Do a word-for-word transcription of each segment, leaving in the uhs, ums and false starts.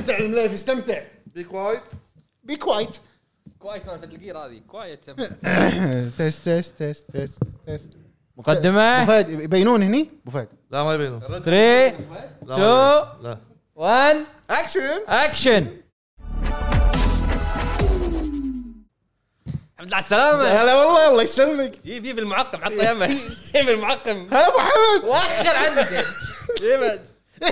استمتع المليف استمتع. بي كوايت بي كوايت كوايت ما تلقي هذه كوايت. تست تست تست تست تست. مقدمه ابو فهد يبينون هني ابو فهد. لا ما يبينون. ثلاثة اثنين لا واحد اكشن اكشن. الحمد لله على السلامه. هلا والله الله يسلمك. يجيب يجيب المعقم حطه يمه. يجيب المعقم. هلا ابو حمد. وخر عني يجيب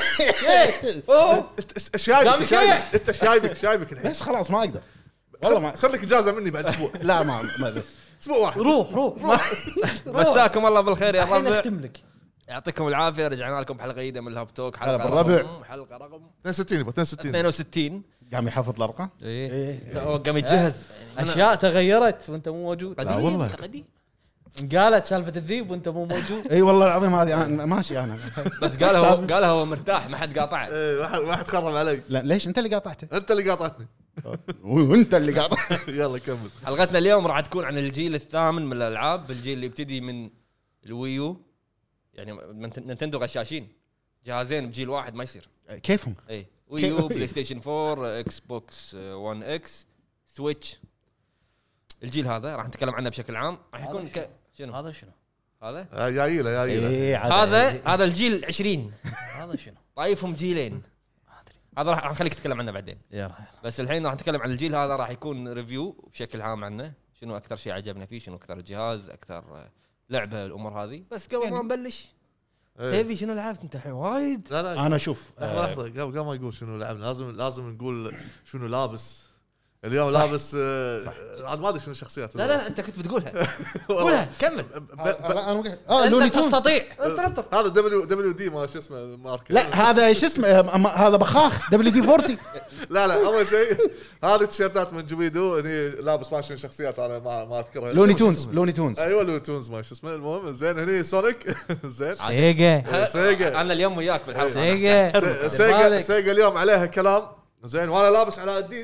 انت شايبك قام شايبك انت شايبك شايبك الحين. بس خلاص ما اقدر والله ما خليك اجازه مني بعد اسبوع. لا ما ما بس اسبوع واحد روح روح مساكم الله بالخير يا الحين ربع. اختم لك. يعطيكم العافيه. رجعنا لكم حلقه جديده من الهاب توك. هلا حلقه بالربع. رقم حلقه رقم اثنين وستين يبا اثنين وستين. اثنين وستين. قام يحفظ الارقام. ايه هو قام يتجهز. اشياء تغيرت وانت مو موجود. لا والله. قديم. قالت سالفه الذيب وانت مو موجود. اي والله العظيم هذه أنا ماشي انا. بس قال هو قال هو مرتاح ما حد قاطعه. ايه واحد واحد خرب علي. لا ليش انت اللي قاطعته؟ انت اللي قاطعتني. وانت اللي قاطع. يلا كمل. حلقتنا اليوم راح تكون عن الجيل الثامن من الالعاب. الجيل اللي يبتدي من الويو يعني من نينتندو غشاشين جهازين بجيل واحد ما يصير. كيفهم؟ اي ويو بلاي ستيشن فور اكس بوكس ون اكس سويتش. الجيل هذا راح نتكلم عنه بشكل عام. راح يكون ك... شنو هذا شنو؟ هذا جاي له جاي له. إيه هذا هذا الجيل عشرين. هذا شنو؟ طايفهم جيلين. هذا راح نخليك تتكلم عنه بعدين. يلا بس الحين راح نتكلم عن الجيل هذا. راح يكون ريفيو بشكل عام عنه. شنو اكثر شيء عجبنا فيه، شنو اكثر جهاز، اكثر لعبه، الامور هذه. بس قبل ما نبلش إيه. تبي شنو لعبت انت الحين وايد؟ لا لا انا شوف لحظه لحظه قبل قبل ما يقول شنو لعبنا لازم لازم نقول شنو لابس اليوم. صح. لابس عاد ما ادري شنو الشخصيات. لا لا انت كنت بتقولها. قولها كمل. انا اه لوني تونز. تستطيع. هذا دبليو دبليو دي ما شو اسمه ماركه. لا هذا شو اسمه هذا بخاخ دبليو دي أربعين. لا لا اول شيء هذه التيشيرتات من جوبيدو اني لابس ما شنو شخصيات انا ما ما اذكرها. لوني تونز لوني تونز ايوه لوني تونز ما شو اسمه. المهم زين هني سونيك. زين سيجا سيجا. انا اليوم وياك بالحلقه. سيجا سيجا سيجا اليوم عليها كلام. زين وانا لابس علاء الدين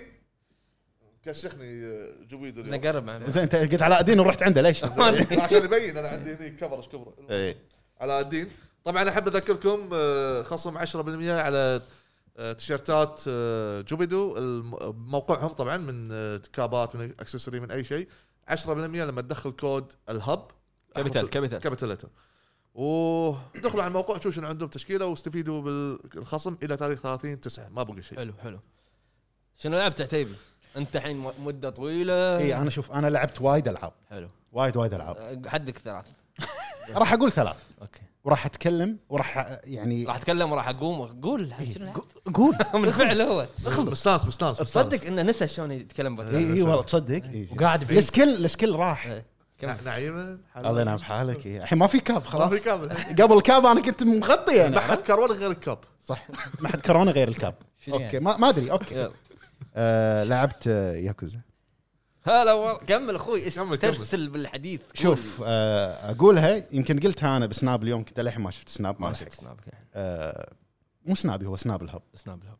كشخني جوبيدو اليوم. نقرب معنا. زين انت قلت علاء الدين ورحت عنده ليش؟ عشان يبين انا عندي هني كفرش كبره. ايه علاء الدين. طبعا احب اذكركم خصم عشرة بالمية على تيشيرتات جوبيدو. موقعهم طبعا من كابات من اكسسوري من اي شيء. عشرة بالمية لما تدخل كود الهب كابيتال كابيتال كابيتال لتر. ودخلوا على الموقع شوفوا شنو عندهم تشكيله واستفيدوا بالخصم الى تاريخ ثلاثين تسعة. ما بقى شيء. حلو حلو. شنو لعبت عتيبي انت الحين مده طويله؟ اي انا شوف انا لعبت وايد العاب. حلو. وايد وايد العاب. حدك ثلاث. راح اقول ثلاث. اوكي. وراح اتكلم وراح يعني راح اتكلم وراح اقوم. قول شنو لعبت؟ قول من فعل هو. مستانس مستانس تصدق انه نسى شلون يتكلم اي اي والله تصدق. وقاعد بعيد. السكيل السكيل راح. نعيمه الله ينعم حالك. الحين ما في كاب خلاص. ما في كاب. قبل الكاب انا كنت مغطي انا. ما حد كرونا غير الكاب. صح ما حد كورونا غير الكاب. اوكي ما ما ادري اوكي. آه لعبت ياكوزا. هلا ور... كمل اخوي. كمل ترسل بالحديث. شوف آه اقولها يمكن قلتها انا بسناب اليوم كنت للحين ما شفت سناب ما ما شفت شفت سناب. آه مو سنابي هو سناب الهب. سناب الهب.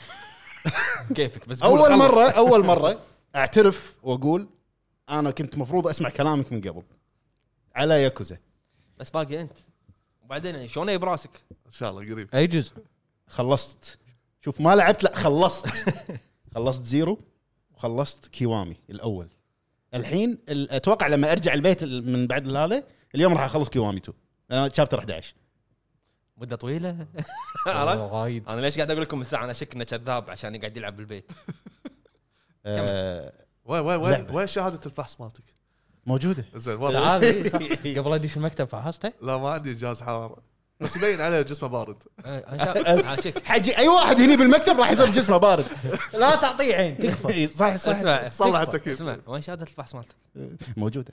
كيفك بس اول مره اول مره اعترف واقول انا كنت مفروض اسمع كلامك من قبل على ياكوزا. بس باقي انت وبعدين يعني شلون براسك ان شاء الله قريب. اي جزء خلصت. شوف ما لعبت لا خلصت. خلصت زيرو وخلصت كيوامي الاول. الحين اتوقع لما ارجع البيت من بعد هذا اليوم راح اخلص كيوامي اثنين. انا شابتر احد عشر. مده طويله. وايد. انا ليش قاعد اقول لكم الساعه انا شك انه كذاب عشان يقعد يلعب بالبيت. آه وين وين وين وين شهاده الفحص مالتك؟ موجوده. زين والله. تعال قبل ادش المكتب فحصته. لا ما عندي جهاز حراره بس يبين عليه جسمه بارد. حاجي اي واحد هني بالمكتب راح يصير جسمه بارد. لا تعطيه عين تكفى. صح صح. اسمع صلح التكييف. اسمع وين شهاده الفحص مالتك؟ موجوده.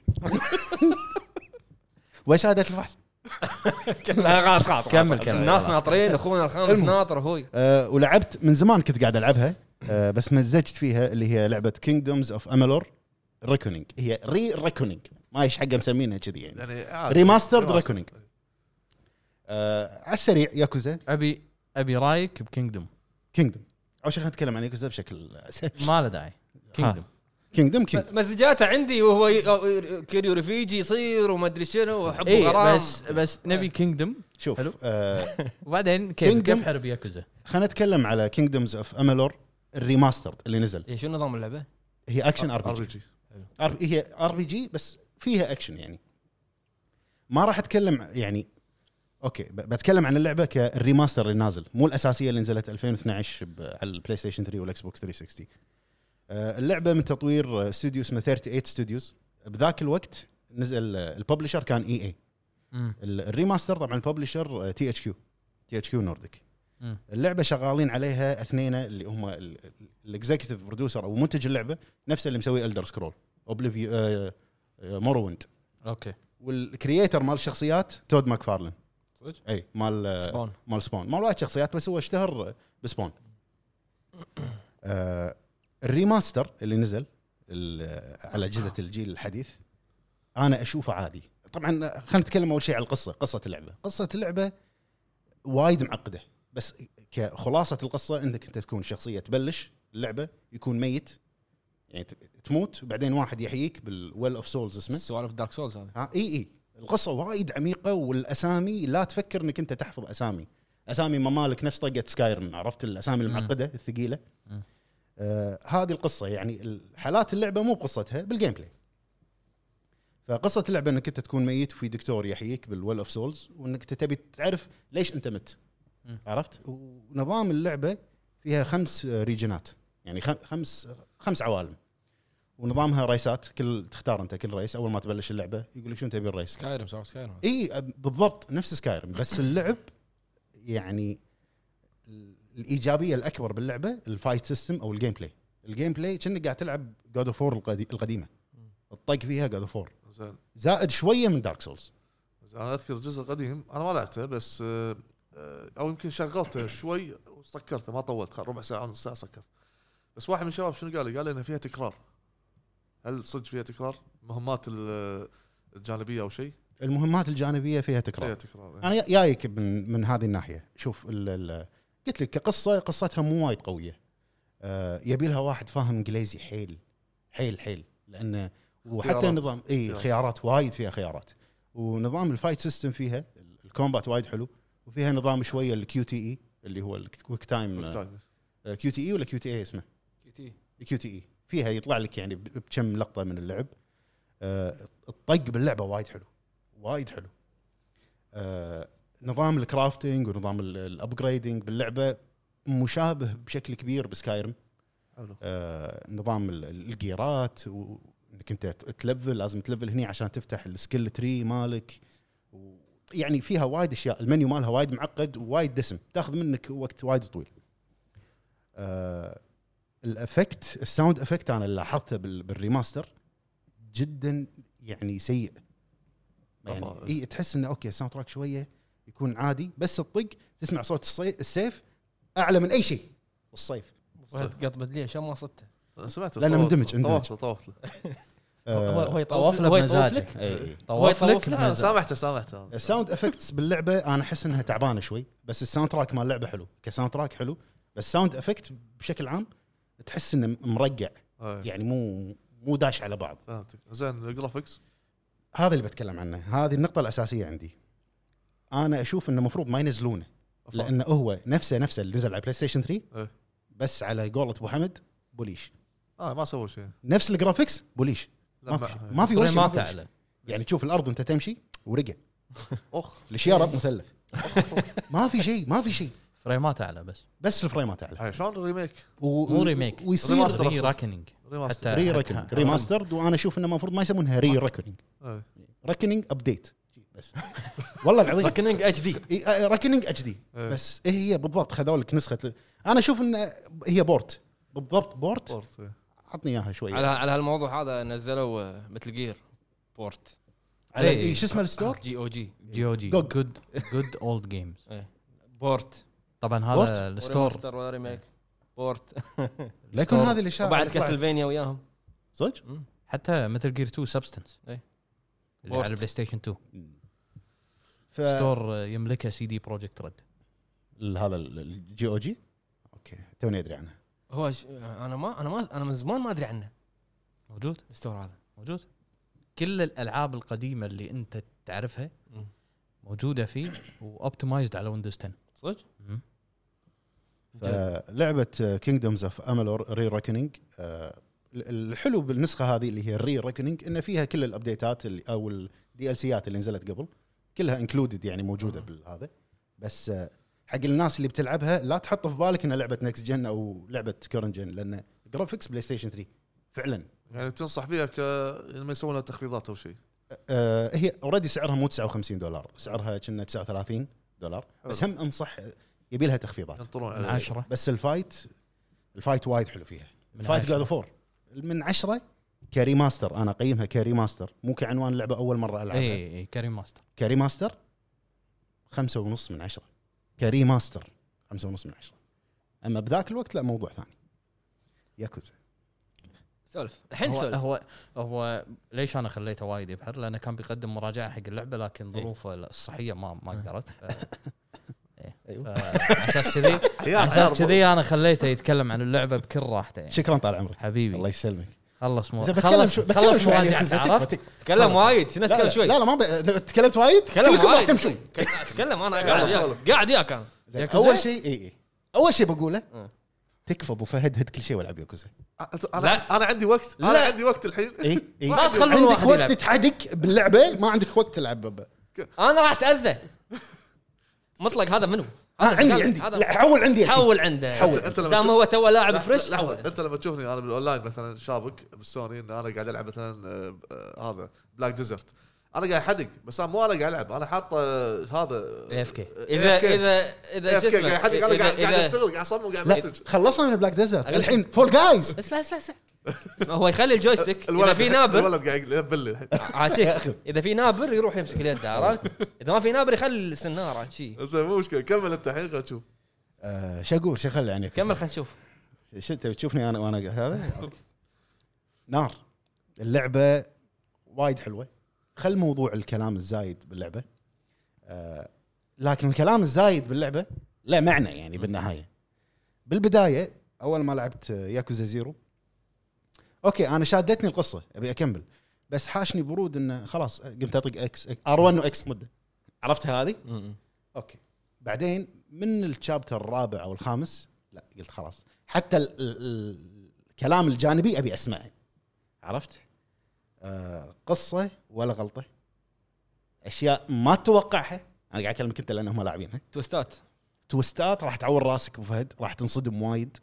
وين شهاده الفحص؟ خلاص خلاص كمل كمل. الناس ناطرين اخونا الخامس ناطر اخوي. أه ولعبت من زمان كنت قاعد العبها. أه بس مزجت فيها اللي هي لعبه كينجدومز اوف امالور ريكونينج. هي ري ريكونينج ما ايش حقه مسمينها كذي يعني, يعني ريماسترد ريكونينج. أه على السريع ياكوزا. ابي ابي رايك بكينجدوم. كينجدوم اول شيء خلينا نتكلم عن ياكوزا بشكل ما له داعي. كينجدوم كينجدم كينج مزجاته عندي وهو ي- كيريو ريفيجي يصير وما ادري شنو وحب اي غرام بس بس نبي كينجدم شوف حلو. آه وبعدين كيف Kingdom- كيف حرب ياكوزا خلينا نتكلم على كينجدومز اوف امالور الريماسترد اللي نزل. إيه شو نظام اللعبه؟ هي اكشن ار ار بي بي جي جي هي ار بي جي بس فيها اكشن يعني. ما راح اتكلم يعني اوكي ب- بتكلم عن اللعبه كالريماستر اللي نازل، مو الاساسيه اللي نزلت ألفين واثناشر ب- على البلاي ستيشن ثري والاكس بوكس ثري سكستي. آه، اللعبه من تطوير استوديو اسمه ثمانية وثلاثين ستوديوز. بذاك الوقت نزل الببلشر كان اي اي. الريماستر طبعا الببلشر تي اتش كيو تي اتش كيو نورديك. اللعبه شغالين عليها اثنين اللي هم الاكزيكتيف برودوسر او منتج اللعبه نفسه اللي مسوي الدر سكرول اوبليفيو مورويند. اوكي والكرييتر مال الشخصيات تود ماكفارلن. صدق؟ اي مال سبون مال سبون مال وايد شخصيات بس هو اشتهر بسبون. آه الريماستر اللي نزل على اجهزه الجيل الحديث انا اشوفه عادي. طبعا خلينا نتكلم اول شيء على القصه. قصه اللعبه قصه اللعبه وايد معقده، بس كخلاصه القصه انك انت تكون شخصيه تبلش اللعبه يكون ميت يعني تموت وبعدين واحد يحييك بالويل اوف سولز اسمه. سوالف دارك سولز هذه. ها اي اي القصه وايد عميقه والاسامي لا تفكر انك انت تحفظ اسامي. اسامي ممالك نفس طقه سكايرم، عرفت الاسامي المعقده الثقيله. آه هذه القصه يعني حالات اللعبه مو بقصتها بالجيم بلاي. فقصه اللعبه انك انت تكون ميت وفي دكتور يحييك بالويل اوف سولز وانك تبي تعرف ليش انت مت. عرفت؟ ونظام اللعبه فيها خمس ريجنات يعني خمس خمس عوالم، ونظامها ريسات. كل تختار انت كل ريس اول ما تبلش اللعبه يقول لك شو تبي الريس. سكايرم صار سكايرم اي بالضبط نفس سكايرم، بس اللعب يعني الايجابيه الاكبر باللعبه الفايت سيستم او الجيم بلاي. الجيم بلاي كأنك قاعد تلعب جود اوف وور القديمه، الطق فيها جود اوف وور زين زائد شويه من دارك سولز. انا اذكر الجزء القديم انا ما لعبته بس آه، آه، او يمكن شغلته شوي وسكرته ما طولت ربع ساعه نص ساعه سكرت. بس واحد من الشباب شنو قال لي؟ قال لي انها فيها تكرار. هل صدق فيها تكرار مهمات الجانبيه او شيء؟ المهمات الجانبيه فيها تكرار. فيها تكرار انا جايك من من هذه الناحيه. شوف ال ال قلت لك كقصه قصتها مو وايد قويه. آه يبي لها واحد فاهم انجليزي حيل حيل حيل لانه وحتى خيارات. نظام اي خيارات وايد فيها خيارات. ونظام الفايت سيستم فيها الكومبات وايد حلو. وفيها نظام شويه الكيو تي اي اللي هو الكويك تايم كيو تي اي ولا كيو تي اي اسمه كيو تي كيو تي اي. فيها يطلع لك يعني بكم لقطه من اللعب. آه الطق باللعبه وايد حلو وايد حلو. آه نظام الكرافتنج ونظام الابجريدنج باللعبه مشابه بشكل كبير بسكايرم. آه نظام الجيرات وانك انت تلفل لازم تلفل هني عشان تفتح السكيل تري مالك. يعني فيها وايد اشياء. المنيو مالها وايد معقد ووايد دسم تاخذ منك وقت وايد طويل. آه الافكت الساوند افكت انا اللي لاحظته بالريماستر جدا يعني سيء. يعني اي تحس انه اوكي الساوند تراك شويه يكون عادي بس الطق تسمع صوت السيف اعلى من اي شيء. الصيف قط بدليه عشان ما صدته سمعته لانه مندمج طوفت طوفت هو هو يطوف له بمزاجك. اي طوف لك لا سامحته سامحته. الساوند افكتس باللعبه انا احس انها تعبانه شوي، بس الساوند تراك مال اللعبه حلو كساوند تراك حلو. بس ساوند افكت بشكل عام تحس انه مرقع يعني مو مو داش على بعض. فهمتك. زين الجرافيكس هذا اللي بتكلم عنه. هذه النقطه الاساسيه عندي. انا اشوف انه المفروض ما ينزلونه لانه هو نفسه نفسه اللي نزل على بلاي ستيشن ثري ايه. بس على قولة ابو حمد بوليش. اه ما سووا شيء نفس الجرافيكس بوليش. ما في ما في ولا شيء. ما تعلى يعني تشوف الارض انت تمشي ورقه اخ الشيارة مثلث ما في شيء ما في شيء فريمات اعلى بس بس الفريمات اعلى. هاي شلون ريميك و... مو ريميك ويصير ريماستر. ري راكنينج ريماستر ري ريكونينج ريماسترد. وانا اشوف انه المفروض ما يسمونها ري ريكونينج ايه. ريكونينج ابديت بس والله العظيم ركننج اتش دي ريكونينج اتش دي إيه. بس إيه هي بالضبط خذوا لك نسخه. انا اشوف ان هي بورت بالضبط بورت. بورت إيه. عطني اياها شويه على على هالموضوع هذا نزلوا مثل جير بورت على إيه. إيه شو اسمه الستور جي او جي جي او جي جوج. جود جود اولد جيمز. بورت طبعا بورت؟ هذا الستور ستور ولا ريميك بورت لكن هذه اللي شاف وبعد كاسلفينيا وياهم صدق حتى مثل جير تو سبستنس إيه. اللي بورت. على البلاي ستيشن تو ف ستور يملكه سي دي بروجكت ريد. هذا الجي او جي اوكي توني ادري عنه. هو ش... انا ما انا ما انا من زمان ما ادري عنه موجود الستور هذا موجود كل الالعاب القديمه اللي انت تعرفها مم. موجوده فيه واوبتمايزد على ويندوز عشرة. صدق مم. فلعبه كينجدومز اوف امالور ري ريكونينج، الحلو بالنسخه هذه اللي هي الري ريكونينج ان فيها كل الابديتات اللي او الدي ال سيات اللي نزلت قبل كلها انكلودد يعني موجوده بالهذا. بس آه، حق الناس اللي بتلعبها لا تحط في بالك انها لعبه نكست جن او لعبه كورنت جن، لان جرافيكس بلاي ستيشن ثري فعلا. يعني تنصح فيها ك لما يسوون لها تخفيضات او شيء؟ آه هي اوريدي سعرها مو تسعة وخمسين دولار، سعرها كنا تسعة وثلاثين دولار، بس هم انصح يبي لها تخفيضات ينطرون من عليها. عشرة بس الفايت الفايت وايد حلو فيها. من الفايت عشرة. جاد فور من عشرة كاري ماستر، انا اقيمها كاري ماستر مو كعنوان اللعبه اول مره العبها. اي اي كريم ماستر كاري ماستر خمسة ونص من عشرة. كاري ماستر خمسة ونص من عشرة. اما بذاك الوقت لا، موضوع ثاني. ياكوزا سولف الحين هو سولف. هو هو ليش انا خليته وايد يبحر؟ لانه كان بيقدم مراجعه حق اللعبه لكن ظروفه الصحيه ما ما قدرت. ايوه اساس كذي اساس كذي انا خليته يتكلم عن اللعبه بكل راحته يعني. شكرا طال عمرك حبيبي الله يسلمك. خلص مو إذا بتكلم خلص شو بتكلم خلص شوي عن مراجعه ياكوزا، عرفت؟ تكفى- تكلم وايد في ناس لا تكلم لا شوي. لا لا ما ب... تكلمت وايد تكلم كلكم راح وايد تمشون. تكلم انا قاعد وياك. قاعد وياك انا. ياكوزا؟ اول شيء اي اي اول شيء بقوله أه. تكفى ابو فهد هد كل شيء والعب ياكوزا. انا لا. انا عندي وقت انا لا. عندي وقت الحين. اي اي ما تخلون عندك واحد وقت يلعب. تحدك باللعبه، ما عندك وقت تلعب بابا. انا راح اتاذى. مطلق هذا منو؟ انا هذا عندي شغال. عندي هذا- لا، حول عندي الحين. حول عنده. حول. انت لما دام تشوف- هو تو لاعب لحظة- فريش لحظة. حول. انت لما تشوفني انا بالاونلاين مثلا شابك بالسوني ان انا قاعد العب مثلا آه، آه، هذا بلاك ديزرت، انا قاعد احدق بس انا مو انا قاعد العب، انا حاط آه، هذا إيه إف كي. اذا اذا اذا شو قاعد اسمه احدق، انا قاعد قاعد إذا- اشتغل قاعد اصمم قاعد لا منتج. خلصنا من بلاك ديزرت أقل- الحين فول جايز. اسمع اسمع اسمع. اسمع، هو يخلي الجويستيك اذا الولد في نابر الولد قاعد يلبل لي. عاشيك، اذا في نابر يروح يمسك اليد عرفت؟ اذا ما في نابر يخلي السناره عاشي. زين مو مشكله، كمل انت الحين خلينا نشوف. آه شقور شغل يعني كمل خلينا نشوف. شو انت تشوفني انا وانا قاعد هذا نار. اللعبه وايد حلوه، خل موضوع الكلام الزايد باللعبه. آه لكن الكلام الزايد باللعبه لا معنى يعني بالنهايه. بالبدايه اول ما لعبت ياكوزا زيرو اوكي انا شادتني القصه ابي اكمل، بس حاشني برود انه خلاص قمت اطق اكس ار واحد واكس مده عرفتها هذه. اوكي بعدين من الشابتر الرابع او الخامس لا قلت خلاص حتى ال ال الكلام الجانبي ابي اسمعه. عرفت آه قصه ولا غلطه، اشياء ما تتوقعها. انا قاعد اكلمك انت لانهم لاعبينها. توستات. توستات راح تعور راسك ابو فهد، راح تنصدم وايد.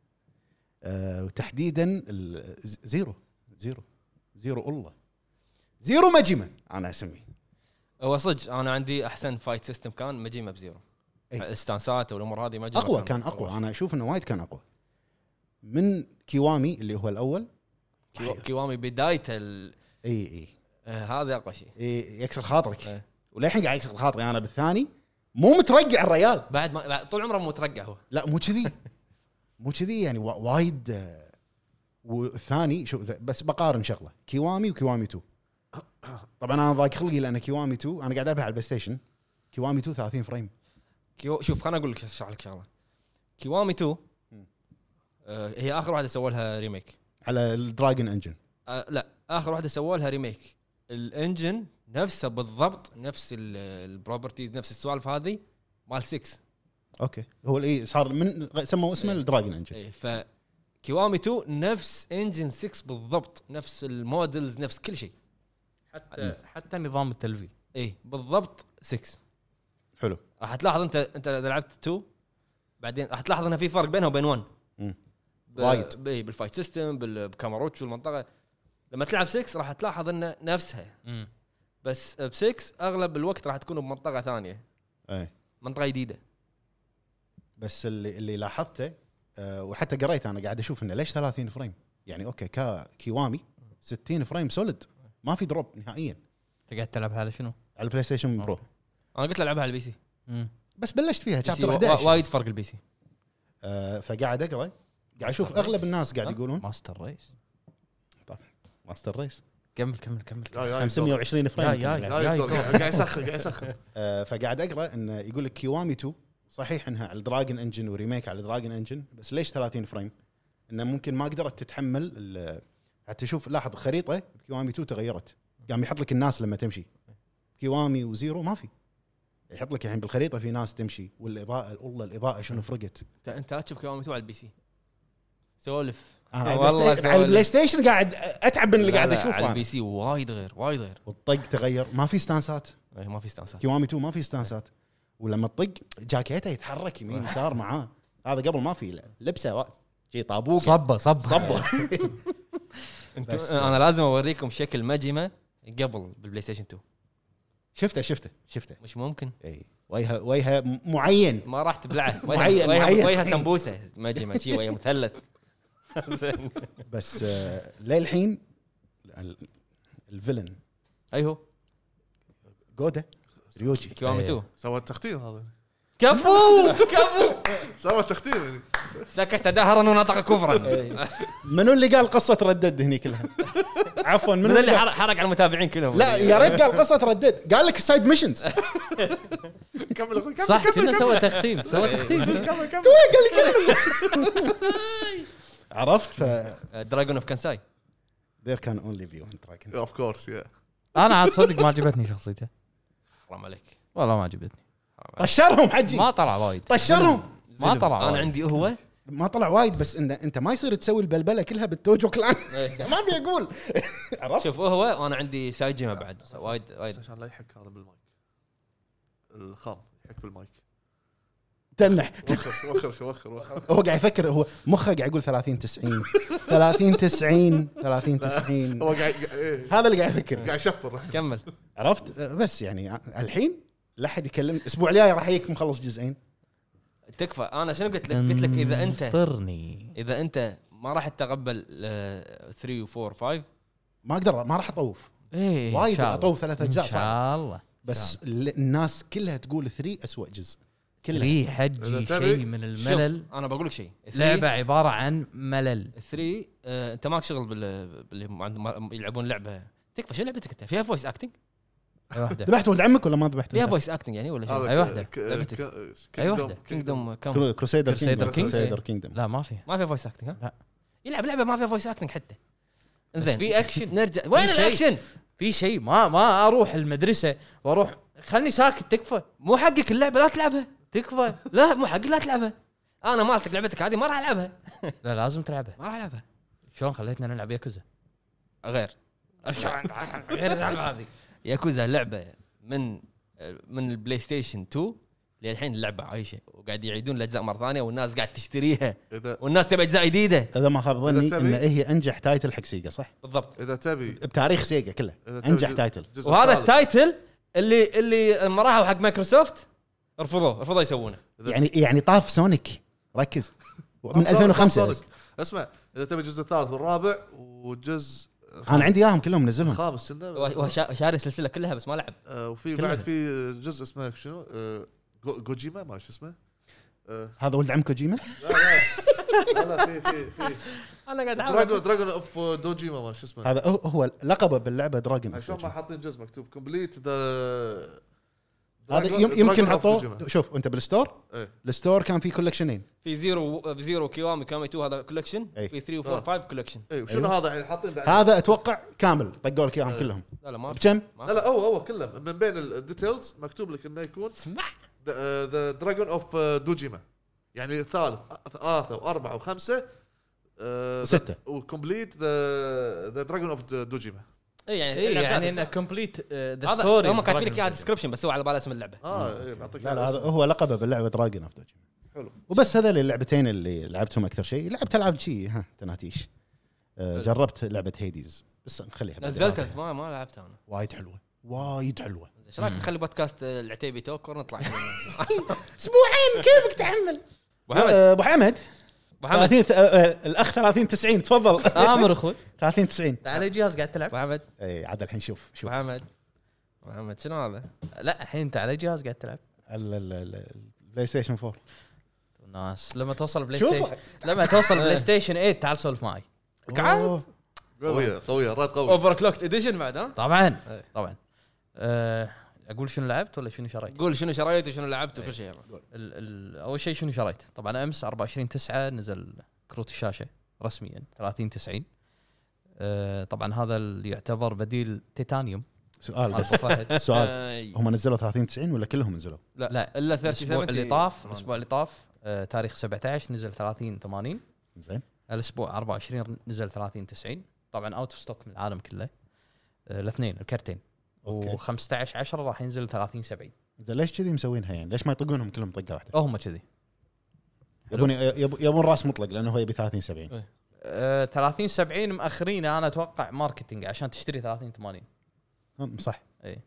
آه وتحديدا زيرو زيرو زيرو الله زيرو مجمه انا اسميه. هو صدق انا عندي احسن فايت سيستم كان مجيمه بزيرو. أي. الاستانسات والامور هذه مجيمه اقوى كان اقوى، انا اشوف انه وايد كان اقوى من كيوامي اللي هو الاول. كيو- كيوامي بدايته ال... اي اي آه هذا اقوى شيء. إي يكسر خاطرك. إيه. وللحين قاعد يكسر خاطري انا بالثاني، مو مترقع الريال. بعد ما لا، طول عمره مترقع هو. لا مو كذي مو كذي يعني وا- وايد. آه، والثاني شو زي- بس بقارن شغله كيوامي وكيوامي تو. طبعا انا ضاق خلقي لان كيوامي تو انا قاعد العبها على البلاي ستيشن. كيوامي تو ثلاثين فريم. كيو... شوف خليني اقول لك اشرح لك شغله. كيوامي تو آه هي اخر واحده سووا لها ريميك. على الدراجون انجن. آه لا اخر واحده سووا لها ريميك. الانجن نفسه بالضبط، نفس البروبرتيز نفس السوالف هذه مال ستة. اوكي هو الاي صار من سموا اسمه إيه. الدراجون انجن. اي ف كيوامي تو نفس انجن ستة بالضبط، نفس المودلز نفس كل شيء. حتى حتى نظام التلفي اي بالضبط ستة. حلو. راح تلاحظ انت انت اذا لعبت تو بعدين راح تلاحظ انه في فرق بينها وبين واحد. مم. ب- وايد. اي بالفايت سيستم بالكاميروتش والمنطقه. لما تلعب ستة راح تلاحظ انه نفسها، بس ب ستة اغلب الوقت راح تكون بمنطقه ثانيه، اي منطقه جديده. بس اللي اللي لاحظته أه وحتى قريت انا قاعد اشوف انه ليش ثلاثين فريم يعني. اوكي كا كيوامي ستين فريم سوليد ما في دروب نهائيا انت قاعد تلعبها على شنو؟ على البلاي ستيشن برو. انا قلت العبها على البي سي. مم. بس بلشت فيها بي سي شابتر وا- احد عشر. وايد فرق البي سي. أه فقاعد اقرا قاعد اشوف اغلب الناس قاعد ها؟ يقولون ماستر ريس. ماستر ريس كمل كمل كمل جاي- جاي خمسمية وعشرين فريم. يا- يا- يمكن. جاي جاي الدور. دور. قاعد يسخن قاعد يسخن. أه فقاعد اقرا انه يقول لك كيوامي تو صحيح انها على الدراجون انجن وريميك على الدراجون انجن، بس ليش ثلاثين فريم؟ انه ممكن ما قدرت تتحمل ال- حتى شوف لاحظ خريطه بكيوامي تو تغيرت، قام يحط لك الناس لما تمشي. كيوامي وزيرو ما في، يحط لك الحين بالخريطه في ناس تمشي، والاضاءه والله الاضاءه شنو فرقت. انت انت لا تشوف كيوامي تو على البي سي سولف. انا والله على البلاي ستيشن قاعد اتعب من اللي قاعد اشوفه. على البي سي وايد غير وايد غير. والطق تغير، ما في ستانسات. اي ما في ستانسات. كيوامي تو ما في ستانسات، ولما تطق جاكيته يتحرك يمين يسار معاه. هذا قبل ما في لبسه شيء طابوق صبه صبه صبه. انا لازم اوريكم شكل مجمه قبل بالبلاي ستيشن تو. شفته شفته شفته مش ممكن. اي وجهه وجهه معين، ما راح تبلعه. معين معين وجهه سمبوسه مجمه شيء وجه مثلث. بس آه للحين الفيلن اي هو جودا ريوجي كيوامي تو سوى التختيم هذا. كفو كفو سوى التختيم. سكت دهرا ونطق كفرا. منو اللي قال قصه ردد هني كلها؟ عفوا من اللي حرق حرق على المتابعين كلهم. لا يا ريت قال قصه ردد، قال لك السايد ميشنز. كمل كمل صح كنا سوى تختيم سوى تختيم. كمل كمل قال لي كمل. عرفت ف دراجون اوف كانساي there can only be one dragon. اوف كورس يا انا عاد صدق ما عجبتني شخصيته، حرام عليك والله ما عجبتني. طشرهم حجي، ما طلع وايد، طشرهم ما طلع انا وايد. عندي هو ما طلع وايد. بس ان انت ما يصير تسوي البلبله كلها بالتوجو كلان. ما ابي اقول. عرفت شوف هو وانا عندي سايجيما بعد وايد وايد. عشان لا يحك هذا بالمايك الخام، يحك بالمايك. تنح وخر وخر وخر وخر. هو قاعد يفكر، هو مخه قاعد يقول ثلاثين تسعين ثلاثين تسعين ثلاثين تسعين. هو قاعد إيه. هذا اللي قاعد يفكر. قاعد يشفر. كمل. عرفت بس يعني الحين لا احد يكلم. الاسبوع الجاي راح يجيك مخلص جزئين. تكفى. انا شنو قلت لك؟ قلت لك اذا انت انطرني اذا انت ما راح تتقبل ثلاثة و4 و5 ما اقدر، ما راح اطوف ايه وايد. اطوف ثلاث اجزاء ان صعب، شاء الله. بس الناس كلها تقول ثلاثة أسوأ جزء كلها. ثري حجي شيء من الملل. انا بقول لك شيء. لعبه عباره عن ملل. ثلاثة آه، انت ماك شغل بال باللي يلعبون لعبه. تكفى شو لعبتك انت؟ فيها فويس اكتنج؟ اي واحده ذبحت ولد عمك ولا ما ذبحت؟ فيها فويس اكتنج يعني ولا شيء؟ اي واحده لعبتك. اي واحده كينجدوم كم كروسيدر Crusader Kings. كروسيدر كينجدوم. لا ما فيها. ما فيها فويس اكتنج. ها لا. يلعب لعبه ما فيها فويس اكتنج حتى. انزين في اكشن. نرجع وين في شيء. الاكشن؟ في شيء ما ما اروح المدرسه واروح خلني ساكت. تكفى مو حقك اللعبه لا تلعبها. تكفى. لا مو حقك لا تلعبها. انا مالتك لعبتك هذه ما راح العبها. لا لازم تلعبها. ما راح العبها. شلون خليتنا نلعب ياكوزا؟ غير غير السالفه هذه. ياكوزا لعبه من من البلاي ستيشن تو للحين اللعبه عايشه وقاعد يعيدون الاجزاء مره ثانيه والناس قاعد تشتريها اذا والناس تبي اجزاء جديده. اذا ما خاب ظني إذا تبي- ان هي انجح تايتل حق سيجا صح؟ بالضبط. اذا تبي بتاريخ سيجا كله إذا تبي انجح جزء- تايتل. جزء وهذا ثالث. التايتل اللي اللي لما راحوا حق مايكروسوفت رفضوه رفضوا يسوونه. إذا- يعني يعني طاف سونيك ركز من صار- ألفين وخمسة. صار صارك. اسمع اذا تبي الجزء الثالث والرابع والجزء انا عندي اياهم كلهم منزلهم. الخامس كنا هو هو شا- شاري السلسله كلها بس ما لعب. آه، وفي كلها. بعد في جزء اسمه شنو آه، جو- جوجيما ما شو اسمه آه، هذا ولد عم كوجيما. لا لا لا لا في في في انا قاعد دراجون دراجون اوف دوجيما ما شو اسمه. هذا هو- هو لقبه باللعبه دراجون. عشان ما حاطين جزء مكتوب كومبليت ذا هذا يم- يمكن حطوه. شوف انت بالستور ايه الستور كان فيه كولكشنين. في زيرو في زيرو كيوامي كامي تو هذا كولكشن. أي. في ثلاثة و4 و5 كولكشن. ايه وشنو هذا يعني حاطين بعد هذا اتوقع كامل طقوا لك اياهم كلهم. لا لا ما في. بكم؟ لا لا هو هو كله من بين الديتيلز مكتوب لك انه يكون اسمع ذا دراجون اوف دوجيما يعني الثالث ثلاثة وأربعة وخمسة آه، وستة. وكومبليت ذا ذا دراجون اوف دوجيما. اي يعني اي اللعبة يعني ثالثة. انه كومبليت ذا هذا ستوري. هم كاتبين لك اياها ديسكربشن بس هو على باله اسم اللعبه. اه ايه بعطيك لا لا إياه هذا اسم. هو لقبه باللعبه دراجون اوف دوجيما. حلو. وبس هذول اللعبتين اللي لعبتهم اكثر شيء. لعبت العاب شيء ها تناتيش. آه، جربت لعبه هيديز بس نخليها نزلتها بس ما ما لعبتها انا. وايد حلوه وايد حلوه. ايش رايك نخلي بودكاست العتيبي توك ونطلع؟ اسبوعين كيفك تحمل. ابو حمد آه، ابو حمد ابو حمد ثلاثين آه، آه، الاخ ثلاثين تسعين تفضل. امر اخوي. ثلاثين تسعين. تعال على جهاز قاعد تلعب. ابو حمد اي عاد الحين شوف شوف ابو حمد ابو حمد شنو هذا؟ لا الحين انت على جهاز قاعد تلعب. ال- ال- ال- البلاي ستيشن فور. الناس لما توصل بلاي شوف. ستيشن لما توصل بلاي ستيشن ثمانية تعال سولف معي. قعد قويه قويه راد قوي. اوفر كلوكت اديشن بعد ها؟ طبعا طبعا. أه اقول شنو لعبت ولا شنو شريت؟ قول شنو شريت وشنو لعبت وكل شيء. ال ال اول شيء شنو شريت؟ طبعا امس أربعة وعشرين تسعة نزل كروت الشاشه رسميا ثلاثين تسعين. آه طبعا هذا اللي يعتبر بديل تيتانيوم. سؤال بس سؤال هم نزلوا ثلاثين تسعين ولا كلهم نزلوا؟ لا, لا الا الاسبوع اللي طاف الاسبوع اللي طاف آه تاريخ سبعة عشر نزل ثلاثين ثمانين. زين. الاسبوع أربعة وعشرين نزل ثلاثين تسعين. طبعا اوت اوف ستوك من العالم كله آه الاثنين الكرتين. و15 عشرة راح ينزل ثلاثين سبعين. اذا ليش كذي مسوينها يعني؟ ليش ما يطقونهم كلهم طقه واحده؟ او هم كذي يبون يبون راس مطلق لانه هو يبي ثلاثين سبعين. أه ثلاثين سبعين مأخرين انا اتوقع ماركتينج عشان تشتري ثلاثين ثمانين. صح. اي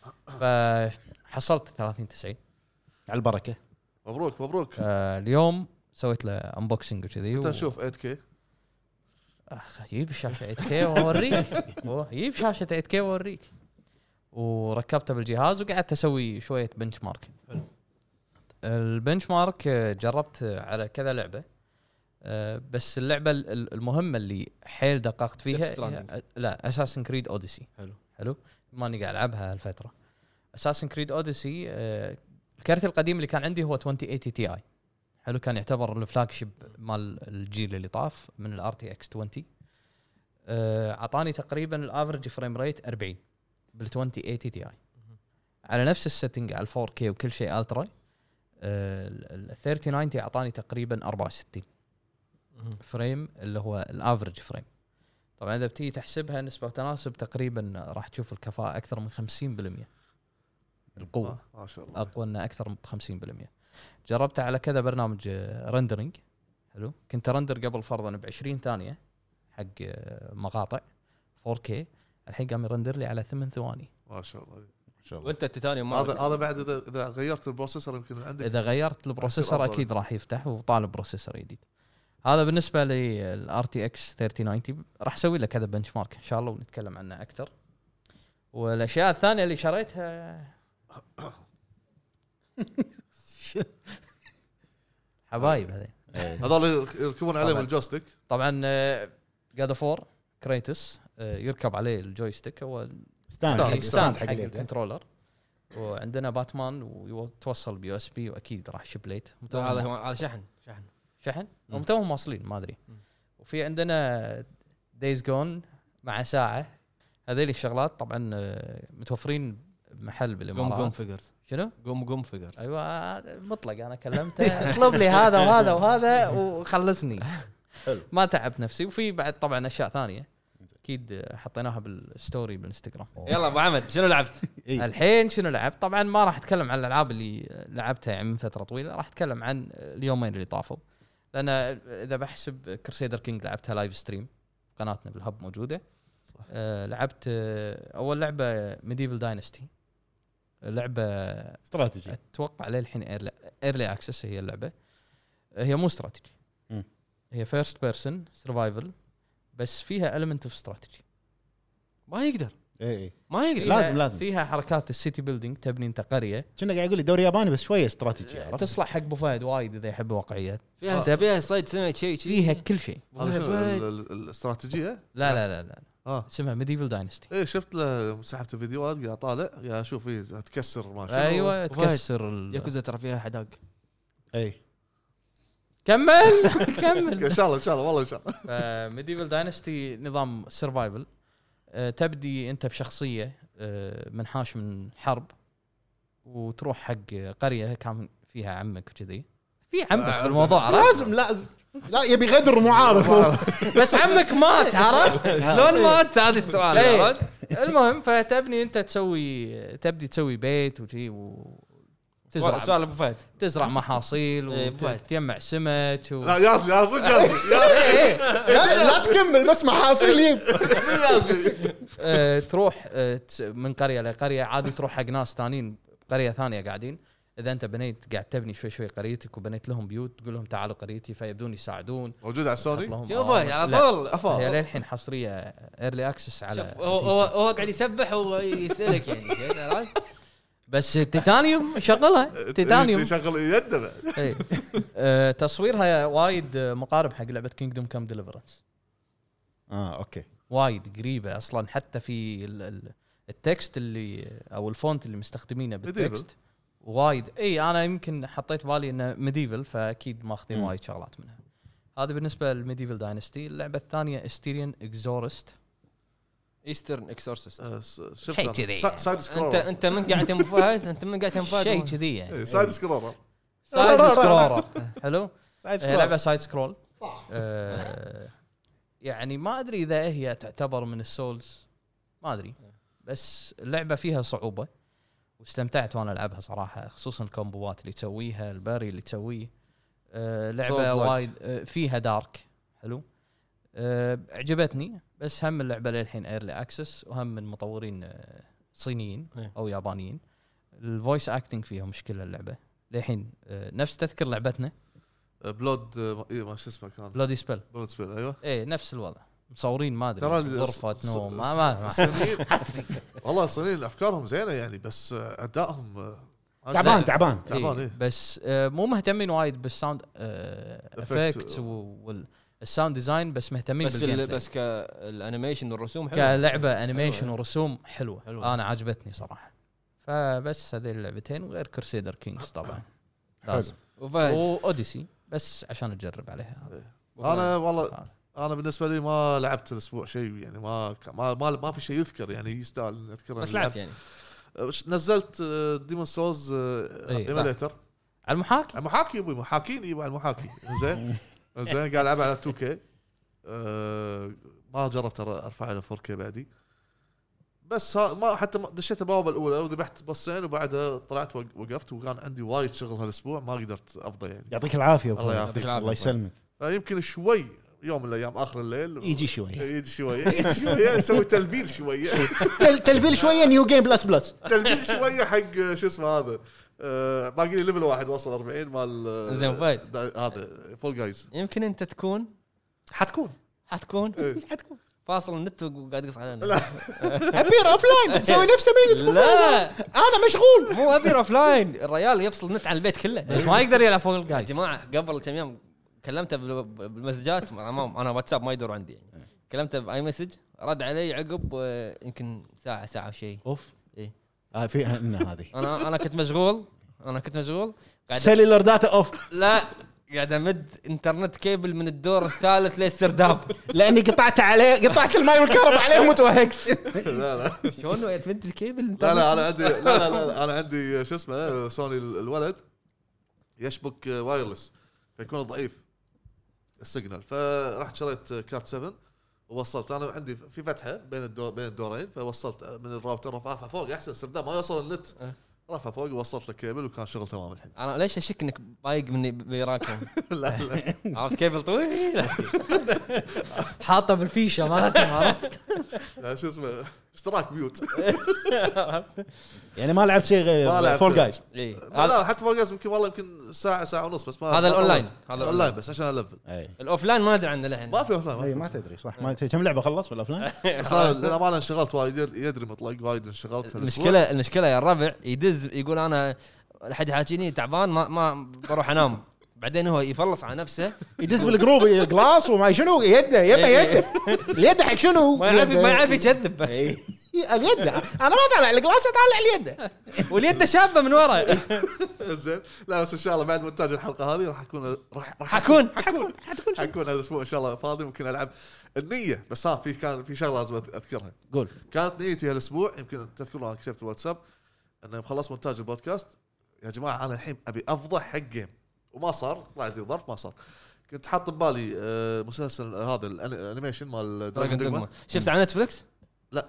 فحصلت ثلاثين تسعين على البركه. مبروك مبروك. أه اليوم سويت له انبوكسنج وكذي انت نشوف ثمانية كي. اخ جيب الشاشه ثمانية كي واوريك. جيب شاشه ثمانية كي واوريك. وركبته بالجهاز وقعدت اسوي شويه بنش مارك. البنش مارك جربت على كذا لعبه بس اللعبه المهمه اللي حيل دققت فيها لا اساسن كريد اوديسي. حلو حلو ماني قاعد العبها هالفتره. اساسن كريد اوديسي الكارت القديم اللي كان عندي هو عشرين ثمانين تي اي. حلو كان يعتبر الفلاج شيب مال الجيل اللي طاف من الار تي اكس عشرين. اعطاني تقريبا الافرج فريم ريت أربعين بال عشرين ثمانين تي اي على نفس السيتنج على الفور كي وكل شيء الترا. ال ثلاثين تسعين اعطاني تقريبا أربعة وستين فريم اللي هو الافرج فريم. طبعا اذا بتيجي تحسبها نسبه وتناسب تقريبا راح تشوف الكفاءه اكثر من خمسين بالمية. القوه ما شاء الله اقوى لنا اكثر من خمسين بالمية. جربت على كذا برنامج رندرنج. حلو كنت رندر قبل فرضا ب عشرين ثانيه حق مقاطع فور كي. الحين قام يرندر لي على ثمان ثواني. ما شاء الله. وانت التيتانيوم هذا هذا بعد اذا اذا غيرت البروسيسور يمكن عندك. اذا غيرت البروسيسور اكيد راح يفتح وطالب بروسيسور جديد. هذا بالنسبه للار تي اكس ثلاثين تسعين. راح اسوي له كذا بنش مارك ان شاء الله ونتكلم عنه اكثر. والاشياء الثانيه اللي شريتها حبايب هذين هذول يركبون عليهم الجويستيك. طبعا جاد فور كريتوس يركب عليه الجويستيك هو ستاند ستاند حق الكنترولر. وعندنا باتمان ويتوصل بيو اس بي واكيد راح يشيب ليت. هذا هذا شحن شحن شحن هم توهم واصلين ما ادري. وفي عندنا دايز جون مع ساعه. هذيل الشغلات طبعا متوفرين محل بالامارات. قوم قوم فيجرز. شنو قوم قوم فيجرز. ايوه مطلق انا كلمته اطلب لي هذا وهذا وهذا وخلصني. حلو ما تعبت نفسي. وفي بعد طبعا اشياء ثانيه اكيد حطيناها بالستوري بالانستغرام. يلا ابو عمد شنو لعبت الحين؟ شنو لعبت؟ طبعا ما راح اتكلم عن الالعاب اللي لعبتها يعني من فتره طويله. راح اتكلم عن اليومين اللي طافوا لان اذا بحسب كرسيدر كينج لعبتها لايف ستريم قناتنا بالهب موجوده. صح. آه لعبت آه اول لعبه ميديفل داينستي. لعبه استراتيجي اتوقع للحين ايرلي اكسس. هي اللعبه هي مو استراتيجي م. هي فيرست بيرسون سرفايفل بس فيها element of strategy. ما يقدر اي ما يقدر لازم لازم فيها حركات السيتي بيلدينج. تبني انت قريه كنا قاعد يقول لي دوري ياباني بس شويه استراتيجي. تصلح حق ابو فهد وايد اذا يحب واقعيه. فيها آه. فيها صيد سمك شيء فيها كل شيء. الاستراتيجيه لا لا لا لا اه اسمها ميديفل داينستي. ايه شفت له سحبت فيديوهات قاعد طالع يا اشوف ايه تكسر ما شاء الله. ايوه تكسر ال... ياكوزا ترى فيها حداق. اي كمل كمل ان شاء الله ان شاء الله والله ان شاء الله. ميديفل داينستي نظام سرفايفل. تبدي انت بشخصيه منحاش من حرب وتروح حق قريه كان فيها عمك وكذي. في عمك بالموضوع لازم لازم لا يبي غدر مو عارف بس عمك مات عرفت شلون مات هذا السؤال يا رجل. المهم فتبني انت تسوي تبدي تسوي بيت وشي و تزرع سؤال ابو فهد تزرع محاصيل وتجمع سمك و... لا ياسلي يا صدق ياسلي لا تكمل بس محاصيل يب أه تروح أه من قريه لقريه عادي تروح حق ناس ثانيين قريه ثانيه قاعدين. اذا انت بنيت قاعد تبني شوي شوي قريتك وبنيت لهم بيوت تقول لهم تعالوا قريتي فيبدون يساعدون. موجود على سوني شوفه على طول افا هي للحين حصريه ايرلي اكسس على هو هو قاعد يسبح ويسالك يعني بس التيتانيوم شغلها تيتانيوم شغل يده. اي أه تصويرها وايد مقارب حق لعبه كينجدوم كام ديليفرنس. اه اوكي وايد قريبه اصلا حتى في التكست اللي او الفونت اللي مستخدمينه بالتكست وايد. اي انا يمكن حطيت بالي انه ميديفل فاكيد ماخذين وايد شغلات منها. هذا بالنسبه للميديفال داينستي. اللعبه الثانيه استيريان اكزورست ايسترن اكسورسيست. شيء كذي سايد سكرول. انت انت من قاعد تنفايد انت من قاعد تنفايد شيء كذي يعني سايد سكرول سايد سكرول حلو. سايد هي لعبه سايد سكرول آه يعني ما ادري اذا هي تعتبر من السولز ما ادري بس اللعبه فيها صعوبه واستمتعت وانا العبها صراحه خصوصا الكومبوات اللي تسويها الباري اللي تسويه آه لعبه وايد آه فيها دارك حلو آه عجبتني بس هم اللعبه للحين ايرلي اكسس وهم من مطورين آه صينيين او يابانيين. الفويس اكتنج فيها مشكله اللعبه للحين آه نفس تذكر لعبتنا بلود اي ما شو اسمه كان بلودي سبيل بلود سبيل ايوه ايه نفس الوضع مصورين ما ادري ترى غرفه الص- نوم الص- ما ما, الصينيين والله الصينيين افكارهم زينه يعني بس ادائهم آه، تعبان تعبان تعبان إيه إيه. بس آه مو مهتمين وايد بالساوند افكت Effect. والساوند ديزاين بس مهتمين بس بالجيم ال- بلاي. بس كالانيميشن والرسوم حلوه كلعبه انيميشن ورسوم حلوه حلوة. حلوة. انا عجبتني صراحه. فبس هذه اللعبتين وغير كرسيدر كينجز طبعا لازم وفهد واوديسي بس عشان تجرب عليها. انا والله انا بالنسبه لي ما لعبت الاسبوع شيء يعني ما ما ما, ما في شيء يذكر يعني يستاهل اذكره. بس لعبت يعني نزلت ديمون سولز إيه، ايميليتر على المحاكي محاكي ابوي محاكين يبغى على المحاكي زين زين قاعد العب على تو كي أه ما جربت ارفع على فور كي بعدي بس ما حتى دشيت البوابه الاولى وذبحت بصين وبعدها طلعت وقفت وكان عندي وايد شغل هالاسبوع ما قدرت افضى يعني. يعطيك العافيه الله يعافيك. الله يسلمك. يمكن شوي يوم من الايام اخر الليل يجي شويه يجي شويه يجي شويه نسوي تلفيل شويه تل- تلفيل شويه نيو جيم بلس بلس تلفيل شويه حق شو اسمه هذا أه باقي لي ليفل واحد وصل أربعين مال زين فايد. هذا فول جايز يمكن انت تكون حتكون حتكون إيه. حتكون فاصل النت وقاعد يقص علينا. ابير اوف لاين مسوي نفسه ميت لا انا مشغول. مو ابير اوف لاين الريال يفصل النت على البيت كله. بس ما يقدر يلعب فوق يا الجاي. جماعه قبل كم يوم كلمته بال- بالمسجات انا انا واتساب ما يدور عندي يعني كلمته باي مسج رد علي عقب آه، يمكن ساعه ساعه وشيء. اوف إيه. آه في ان هذه انا انا كنت مشغول انا كنت مشغول قاعد سيلولر داتا اوف لا قاعد امد انترنت كيبل من الدور الثالث للسرداب. لاني قطعت عليه قطعت الماي والكهرباء عليهم وتوهقت. لا لا شلون تمد الكيبل لا لا انا عندي لا لا, لا انا عندي شو اسمه سوني الولد يشبك وايرلس فيكون ضعيف السيجنال فرحت شريت كارت سبعة ووصلت انا عندي في فتحه بين الدور بين الدورين فوصلت من الراوتر رفعها فوق احسن استخدام ما يوصل النت رفع فوق ووصلت الكيبل وكان شغل تمام الحين. انا ليش اشك انك بايق مني بيراكم؟ لا لا عرفت كيبل طويل حاطه بالفيشه مالته عرفت. لا، شو اسمه اشتراك بيوت يعني ما لعبت شيء ما غير لعبت. فول جايز. اي لا لا حتى فوق جاز يمكن والله يمكن ساعه ساعه ونص بس ما هذا ما الأونلاين. طولت. هذا الاونلاين الأونلاين. بس عشان الفل اي الاوف لاين ما ندري عنه الحين. ما في اوفلاين اي ما تدري صح ما تدري كم لعبه خلص بالافلام. بس انا للامانه انشغلت وايد يدري مطلق وايد انشغلت هالأسبوع. المشكله المشكله يا الربع يدز يقول انا حد حاجيني تعبان ما ما بروح انام بعدين هو يفلص على نفسه يدز بالجروب جلاس وما شنو يده يبه يده اليد حق شنو ما يعرف ما يعرف يكذب إيه. اليد انا ما طالع الجلاس اطالع اليد واليد شابه من ورا. زين لا بس ان شاء الله بعد مونتاج الحلقه هذه راح اكون راح راح حكون حكون حتكون حكون الاسبوع ان شاء الله فاضي ممكن العب النيه بس ها في كان في شغله لازم اذكرها. قول. كانت نيتي هالاسبوع يمكن تذكرون انا كتبت الواتساب انه خلص مونتاج البودكاست يا جماعه انا الحين ابي افضح حق جيم وما صار طلعت لي ظرف ما صار. كنت حاط ببالي آه، مسلسل هذا الانيميشن مال دراجون دراجون دوغما شفت على نتفلكس؟ لا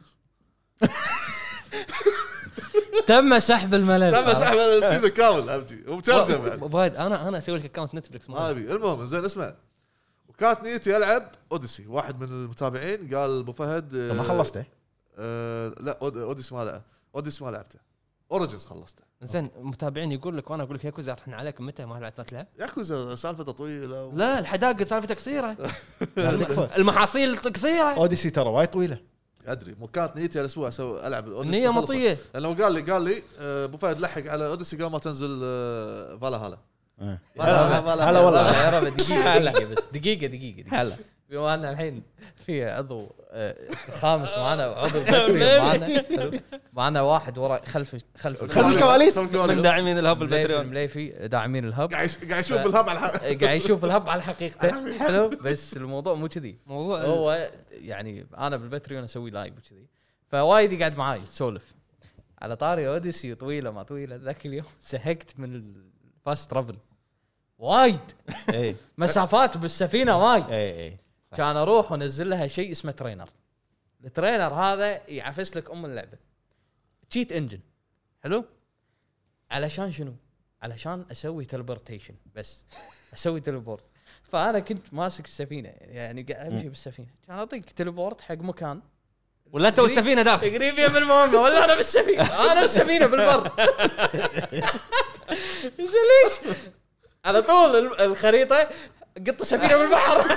تم سحب الملل. تم سحب السيزون كامل ابجي ومترجم بعد بعد انا انا اسوي لك اكونت نتفلكس ما ابي. المهم زين اسمع وكانت نيتي العب اوديسي. واحد من المتابعين قال ابو فهد آه، ما خلصته آه لا أود- اوديسي ما لعب اوديسي ما لعبته اوريجنز خلصته. زين المتابعين يقول لك وانا اقول لك ياكوزا احنا عليك متى ما لعبت تلعب؟ ياكوزا سالفته طويله و... لا الحداقه سالفته قصيره لا، تكفى. المحاصيل قصيره اوديسي ترى وايد طويله. ادري مو كانت نيتي الاسبوع اسوي العب اوديسي النيه خلصت. مطيه. لانه قال لي قال لي آه، ابو فهد لحق على اوديسي قبل ما تنزل آه، فالا هلا إيه. هلا هلا والله يا رب دقيقه دقيقه بس دقيقه دقيقه, دقيقة. هلا بما ان الحين في عضو آه، خامس معنا عضو الباتريون معنا معنا واحد ورا خلف خلف خلف الكواليس من داعمين الهب الباتريون مليفي داعمين الهب قاعد قاعد يشوف الهب على قاعد يشوف الهب على حقيقته حلو بس الموضوع مو كذي موضوع هو يعني انا بالباتريون اسوي لايف وكذي فوايد يقعد معاي يسولف على طاري اوديسي طويله ما طويله ذاك اليوم سهقت من الفاست ترافل وايد اي مسافات بالسفينه وايد اي اي كان اروح ونزل لها شيء اسمه ترينر الترينر هذا يعفس لك ام اللعبه تشيت انجن حلو علشان شنو علشان اسوي تلبورتيشن بس اسوي تلبورت فانا كنت ماسك السفينه يعني قاعد امشي بالسفينه كان اعطيك تلبورت حق مكان ولا انت والسفينه داخل قريب من المهمه ولا انا بالسفينه انا بالسفينه بالبر ليش على طول الخريطه قط سفينه بالبحر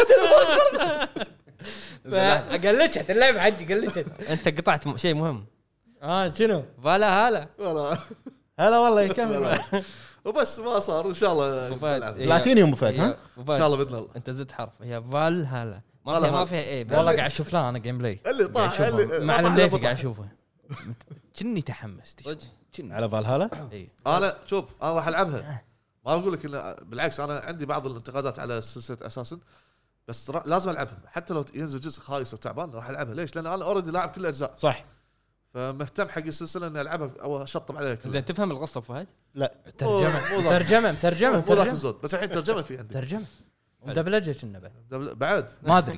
قلتشت اللعبه حجي قلتشت انت قطعت شيء مهم اه شنو فلا هلا ولا هلا والله يكمل وبس ما صار ان شاء الله نلعب. بلاتينيوم مفاد ها ان شاء الله باذن الله انت زدت حرف هي فال هلا ما فيها ما فيها ايه والله قاعد اشوف لها انا جيم بلاي اللي طاح اللي مع المليفي قاعد اشوفه كني تحمست على فالهالا اي انا شوف انا راح العبها ما اقول لك إن بالعكس انا عندي بعض الانتقادات على سلسله اساسا بس لازم العبها حتى لو ينزل جزء خايس وتعبان راح العبها ليش لان انا اوريدي لاعب كل الاجزاء صح فمهتم حق السلسله اني العبها او اشطب عليها كلها. زين تفهم القصه فهد لا ترجمه ترجمه ترجمه مو ذاك الزود بس الحين ترجمه في عندي ترجمه مدبلجه كنا بعد ما ادري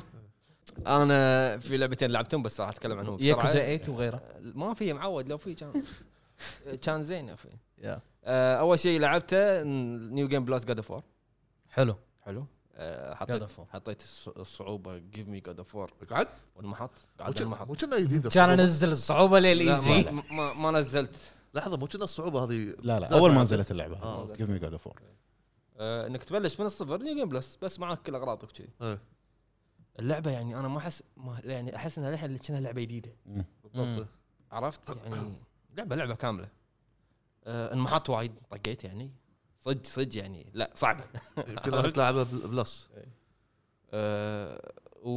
انا في لعبتين لعبتهم بس راح اتكلم عنهم بسرعه ياكوزا ثمانية وغيره ما في معود لو في كان كان زين يا في يا آه، اول شيء لعبته نيو جيم بلس جاد اوف وور حلو حلو آه، God حطيت of War. حطيت الص- الصعوبه جيف مي جاد اوف وور قعد والمحط قاعد المحط مو كنا جديد كان انزل الصعوبه لا للايزي ما, ما, ما نزلت لحظه مو كنا الصعوبه هذه لا لا اول ما نزلت اللعبه آه. جيف مي جاد اوف وور آه، انك تبلش من الصفر نيو جيم بلس بس معك كل اغراضك كذي إيه. اللعبه يعني انا ما احس ما يعني احس انها الحين كأنها لعبه جديده بالضبط عرفت يعني لعبه لعبه كامله آه، المحط وايد طقيت يعني صدق صدق يعني لا صعبه يمكن انا تلعبها بلس آه،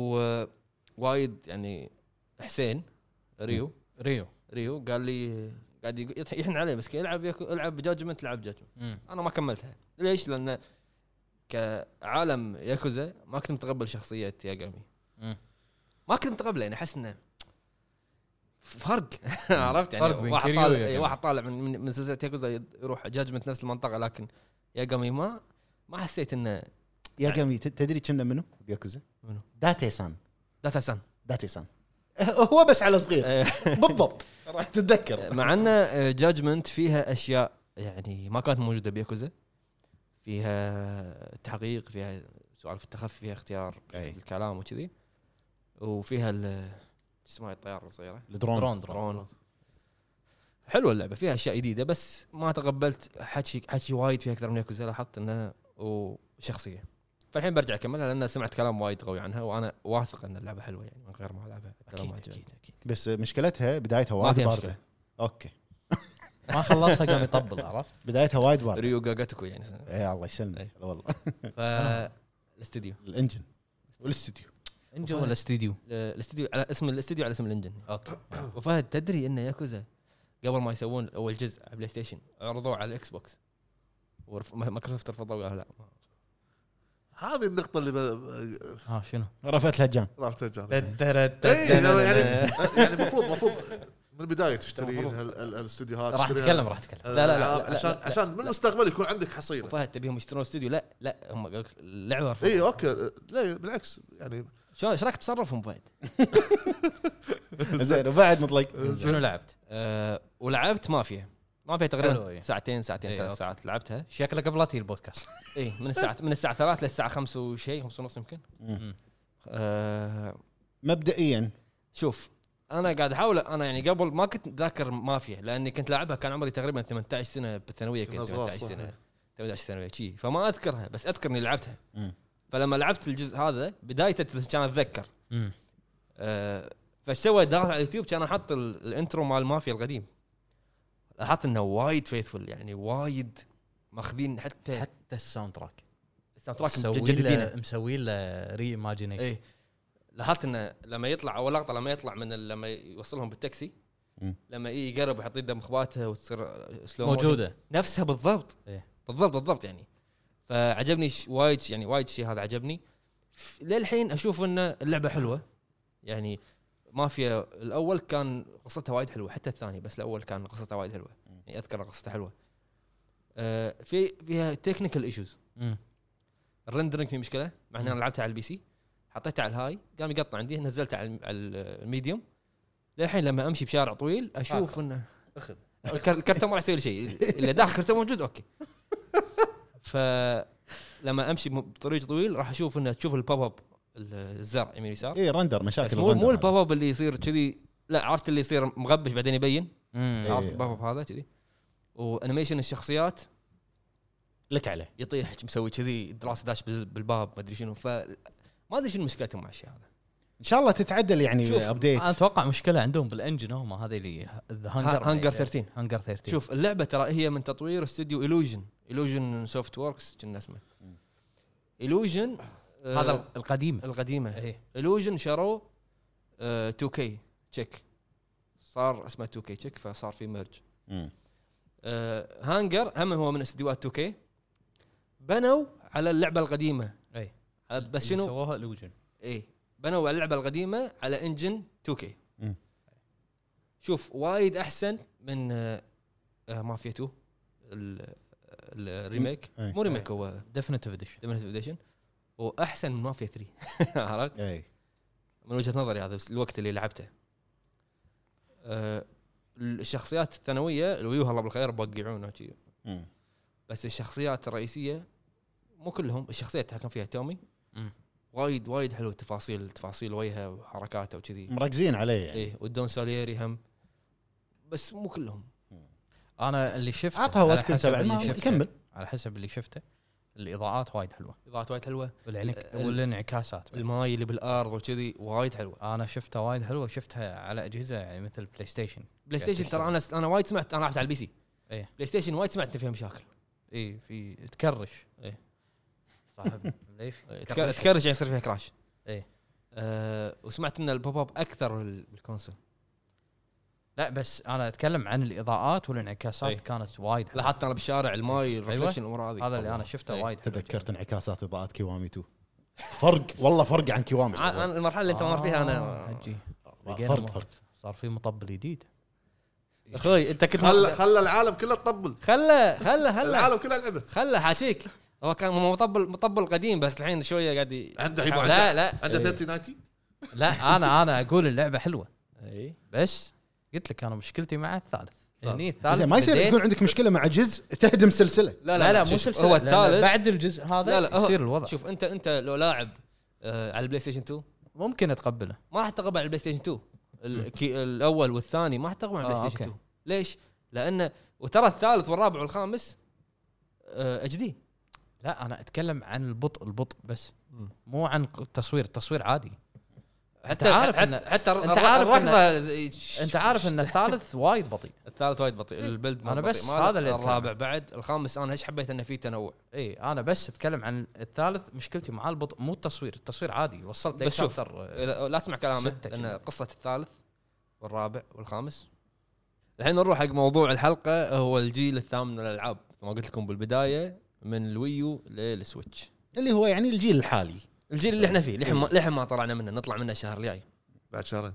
ووايد يعني حسين ريو ريو ريو قال لي قاعد يق- يحن علي بس العب ياكو- العب جاجمنت العب جاجمنت انا ما كملتها ليش لان كعالم ياكوزا ما كنت متقبل شخصيه ياغامي مم. ما كنت متقبله يعني احس انه فرق عرفت يعني فرق بين واحد كيريو طالع وياغامي. واحد طالع من من, من سلسله ياكوزا يروح جاجمنت نفس المنطقه لكن ياغامي ما ما حسيت انه يا جمي تدري كنا منو بياكوزا منو؟ داتي سان داتا سان داتي سان هو بس على صغير بالضبط راح تتذكر مع ان جاجمنت فيها اشياء يعني ما كانت موجوده بياكوزا فيها تحقيق فيها سوالف التخفي فيها اختيار أي. الكلام وكذي وفيها ال اسمها الطياره الصغيره الدرون درون درون درون حلوه اللعبه فيها اشياء جديده بس ما تقبلت حكي حكي وايد فيها اكثر من ياكوزا لاحظت انها وشخصيه فالحين برجع اكملها لان سمعت كلام وايد قوي عنها وانا واثق ان اللعبه حلوه يعني من غير ما العبها اكيد اكيد اكيد بس مشكلتها بدايتها ما وايد فيها بارده مشكلة. اوكي ما خلصها قام يطبل عرفت بدايتها وايد بارده ريو جاجاتكو يعني اي الله يسلمك أي. والله فالاستديو الانجن والاستوديو انجو ولا استديو الاستديو على اسم الاستديو على اسم الانجن اوكي وفهد تدري ان ياكوزا قبل ما يسوون اول جزء على بلاي ستيشن عرضوه على الاكس بوكس ومايكروسوفت رفضوا قالوا لا هذه النقطه اللي ب... ها شنو رفعت الهجان رافت الجانب تدرت اي يعني يعني المفروض المفروض من البدايه تشتري ال- ال- الاستديوهات راح تشتري- اتكلم راح اتكلم آه، لا، لا، لا، لا، عشان لا، لا. عشان من المستقبل يكون عندك حصيله فهد تبيهم يشترون استوديو لا لا هم قالوا لك اللعبه رفضوا. اي اوكي لا بالعكس يعني شو ايش رايك تصرفهم فهد؟ زين وبعد مطلق شنو لعبت؟ أه ولعبت مافيا مافيا حلو، تقريبا إيه. ساعتين ساعتين إيه، ثلاث أوكي. ساعات لعبتها شكله قبل لا تجي البودكاست اي من الساعه من الساعه ثلاث للساعه خمسة وشيء خمسة ونص يمكن مم. أه مبدئيا شوف انا قاعد احاول انا يعني قبل ما كنت ذاكر مافيا لاني كنت لاعبها كان عمري تقريبا ثمانية عشر سنه بالثانويه كنت كنا صغار، ثمانية عشر صح. سنه ثمانية عشر ثانويه شي فما اذكرها بس اذكر اني لعبتها مم. فلما لعبت الجزء هذا بدايته كان اتذكر امم أه فايش سويت دخلت على اليوتيوب كان احط ال- الانترو مال مافيا القديم لاحظت انه وايد فيثفل يعني وايد ماخذين حتى حتى الساوند تراك الساوند تراك مسوي مجددينه له مسوي له ري ايماجينيشن. ايه لاحظت انه لما يطلع اول لقطه لما يطلع من ال- لما يوصلهم بالتاكسي مم. لما يقرب ويحط يده مخباته وتصير سلو موجوده نفسها بالضبط إيه. بالضبط بالضبط يعني. فعجبني ش- وايد يعني وايد شيء هذا عجبني. ف- للحين اشوف ان اللعبه حلوه يعني. مافيا الاول كان قصتها وايد حلوه حتى الثاني بس الاول كان قصتها وايد حلوه يعني اذكر قصتها حلوه. آه في فيها تكنيكال ايشوز. امم الرندرنج في مشكله مع ان انا لعبتها على البي سي حطيتها على الهاي قام يقطع عندي نزلته على الم- على الميديوم. للحين لما امشي بشارع طويل اشوف انه اخذ الكر- الكرتون ما راح يسوي لي شيء اللي داخل الكرتون موجود اوكي. فلما امشي بطريق طويل راح اشوف انه تشوف البوب اب الزرع يمين يسار. ايه رندر بس مشاكل مو الرندر مو هذا. البوب اب اللي يصير كذي لا عرفت اللي يصير مغبش بعدين يبين. إيه. عرفت البوب اب هذا كذي. وانيميشن الشخصيات لك عليه يطيح مسوي كذي دراسه داش بال- بالباب ما ادري شنو. ف ما ادري شنو مشكلتهم مع الشيء هذا. ان شاء الله تتعدل يعني شوف، ابديت. انا اتوقع مشكله عندهم بالانجن هم هذه اللي هانجر هانجر ثلاثة عشر. هانجر ثلاثة عشر. شوف اللعبه ترى هي من تطوير استوديو إيلوجن إيلوجن سوفت ووركس كنا اسمه إيلوجن. آه هذا القديم القديمه ايه إيلوجن شروا آه تو كي تشيك صار اسمه تو كي تشيك فصار في ميرج. مم. آه هانجر هم هو من استديوهات تو كي بنوا على اللعبه القديمه. اي على- بس شنو سووها الوجن ايه بنوا على اللعبه القديمه على انجن تو كي. مم. شوف وايد احسن من آه آه مافيا تو ال- الريميك إيه. مو ريميك هو ديفينيتيف اديشن. ديفينيتيف اديشن واحسن من مافيا ثلاثة. عرفت اي من وجهه نظري هذا الوقت اللي لعبته. أه الشخصيات الثانويه الويوها الله بالخير بوقعونه شي. مم. بس الشخصيات الرئيسيه مو كلهم الشخصيات كان فيها تومي مم. وايد وايد حلو التفاصيل تفاصيل وجهه وحركاته وكذي. مركزين عليه يعني. ايه ودون ساليري هم بس مو كلهم. انا اللي شفته عطها على وقت انت حسب بعد اللي ما شفته- يكمل. على حسب اللي شفته الاضاءات وايد حلوه اضاءات وايد حلوه والعنك ال- والانعكاسات. الماي اللي بالارض وكذي وايد حلوه. انا شفتها وايد حلوه شفتها على اجهزه يعني مثل بلاي ستيشن. بلاي ستيشن ترى انا انا وايد سمعت انا لعبت على البي سي. ايه بلاي ستيشن وايد سمعت إن فيها مشاكل. اي في تكرش إيه. صاحب ليش تك- تكرش يعني يصير فيها كراش. إيه. أه وسمعت ان البوب اب اكثر بال- بالكونسول. لا بس انا اتكلم عن الاضاءات والانعكاسات إيه. كانت وايد حلوة. لاحظت انا بالشارع الماي الريفلكشن الامور هذه هذا اللي انا شفته إيه. وايد حلو. تذكرت انعكاسات اضاءات كيوامي تو. فرق والله فرق عن كيوامي. انا المرحله اللي انت مر فيها انا آه، حجي لقينا فرق مر- فرق. صار في مطبل جديد. اخوي انت كنت خلى خلى العالم كله تطبل. خله خله خله العالم كله لعبت. خله حاجيك. هو كان مطبل مطبل قديم بس الحين شويه قاعد ي- عنده يحاول. لا لا عنده ثلاثين تسعين. لا انا انا اقول اللعبه حلوه اي بس قلت لك انا مشكلتي مع الثالث. هني الثالث زين ما يصير بديت- يكون عندك مشكله مع جزء تهدم سلسله. لا لا لا مو شوف، سلسله هو لأن الثالث بعد الجزء هذا لا لا هو- يصير الوضع شوف انت انت لو لاعب آه على البلاي ستيشن تو ممكن اتقبله. ما راح تقبل على البلاي ستيشن تو. الكي الاول والثاني ما راح تقبل على آه، البلاي ستيشن أوكي. تو. ليش؟ لانه وترى الثالث والرابع والخامس اتش دي. لا انا اتكلم عن البطء البطء بس مم. مو عن التصوير التصوير عادي. حتى عارف حتى, إن- حتى أنت عارف إن- الركضه زي- انت عارف ان الثالث وايد بطيء. الثالث وايد بطيء البلد أنا بطيء. بس ما هذا اللي أتكلم الرابع بعد الخامس انا ايش حبيت انه فيه تنوع. اي انا بس اتكلم عن الثالث مشكلتي مع البطء مو التصوير التصوير عادي وصلت بس شوف، لشابتر لا لا تسمع كلامه ستة لان كذا. قصه الثالث والرابع والخامس. الحين نروح حق موضوع الحلقه هو الجيل الثامن من الالعاب ما قلت لكم بالبدايه من الويو للسويتش. اللي هو يعني الجيل الحالي. الجيل اللي احنا فيه لحين ما لحين ما طلعنا منه نطلع منه الشهر الجاي. بعد شهرين.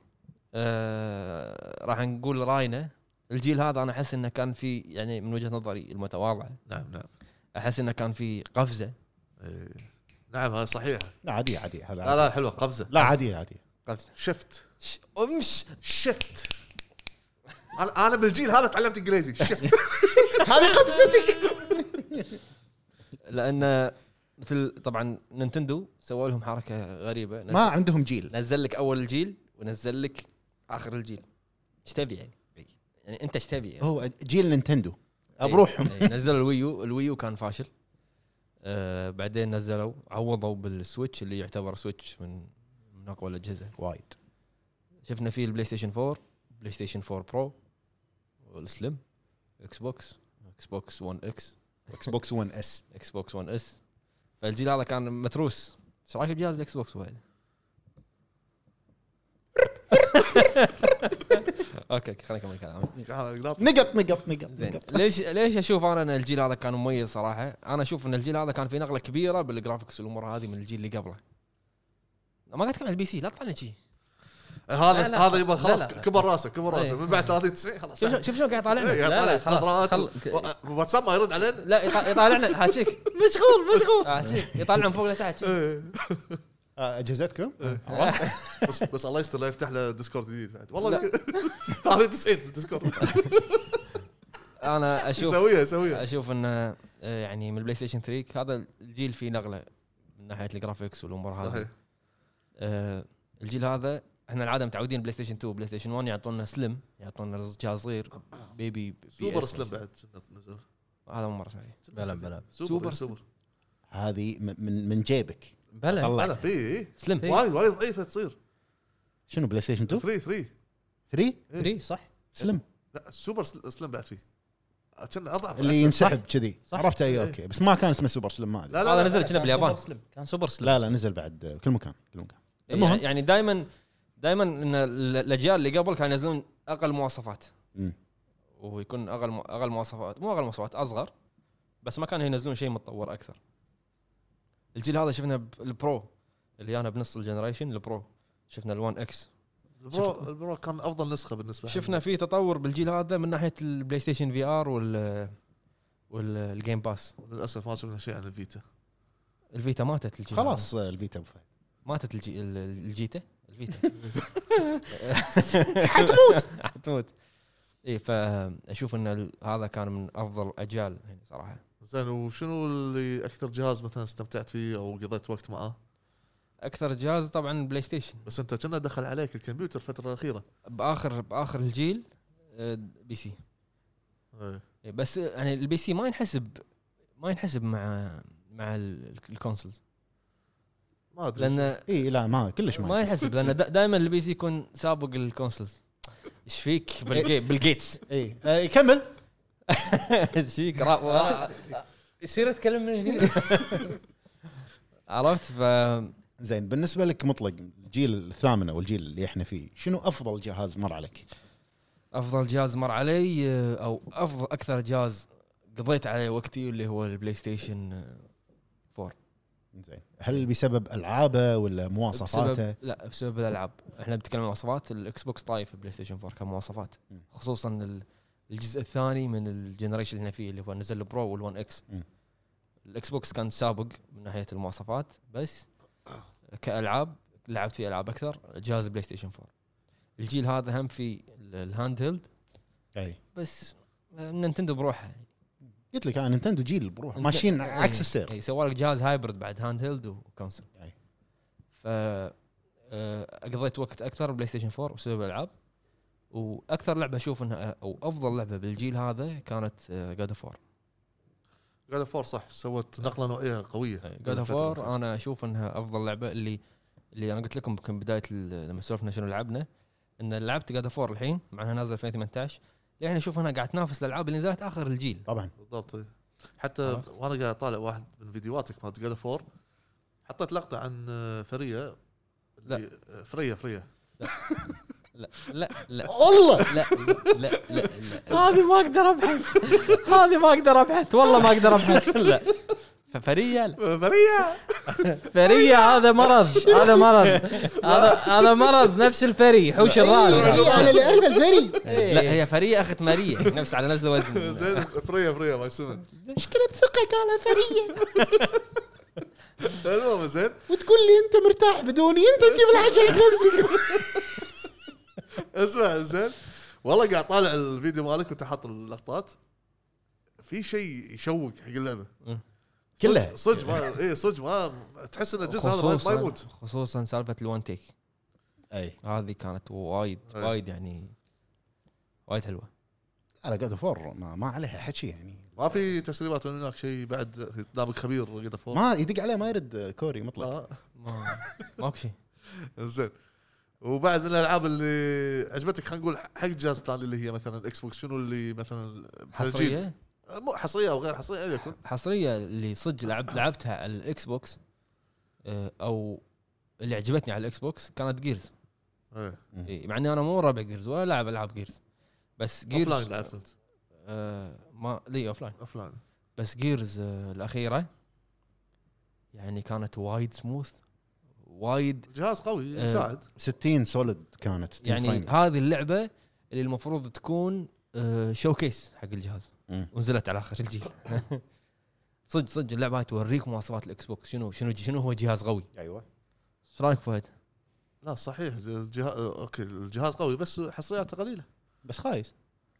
آه راح نقول راينا الجيل هذا انا احس انه كان في يعني من وجهه نظري المتواضعه نعم نعم. احس انه كان في قفزه. إيه. نعم هذا صحيح. لا عادي عادي هذا. لا لا حلوه قفزه. لا عادي عادي. قفزه شفت ش- امش شفت. انا انا بالجيل هذا تعلمت انجليزي. شفت. هذه قفزتك. لان مثل طبعا نينتندو سووا لهم حركه غريبه. ما عندهم جيل. نزل لك اول الجيل ونزل لك اخر الجيل. ايش تبي يعني؟ إي. يعني انت ايش تبي يعني؟ هو جيل نينتندو بروحهم. إيه، نزلوا الويو الويو كان فاشل. آه بعدين نزلوا عوضوا بالسويتش اللي يعتبر سويتش من من اقوى الاجهزه. وايد. شفنا فيه البلاي ستيشن فور بلاي ستيشن فور برو والسليم اكس بوكس اكس بوكس ون اكس اكس بوكس ون اس. اكس بوكس ون اس فالجيل هذا كان متروس. ايش رايك بجهاز الاكس بوكس وايد؟ اوكي خلينا نكمل كلام. نقط نقط نقط زين ليش ليش اشوف انا ان الجيل هذا كان مميز صراحه؟ انا اشوف ان الجيل هذا كان في نقله كبيره بالجرافيكس والامور هذه من الجيل اللي قبله. ما قاعد اتكلم عن البي سي، لا تطلع شيء هذا هذا يبغى خلاص كبر راسه كبر راسه من بعد ثلاثين تسعين خلاص. شوف شوف شلون قاعد يطالعنا. لا لا خلاص واتساب ما يرد علينا. لا يطالعنا حاجيك مشغول مشغول حاجيك يطالعنا فوق لتحت. اجهزتكم بس بس الله يستر لا يفتح له ديسكورد جديد بعد والله ثلاثين تسعين ديسكورد. انا اشوف سويها سويها اشوف ان يعني من البلاي ستيشن ثلاثة هذا الجيل فيه نقله من ناحيه الجرافيكس والامور هذه. صحيح. أه الجيل هذا احنا العاده متعودين بلاي ستيشن اثنين بلاي ستيشن واحد يعطونا سلم، يعطونا جهاز صغير بيبي سوبر سلم بعد نزل. هذا مو مره ثانيه. بلا بلا سوبر سوبر هذه من من جيبك. بلا بلا في سلم وايد وايد ضعيفه تصير. شنو بلاي ستيشن اثنين ثلاثة ثلاثة ثلاثة ثلاثة صح سلم. لا سوبر سلم بعد فيه كان اضعف اللي ينسحب كذي عرفت. اي اوكي بس ما كان اسمه سوبر سلم. ما لا لا هذا نزل كنا باليابان كان سوبر سلم. لا لا نزل بعد كل مكان كل مكان. المهم يعني دائما دائما ان الاجيال اللي قبل كانوا ينزلون اقل مواصفات م. ويكون اقل اقل مواصفات مو اقل مواصفات اصغر، بس ما كانوا ينزلون شيء متطور اكثر. الجيل هذا شفنا بالبرو اللي انا بنص الجنريشن البرو، شفنا الوان اكس البرو البرو كان افضل نسخه بالنسبه لي. شفنا فيه تطور بالجيل هذا من ناحيه البلاي ستيشن في ار وال والجيم باس. للاسف ما شفنا شيء عن الفيتا. الفيتا ماتت الجيل خلاص الفيتا بفايد. ماتت الجي الجيتا الفيتا حتموت حتموت. اي فاشوف ان هذا كان من افضل اجيال يعني صراحه. زين وشنو اللي اكثر جهاز مثلا استمتعت فيه او قضيت وقت معاه؟ اكثر جهاز طبعا بلاي ستيشن، بس انت كنا دخل عليك الكمبيوتر الفتره الاخيره. باخر باخر الجيل بي سي. اي بس يعني البي سي ما ينحسب ما ينحسب مع مع الكونسولز ما ادري لان اي لا ما كلش ما, ما يحسب لان دائما البي سي يكون سابق الكونسولز. ايش فيك بالجيتس؟ اي يكمل ايش فيك يصير اتكلم من هنا عرفت. ف زين بالنسبه لك مطلق الجيل الثامن او الجيل اللي احنا فيه شنو افضل جهاز مر عليك؟ افضل جهاز مر علي او افضل اكثر جهاز قضيت عليه وقتي اللي هو البلاي ستيشن فور. زين هل بسبب العابه ولا مواصفاته؟ بسبب لا بسبب الالعاب. احنا بنتكلم عن مواصفات الاكس بوكس طايف البلاي ستيشن فور كمواصفات، خصوصا الجزء الثاني من الجنريشن اللي احنا فيه اللي هو نزل البرو والون اكس. الاكس بوكس كان سابق من ناحيه المواصفات، بس كالعاب لعبت فيه العاب اكثر جهاز بلاي ستيشن فور. الجيل هذا هم في الهاند هيلد اي بس نينتندو بروحها. قلت لك انا نينتندو جيل بروح ماشيين عكس السير. اي سووا لك جهاز هايبرد بعد هاند هيلد وكونسول. اي ف قضيت وقت اكثر بلاي ستيشن فور بسبب الالعاب. واكثر لعبه اشوف انها او افضل لعبه بالجيل هذا كانت جاد اوف وور. جاد اوف وور صح سوت نقله نوعيه قويه. جاد اوف وور انا اشوف انها افضل لعبه اللي اللي انا قلت لكم يمكن بدايه لما سولفنا شنو لعبنا ان لعبت جاد اوف وور الحين مع انها نازله في ألفين وثمانية عشر لان اشوف انها قاعد تنافس الالعاب اللي نزلت اخر الجيل. طبعا بالضبط. حتى وانا قاعد اطالع واحد من فيديوهاتك مال جاد اوف وور حطيت لقطه عن فريه. لا فريه فريه لا لا لا والله لا لا لا هذه ما اقدر ابحث هذه ما اقدر ابحث والله ما اقدر ابحث. لا فريه لا. فريه فريه هذا مرض هذا مرض هذا هذا مرض نفس الفري حوش الراس. انا اللي اعرف الفري. لا هي فريه اخت ماريه نفس على نفس الوزن. زين فريه فريه ما يسمى مشكله بثقه قالها فريه. المهم زين وتقول لي انت مرتاح بدوني انت تجيب الحاجه حق نفسك. اسمع زين والله قاعد طالع الفيديو مالك وانت حاط اللقطات في شيء يشوق حق اللعبه كلها صدق ما اي صدق ما تحس ان الجزء هذا ما يموت. خصوصا سالفه الوان تيك اي هذه كانت وايد وايد يعني وايد حلوه. على قد فور ما, ما عليها حكي يعني ما في تسريبات ولا هناك شيء بعد دامك خبير قد فور ما يدق عليه ما يرد كوري مطلق. آه. ما ماكو شيء. زين وبعد من الالعاب اللي عجبتك خلينا نقول حق الجهاز الثاني اللي هي مثلا اكس بوكس شنو اللي مثلا حصريه مو حصريه او غير حصريه اي يكون حصريه اللي صدق لعب لعبتها على الاكس بوكس او اللي عجبتني على الاكس بوكس كانت جيرز. ايه إيه مع اني انا مو رابع جيرز ولا لاعب العاب جيرز بس جيرز اوف لاين لعبت انت آه ما لي اوف لاين اوف لاين بس جيرز آه الاخيره يعني كانت وايد سموث وايد جهاز قوي يساعد. ستين سوليد كانت ستين يعني فريم. هذه اللعبه اللي المفروض تكون آه شوكيس حق الجهاز مم. ونزلت على اخر الجيل. صدق صدق اللعبه هاي توريك مواصفات الاكس بوكس شنو شنو شنو هو جهاز قوي. ايوه ايش رايك فهد؟ لا صحيح الجهاز اوكي الجهاز قوي بس حصرياته قليله بس خايس.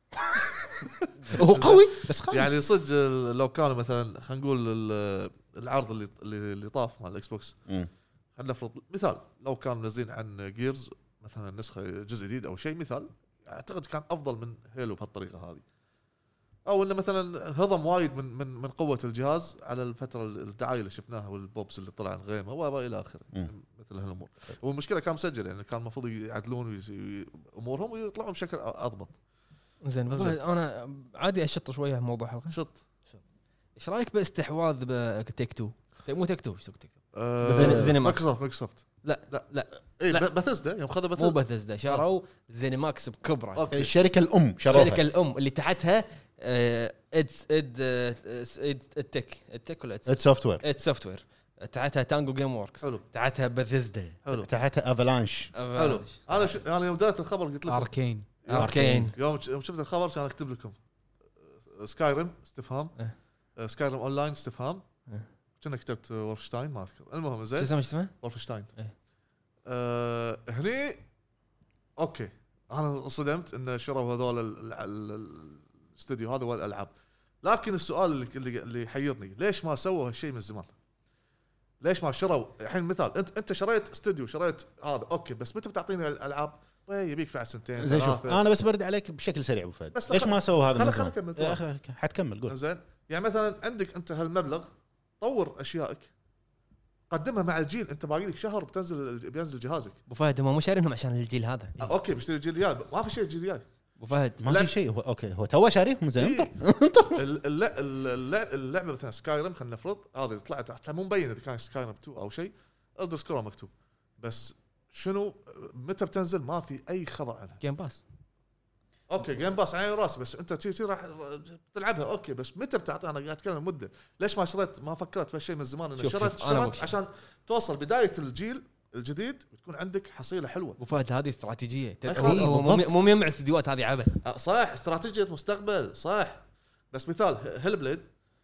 هو قوي بس خايس. يعني صدق لو كانوا مثلا خلينا نقول العرض اللي اللي طاف مال الاكس بوكس مم. خلينا نفرض مثال لو كانوا منزلين عن جيرز مثلا نسخه جزء جديد او شيء مثال اعتقد كان افضل من هيلو بهالطريقه هذه او انه مثلا هضم وايد من من من قوه الجهاز على الفتره الدعايه اللي شفناها والبوبس اللي طلع عن غيمه والى اخره مثل هالامور. والمشكله كان مسجل يعني كان المفروض يعدلون امورهم ويطلعون بشكل اضبط. زين انا عادي اشط شويه موضوع الحلقه. شط ايش رايك باستحواذ بتيك تو؟ مو تيك تو ايش تيك تو؟ أه زينماكس. مايكروسوفت مايكروسوفت لا لا لا اي بثزدا يوم خذوا بثزدا مو بثزدا شروا زينماكس بكبره. الشركه الام شروها الشركه الام اللي تحتها ادز اد التك التك ولا اد سوفت وير اد سوفت وير تحتها تانجو جيم ووركس حلو تحتها بثزدا حلو تحتها افلانش حلو. انا ش... انا يوم دريت الخبر قلت لكم اركين اركين يوم يوم شفت الخبر كان اكتب لكم سكايرم استفهام سكايرم اونلاين استفهام كنا كتبت وولفشتاين ما اذكر المهم زين شو اسمه وولفشتاين أه هني اوكي انا صدمت ان شروا هذول الاستوديو هذا والالعاب لكن السؤال اللي اللي يحيرني ليش ما سووا هالشيء من زمان؟ ليش ما شروا الحين مثال انت انت شريت استوديو شريت هذا اوكي بس متى بتعطيني الالعاب؟ يبيك بعد سنتين زين شوف انا بس برد عليك بشكل سريع ابو فهد ليش ما سووا هذا من زمان؟ خلينا نكمل حتكمل قول زين يعني مثلا عندك انت هالمبلغ طور اشيائك قدمها مع الجيل انت باقي لك شهر بتنزل بينزل جهازك. ابو فهد هم مو شارينهم عشان الجيل هذا. آه اوكي بشتري الجيل الجاي ما في شيء الجيل الجاي ابو فهد ما في شيء هو اوكي هو تو شاريهم زين انطر اللعبه مثلا سكايرم خلينا نفرض هذه طلعت حتى مو مبين اذا كان سكايرم تو او شيء الدر سكرول مكتوب بس شنو متى بتنزل ما في اي خبر عنها. جيم باس اوكي جيم باس عين راسي بس انت تي تي راح تلعبها اوكي بس متى بتعطي انا قاعد اتكلم مده ليش ما شريت ما فكرت بهالشيء من زمان انه شريت شريت عشان توصل بدايه الجيل الجديد وتكون عندك حصيله حلوه. ابو فهد هذه استراتيجيه هو مو مو مع الاستديوهات هذه عبث صح استراتيجيه مستقبل صح بس مثال هيل بليد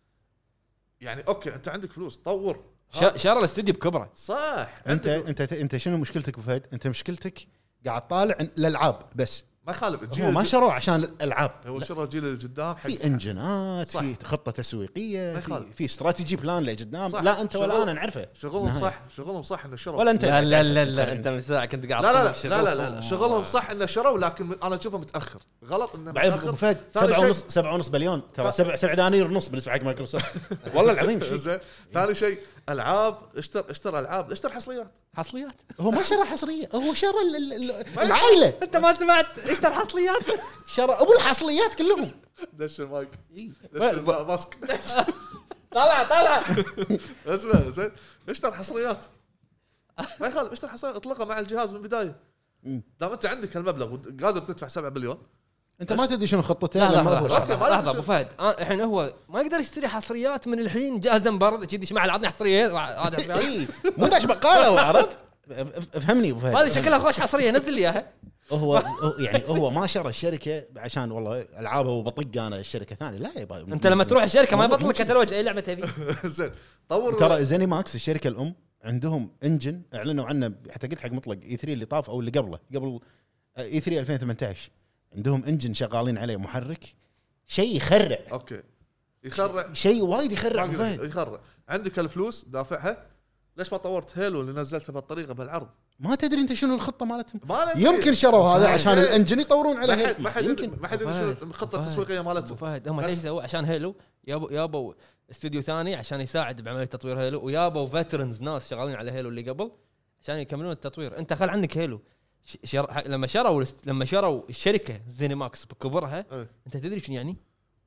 يعني اوكي انت عندك فلوس طور شارى الاستديو بكبره صح. انت انت انت شنو مشكلتك ابو فهد؟ انت مشكلتك قاعد طالع الالعاب بس ما يخالف الجيل ما شروا عشان الالعاب هو شروا الجيل اللي قدام في انجنات في خطه تسويقيه في, في استراتيجي بلان لقدام لا انت ولا انا نعرفه شغلهم صح شغلهم صح انه شروا ولا انت لا لا لا, لا انت من ساعه كنت قاعد لا لا لا, لا, لا, لا شغلهم صح انه شروا لكن انا اشوفه متاخر غلط انه متاخر. فهد سبعة ونص سبعة ونص بليون ترى سبعة سبعة دنانير ونص بالنسبه حق مايكروسوفت والله العظيم شيء. ثاني شيء العاب اشتر اشتر العاب اشتر حصريات حصريات هو ما شرى حصريه هو شرى العائله. انت ما سمعت اشتر حصريات شرى ابو الحصريات كلهم. دش المايك دش الماسك طلع طلع اسمع زين اشتر حصريات ما يخالف اشتر حصريات اطلقها مع الجهاز من البدايه دام انت عندك هالمبلغ وقادر تدفع سبعة بليون انت ما تدري شنو خطته لما لحظه ابو فهد الحين هو ما يقدر يشتري حصريات من الحين جاهزه برد كذي شمع العطني حصريه هذا حصريات مو داش بقاله عرفت افهمني ابو فهد هذه شكلها خوش حصريه نزل لي اياها. هو يعني هو ما شرى الشركه عشان والله العابه وبطق انا الشركه ثانيه لا يبا انت لما تروح الشركه ما يبطل لك كتالوج اي لعبه تبي زين طور ترى زينيماكس الشركه الام عندهم انجن اعلنوا عنه حتى قلت حق مطلق اي ثري اللي طاف او اللي قبله قبل اي ثري ألفين وثمانية عشر عندهم انجن شغالين عليه محرك شيء يخرع اوكي يخرع شيء وايد يخرع يخرع عندك الفلوس دافعها ليش ما طورت هيلو اللي نزلتها بهالطريقه بالعرض؟ ما تدري انت شنو الخطه مالتهم يمكن شروا هذا عشان الانجن يطورون عليه هيلو ما حد يمكن ما حد يدري شنو الخطه التسويقيه مالتهم. فهد هم ليش سووا عشان هيلو يابو يابو استوديو ثاني عشان يساعد بعمليه تطوير هيلو ويابو فيترنز ناس شغالين على هيلو اللي قبل عشان يكملون التطوير. انت خل عنك هيلو شر... لما شروا لما شروا الشركه زينيماكس بكبرها أه. انت تدري شنو يعني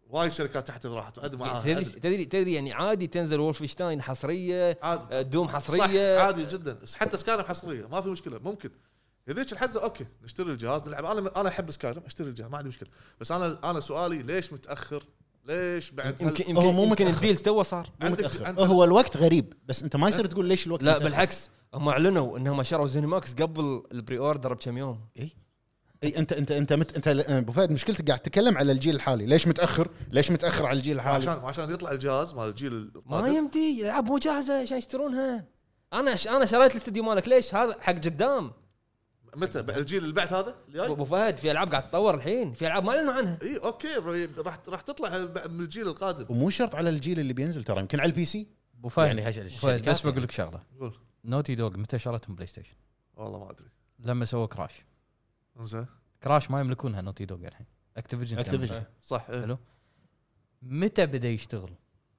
وايد شركات تحت راحت وعد معاها تدري تدري تدري يعني عادي تنزل وولفنشتاين حصريه عادي. دوم حصريه صح عادي جدا حتى سكايرم حصريه ما في مشكله ممكن هذيك الحزه اوكي نشتري الجهاز نلعب انا انا احب سكايرم اشتري الجهاز ما عندي مشكله بس انا انا سؤالي ليش متاخر ليش بعد يمكن يمكن, هو ممكن الديل تو صار عندك عندك هو الوقت غريب بس انت ما يصير تقول ليش الوقت لا بالعكس هم اعلنوا انهم شروا زينماكس قبل البري اوردر بكم يوم اي اي انت انت انت مت انت ابو فهد مشكلتك قاعد تتكلم على الجيل الحالي ليش متاخر ليش متاخر على الجيل الحالي عشان عشان يطلع الجهاز مال الجيل ما يمدي العاب مو جاهزه عشان يشترونها انا ش... انا شريت الاستديو مالك ليش هذا حق قدام متى الجيل اللي بعد هذا ابو فهد في العاب قاعد تطور الحين في العاب ما اعلنوا عنها اي اوكي راح راح تطلع من الجيل القادم ومو شرط على الجيل اللي بينزل ترى يمكن على البي سي ابو فهد يعني هالشيء بس بقول لك شغله نوتي دوغ متى شرتهم بلاي ستيشن والله ما ادري لما سووا كراش زين كراش ما يملكونها نوتي دوغ الحين اكتيفيجن اكتيفيجن صح حلو متى بدا يشتغل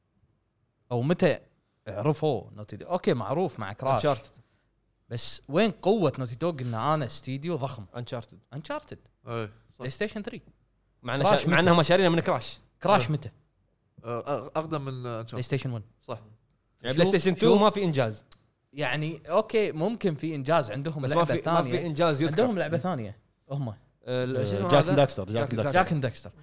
او متى عرفوا نوتي دوغ اوكي معروف مع كراش انشارتد بس وين قوه نوتي دوغ ان انا استديو ضخم انشارتد انشارتد اي بلاي ستيشن ثري مع انه مع انهم شارينها من كراش كراش متى اقدم من بلاي ستيشن واحد صح يعني بلاي ستيشن تو ما في انجاز يعني اوكي ممكن في انجاز عندهم لعبه ثانيه ما في انجاز يذكر عندهم لعبه ثانيه هم جاك داكستر جاك داكستر جاك داكستر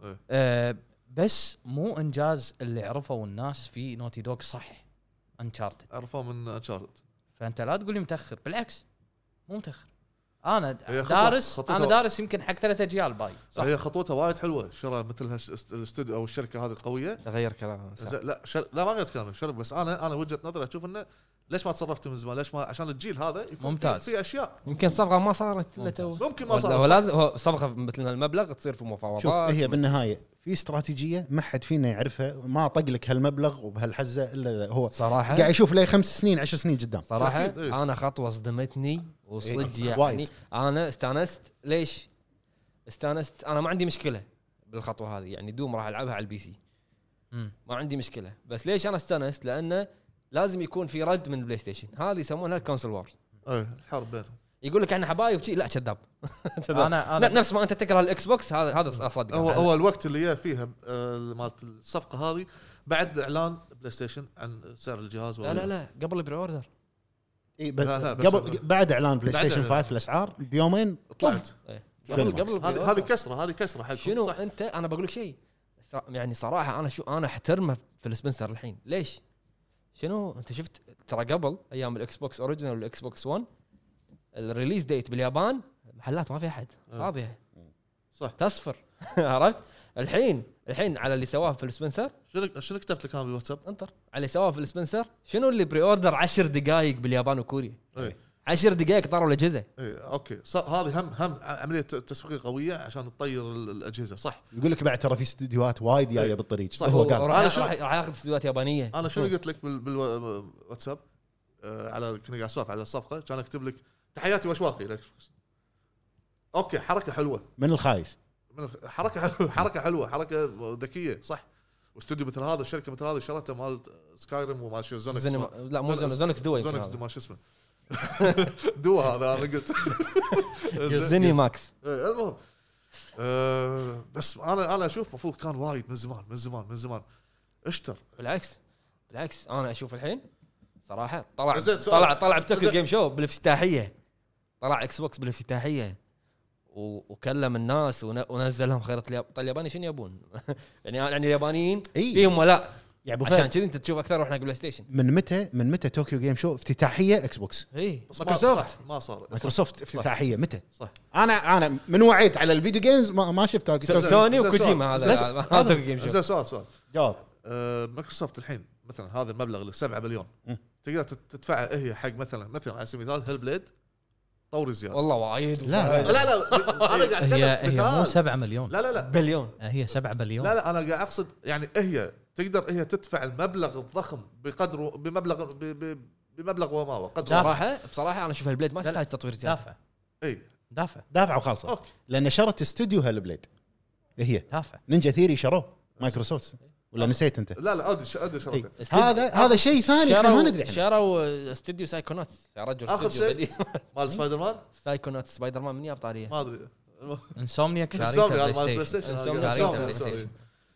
أه بس مو انجاز اللي عرفوا الناس في نوتي دوغ صح انشارتد عرفوا من انشارتد فانت لا تقول لي متاخر بالعكس مو متاخر انا دارس انا دارس يمكن حق ثلاث اجيال باي صح هي خطوتها وايد حلوه شراء مثل الاستوديو او الشركه هذه القويه تغير كلامه لا شر... لا ما غيرت كلامه شرب بس انا انا وجهه نظري اشوف انه ليش ما تصرفت من زمان ليش ما عشان الجيل هذا يكون ممتاز في اشياء يمكن صفقه ما صارت تو ممكن ما صارت هو لازم هو صفقه مثل المبلغ تصير في مفاوضات شوف هي بالنهايه في استراتيجيه ما حد فينا يعرفها ما طق لك هالمبلغ وبهالحزه الا هو صراحه قاعد يشوف له خمس سنين عشر سنين قدام صراحه إيه؟ انا خطوه صدمتني وصدق يعني وايد. انا استانست ليش استانست انا ما عندي مشكله بالخطوه هذه يعني دوم راح العبها على البي سي مم. ما عندي مشكله بس ليش انا استانست لانه لازم يكون في رد من البلاي ستيشن هذه يسمونها الكونسول وار اي الحرب بينهم يقول لك احنا حبايب وشي لا كذاب انا انا نفس ما انت تكره الاكس بوكس هذا هذا صدق هو هو الوقت اللي جاء فيها مالت الصفقه هذه بعد اعلان بلاي ستيشن عن سعر الجهاز لا لا لا قبل البري اوردر اي بس قبل بعد اعلان بلاي ستيشن خمسة الاسعار بيومين طلعت قبل قبل هذه هذه كسره هذه كسره حق شنو صح. انت انا بقول لك شيء يعني صراحه انا شو انا احترمه في السبنسر الحين ليش شنو انت شفت ترى قبل ايام الاكس بوكس اوريجينال والاكس بوكس واحد الريليز ديت باليابان محلات ما في احد فاضيه صح تصفر عرفت الحين الحين على اللي سواه في السبنسر شنو شنو كتبت لك انا بالواتساب انطر على اللي سواه في السبنسر شنو اللي بري اوردر عشر دقائق باليابان وكوريا اي عشر دقائق طاروا الاجهزه اي اوكي هذه هم هم عمليه تسويق قويه عشان تطير الاجهزه صح يقول لك بعد ترى في استديوهات وايد جايه بالطريق صح هو قال راح راح ياخذ استديوهات يابانيه انا شنو قلت لك بالواتساب آه على كنا قاعد اسولف على الصفقه كان اكتب لك تحياتي واشواقي لك اوكي حركه حلوه من الخايس من حركه حلوه حركه حلوه حركه ذكيه صح واستوديو مثل هذا الشركه مثل هذا شرتها مال سكايرم وما شو زونكس زنم... لا مو زونكس دو زونكس دو ما شو اسمه دو هذا انا قلت زيني ماكس المهم أه بس انا انا اشوف المفروض كان وايد من زمان من زمان من زمان اشتر بالعكس بالعكس انا اشوف الحين صراحه طلع طلع طلع بتوكيو جيم شو بالافتتاحيه طلع اكس بوكس بالافتتاحيه وكلم الناس ونزل لهم خريطه الياباني شنو يبون يعني يعني اليابانيين فيهم ولا عشان كذي انت تشوف اكثر واحنا بلاي ستيشن من متى من متى طوكيو جيم شو افتتاحيه اكس بوكس اي مايكروسوفت ما صار مايكروسوفت افتتاحيه متى صح انا انا من وعيت على الفيديو جيمز ما, ما شفت سوني وكوجيما هذا هذا طوكيو جيم شو سؤال سؤال جواب آه مايكروسوفت الحين مثلا هذا المبلغ اللي سبعة مليون تقدر تدفعه هي حق مثلا مثلا على سبيل المثال هيل بليد طوري زياده والله وايد لا لا لا انا قاعد اتكلم هي هي مو سبعة مليون لا لا لا بليون هي سبعة بليون لا لا انا قاعد اقصد يعني هي تقدر هي تدفع المبلغ الضخم بقدر بمبلغ بمبلغ وما هو قدر بصراحه بصراحه انا اشوف البليد ما تحتاج تطوير زياده دافع اي دافع دافع وخلصه لان شرت استوديو هالبليد هي دافع نينجا ثيري شروه مايكروسوفت ولا نسيت انت لا لا ادري ادري شرته هذا هذا شيء ثاني احنا ما ندري شروا استوديو سايكوناتس يا رجل اخر شيء مال سبايدر مان سايكوناتس سبايدر مان من ياب طاريه ما ادري انسومنياك شاريته بلاي ستيشن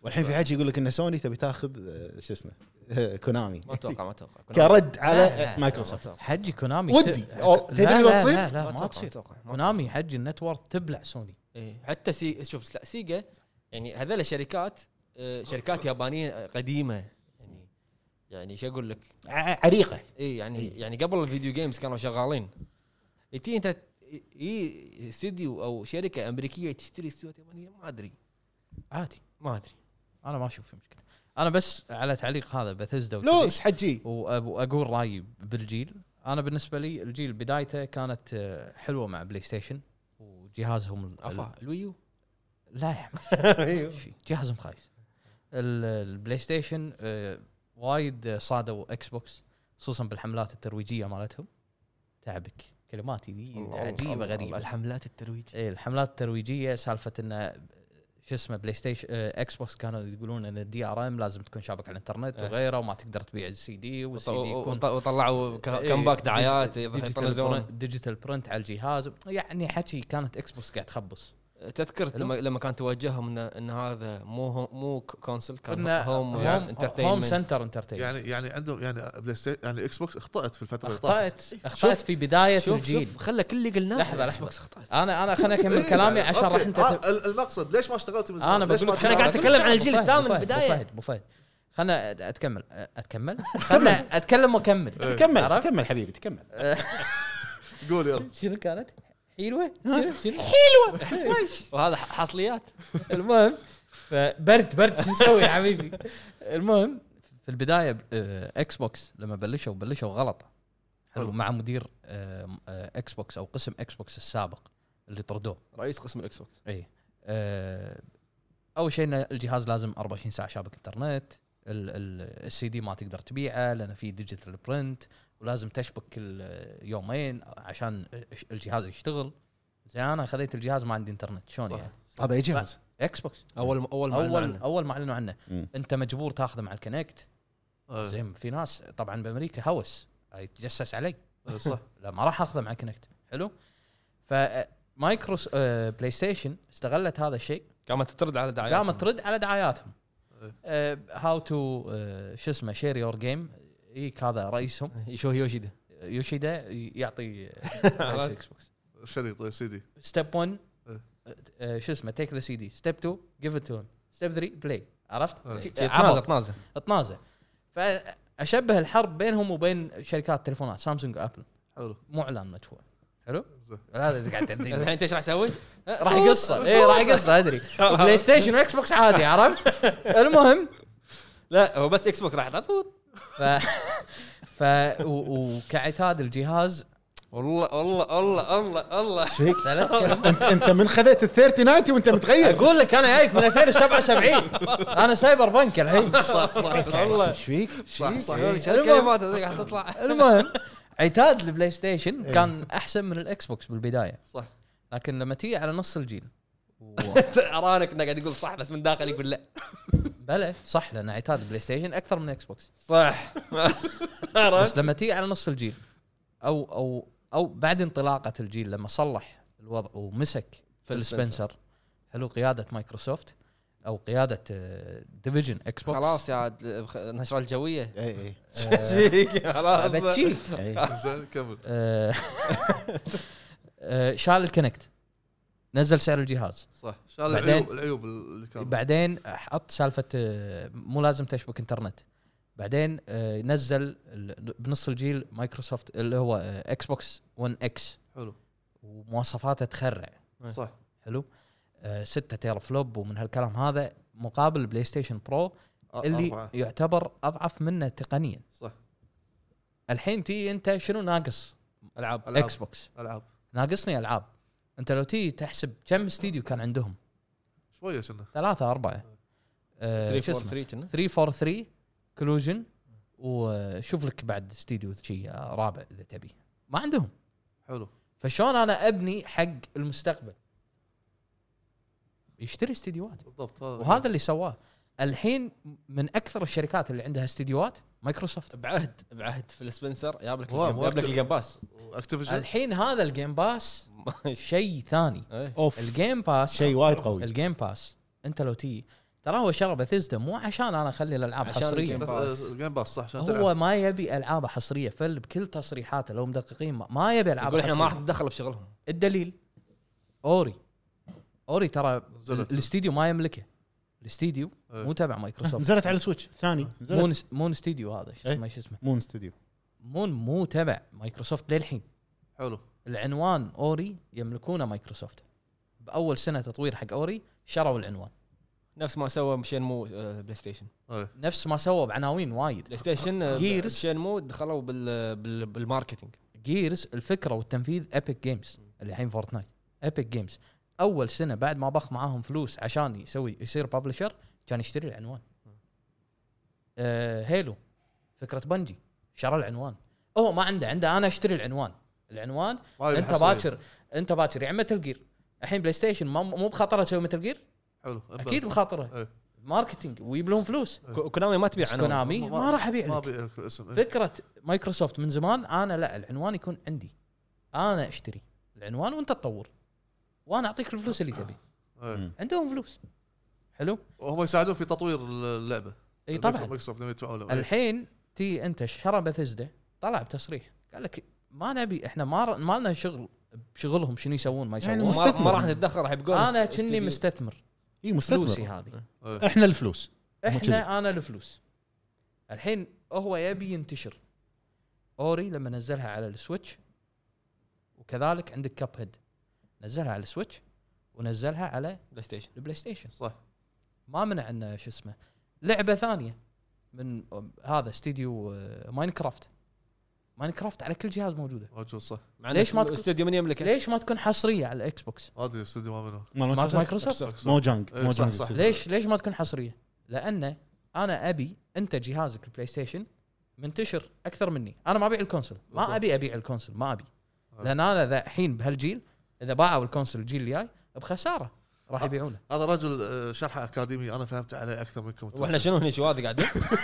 والحين في حكي يقول لك ان سوني تبي تاخذ شو اسمه كونامي ما اتوقع ما اتوقع كرد على لا، لا، مايكروسوفت. حجي كونامي ودي ت- أو تدري لا، لو لا، تصير لا لا ما أتوقع، تصير أتوقع، ما كونامي حجي النتورك تبلع سوني. إيه حتى سي شوف لا سيجا يعني هذول شركات آه، شركات يابانيه قديمه يعني يعني شو اقول لك ع- عريقه. اي يعني يعني قبل الفيديو جيمز كانوا شغالين تي انت اي استديو او شركه امريكيه تشتري استديوهات يابانيه ما ادري عادي ما ادري انا ما اشوف في مشكله. انا بس على تعليق هذا بثزدا فلوس حجي. واقول رايي بالجيل. انا بالنسبه لي الجيل بدايته كانت آه، حلوه مع بلاي ستيشن وجهازهم ال- افا الويو لا يا عم شي، جهازهم خايس. ال- البلاي ستيشن آه، وايد صادوا اكس بوكس خصوصا بالحملات الترويجيه مالتهم. تعبك كلماتي دي عجيبه غريبه. الحملات الترويج ايه الحملات الترويجيه سالفه ان شو اسمه بلاي ستيشن آه، اكس بوكس كانوا يقولون ان الدي ار ام لازم تكون شابك على الانترنت إيه. وغيره وما تقدر تبيع السي دي والسي دي يكون وط- وطلعوا ك- كم باك دعايات ينزلون. ديجيتال برنت على الجهاز. يعني حكي كانت اكس بوكس قاعد تخبص. تذكرت لما لما كان توجههم ان ان هذا مو هو- مو كونسل كان كنا هوم هوم انترتينمنت سنتر انترتينمنت. يعني يعني عندهم يعني بلاي ستيشن يعني اكس بوكس اخطأت في الفتره اللي طافت. اخطأت اخطأت في بدايه شوف الجيل. شوف خلى كل اللي قلناه لحظة، إكس لحظة. بوكس اخطأت. انا انا خليني اكمل كلامي عشان راح انت آه، تب... ال- المقصد ليش ما اشتغلت من زمان؟ انا ليش بقول ما لك أنا قاعد اشتغلت؟ أتكلم عن الجيل أبو الثامن فهد، البداية. أبو فهد ابو فهد خلنا اتكمل اتكمل خلنا اتكلم واكمل. كمل عرفت؟ كمل حبيبي تكمل. قول يلا. شنو كانت حلوه شنو شنو وهذا حصليات. المهم فبرد برد شو نسوي يا حبيبي. المهم في البدايه آه، اكس بوكس لما بلشوا بلشوا غلط حلو مع مدير آه، آه، اكس بوكس او قسم اكس بوكس السابق اللي طردوه. رئيس قسم الاكس بوكس اي آه، اول شيء ان الجهاز لازم أربعة وعشرين ساعه شابك انترنت. السي دي ما تقدر تبيعه لان في ديجيتال برنت ولازم تشبك كل يومين عشان الجهاز يشتغل. زين انا خذيت الجهاز ما عندي انترنت شلون يعني؟ هذا اي جهاز؟ اكس بوكس اول اول ما اول عنه. اول ما اعلنوا عنه مم. انت مجبور تاخذه مع الكونكت. آه، زين في ناس طبعا بامريكا هوس يتجسس علي آه، صح. لا ما راح اخذه مع الكونكت. حلو فمايكروس آه، بلاي ستيشن استغلت هذا الشيء قامت ترد على دعايات قامت ترد على دعاياتهم. هاو تو شو اسمه شير يور جيم. ايك هذا رئيسهم شو يوشيدا يوشيدا يعطي رئيس اكس بوكس شريط سي دي. ستيب واحد آه، شو اسمه تيك ذا سي دي. ستيب اثنين جيف ات تو ستيب ثلاثة بلاي. عرفت؟ تنازل تنازل تنازع. فاشبه الحرب بينهم وبين شركات تليفونات سامسونج وابل. حلو. مو اعلان مدفوع. حلو زين. هذا اللي قاعد تدري الحين انت ايش راح تسوي؟ راح يقصه اي راح يقصه ادري. بلاي ستيشن واكس بوكس عادي عرفت. المهم لا هو بس اكس بوكس راح تعطوه. ف ف و- وكعتاد الجهاز والله والله والله الله الله فيك؟ ثلاث كلام. انت انت من خذيت ال ثلاثين تسعين وانت متغير. اقول لك انا جايك من ألفين وسبعة وسبعين انا سايبر بنك الحين. صح صح والله ايش فيك؟ صح صح. شو الكلمات هذه قاعد تطلع؟ المهم عتاد البلاي ستيشن كان احسن من الاكس بوكس بالبدايه. صح. لكن لما تيجي على نص الجيل ارانك انه قاعد يقول صح بس من داخل يقول لا. بلى صح لان عتاد البلاي ستيشن اكثر من اكس بوكس. صح. بس لما تيجي على نص الجيل او او او بعد انطلاقه الجيل لما صلح الوضع ومسك فيل سبنسر حلو قياده مايكروسوفت او قياده ديفيجن اكس بوكس خلاص يا عاد النشره الجويه. اي اي شيك خلاص. بتجيك زين كمل. آه، آه، شال الكونكت نزل سعر الجهاز. صح. شال بعدين- العيوب العيوب اللي كانت. بعدين حط سالفه آه، مو لازم تشبك انترنت. بعدين آه، نزل ال- بنص الجيل مايكروسوفت اللي هو آه، اكس بوكس ون اكس حلو. ومواصفاته تخرع. صح. حلو آه، ستة تيرا فلوب ومن هالكلام هذا مقابل البلاي ستيشن برو آه، اللي أربعة. يعتبر اضعف منه تقنيا. صح. الحين تي انت شنو ناقص؟ العاب ألعاب. اكس بوكس العاب ناقصني العاب. انت لو تي تحسب كم استديو كان عندهم شويه كنا. ثلاثة أربعة آه، شو اسمه ثلاثة كنا ثلاثة أربعة ثلاثة كلوجن وشوف لك بعد استديو شيء رابع اذا تبي ما عندهم. حلو. فشلون انا ابني حق المستقبل؟ يشتري استديوهات بالضبط هذا. وهذا اللي سواه. الحين من اكثر الشركات اللي عندها استديوهات مايكروسوفت. بعهد بعهد في السبنسر جاب لك واو، جاب لك واو. الجيم باس. اكتيفيجن. الحين هذا الجيم باس شيء ثاني. إيه. اوف الجيم باس شيء وايد قوي. الجيم باس انت لو تي ترى هو شرى بثيسدا مو عشان انا اخلي الالعاب عشان حصريه الجيم باس. جيم باس صح عشان هو تلعب. ما يبي العابه حصريه. فل بكل تصريحاته لو مدققين ما- ما يبي العاب يقول احنا ما راح حصريه. نتدخل بشغلهم. الدليل اوري اوري ترى نزلت. الاستديو ما يملكه. الاستديو إيه. مو تبع مايكروسوفت. نزلت على السويتش الثاني نزلت مون مون استديو هذا شو إيه. اسمه شو اسمه مون ستوديو. مون مو تبع مايكروسوفت للحين. حلو العنوان اوري يملكونه مايكروسوفت. باول سنه تطوير حق اوري شروا العنوان نفس ما سوى شينمو آه، بلاي ستيشن. ايه نفس ما سووا بعناوين وايد. بلاي ستيشن آه، Gears. شينمو دخلوا بال بال- بالماركتينج. جيرز الفكره والتنفيذ ايبك جيمز اللي الحين فورتنايت. ايبك جيمز اول سنه بعد ما بخ معاهم فلوس عشان يسوي يصير ببلشر كان يشتري العنوان. آه هيلو فكره بنجي شرى العنوان. هو ما عنده عنده انا اشتري العنوان. العنوان ما يبي انت حصرية. باكر انت باكر يا متل جير. الحين بلاي ستيشن ما- مو بخاطره تسوي متل جير. حلو اكيد بخاطره إيه. ماركتينج ويجيب لهم فلوس. كو- كونامي ما تبيع بس عنوان. كونامي ما- ما راح ابيع ما لك. ابي الاسم. إيه. فكره مايكروسوفت من زمان انا لا العنوان يكون عندي. انا اشتري العنوان وانت تطور وانا اعطيك الفلوس اللي تبي. إيه. عندهم فلوس. حلو. وهم يساعدون في تطوير اللعبه. اي طبعا. مايكروسوفت لما يدفعون له. الحين تي انت شرى بثيسدا طلع بتصريح قال لك ما نبي احنا ما ما لنا شغل بشغلهم شنو يسوون ما يعني يسوون. ما مستثمر. ما راح نتدخل راح يبقون انا استوديو. كني مستثمر اي فلوسي مستثمر. هذه. إيه. احنا الفلوس. مو كذي. احنا انا الفلوس. الحين هو يبي ينتشر. اوري لما نزلها على السويتش وكذلك عندك كاب هيد نزلها على السويتش ونزلها على بلاي ستيشن. البلاي ستيشن. صح ما منع انه شو اسمه لعبه ثانيه من هذا استديو آه، ماينكرافت. ماينكرافت على كل جهاز موجوده. موجود صح. مع ليش ليش ما ما تكون- الاستوديو من يملكه؟ ليش ما تكون حصريه على الاكس بوكس؟ هذا استوديو ما منه. مال مالت مايكروسوفت. مايكروسوفت. موجانج إيه، موجانج صح، صح. استوديو. ليش ليش ما تكون حصريه؟ لان انا ابي انت جهازك البلاي ستيشن منتشر اكثر مني. انا ما ابيع الكونسول بالضبط. ما ابي ابيع الكونسول ما ابي. آه. لان انا ذا الحين بهالجيل اذا باعوا الكونسول الجيل الجاي بخساره راح يبيعونه. هذا رجل آه، شرحه اكاديمي انا فهمت عليه اكثر منكم. واحنا شنو هنا شواذ قاعدين؟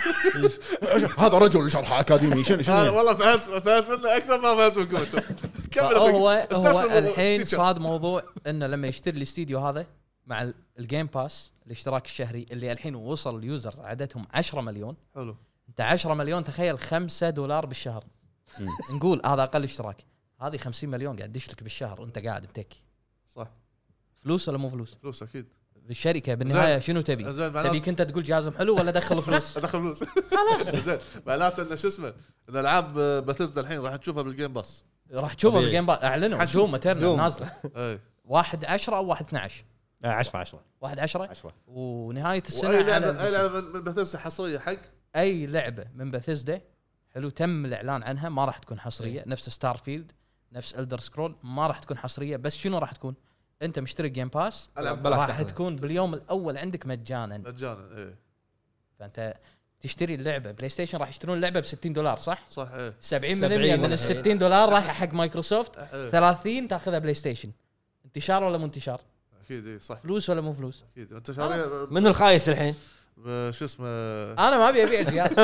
هذا رجل شرح اكاديمي شنو شنو انا يعني؟ والله فهمت فهمت منه اكثر ما فهمت منكم انتم. كمل هو أبوك. هو استفسر من الحين التيتشر. صاد موضوع انه لما يشتري الاستديو هذا مع ال- الجيم باس الاشتراك الشهري اللي الحين وصل اليوزرز عددهم عشرة مليون. حلو انت عشرة مليون تخيل خمسة دولار بالشهر. نقول هذا اقل اشتراك. هذه خمسين مليون قاعد تدش لك بالشهر وانت قاعد بتكي. صح فلوس ولا مو فلوس؟ فلوس اكيد. بالشركه بالنهايه شنو تبي؟ زين معناته تبي كنت تقول جهازهم حلو ولا دخل فلوس؟ ادخل فلوس خلاص. زين معناته انه شو اسمه ان العاب بثزدا الحين راح تشوفها بالجيم باس. راح تشوفه طبيعي. بالجيم باس اعلنوا حنشوف. دوم اترنال دوم. نازله اي واحد عشرة او واحد اثناشر عشرة عشرة واحد عشرة عشرة. ونهايه السنه واي على لعبه اي البي سي. لعبه من من بثزدا حصريه حق اي لعبه من بثزدا حلو تم الاعلان عنها ما راح تكون حصريه نفس ستار فيلد نفس الدر سكرول ما راح تكون حصريه. بس شنو راح تكون؟ انت مشترك جيم باس العب بلاش راح تاخذها. تكون باليوم الاول عندك مجانا. مجانا. اي فانت تشتري اللعبه بلاي ستيشن راح يشترون اللعبه ب ستين دولار صح؟ صح. اي سبعين سبعين بالمية من ال الحين. ستين دولار رايحه حق مايكروسوفت إيه. ثلاثين تاخذها بلاي ستيشن. انتشار ولا مو انتشار؟ اكيد اي صح فلوس ولا مو فلوس؟ اكيد انت شاريه من الخايس الحين؟ شو اسمه انا ما ابي ابيع الجهاز.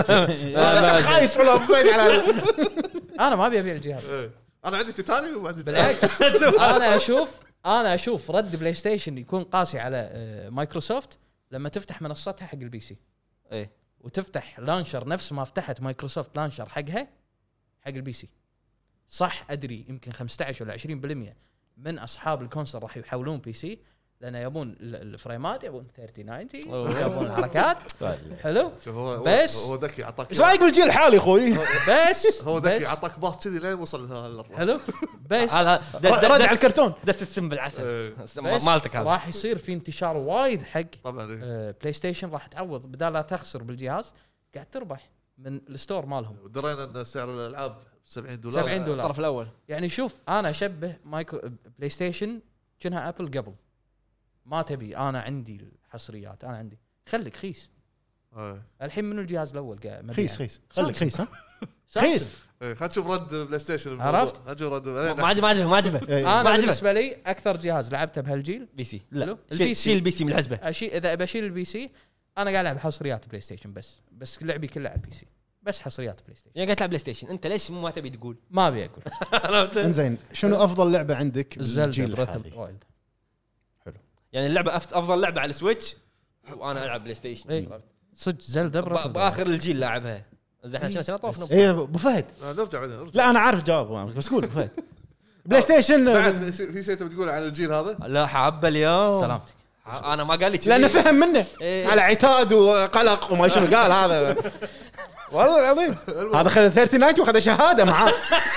خايس ولا مفيد على انا ما ابي ابيع الجهاز ايه. انا عندي تيتاني وعندي تيتاني. بالعكس. انا اشوف انا اشوف رد بلاي ستيشن يكون قاسي على آه، مايكروسوفت لما تفتح منصتها حق البي سي ايه وتفتح لانشر نفس ما فتحت مايكروسوفت لانشر حقها حق البي سي. صح ادري يمكن خمسة عشر ولا عشرين بالمية من اصحاب الكونسول راح يحولون بي سي لان يبون ال- الفريمات يبون ثلاثين تسعين أوه. يبون الحركات حلو. شوف هو هو- بس- هو ذكي اعطاك ايش رايك بالجيل الحالي اخوي؟ بس هو ذكي بس- اعطاك باص كذي لين وصل هالرقم. حلو بس هذا رد على الكرتون. دس السم بالعسل إيه. بس مالتك هذا. راح يصير في انتشار وايد حق طبعا إيه. آه، بلاي ستيشن. راح تعوض بدال لا تخسر بالجهاز قاعد تربح من الستور مالهم ودرينا ان سعر الالعاب سبعين دولار. سبعين دولار. الطرف الاول يعني شوف انا اشبه مايكرو بلاي ستيشن كأنها ابل قبل. ما تبي انا عندي الحصريات انا عندي خليك خيس. ايه الحين منو الجهاز الاول قاعد مبيعاً؟ خيس خيس خليك خيس ها سامسونج. خيس. ايه خلينا نشوف رد بلاي ستيشن بالموضوع. عرفت؟ خلينا نشوف رد ما عجبه ما عجبه ما عجبه إيه. ما انا عجبه. بالنسبه لي اكثر جهاز لعبته بهالجيل بي سي حلو. لا البي شيل سي. شيل البي سي من الحسبه. اشيل اذا بشيل البي سي انا قاعد العب حصريات بلاي ستيشن بس بس لعبي كله على البي سي بس حصريات بلاي ستيشن. يعني قاعد تلعب بلاي ستيشن انت ليش ما تبي تقول؟ ما ابي اقول انزين شنو افضل لعبه عندك زلدا بالجيل بريث الحالي؟ وايلد. يعني اللعبه أفت- افضل لعبه على السويتش وانا العب بلاي ستيشن إيه. صدق زلدا ب- باخر الجيل لاعبها. زين احنا كنا كنا طوفنا ايه ابو فهد آه، نرجع بعدين نرجع. لا انا عارف جواب بس قول ابو فهد بلاي ستيشن بعد في في شيء تبي تقول عن الجيل هذا؟ لا حبه اليوم سلامتك. انا ما قال لي لانه فهم منه إيه. على عتاد وقلق وما شنو قال هذا والله العظيم هذا خذ ثلاثين نايت وخذ شهاده معاه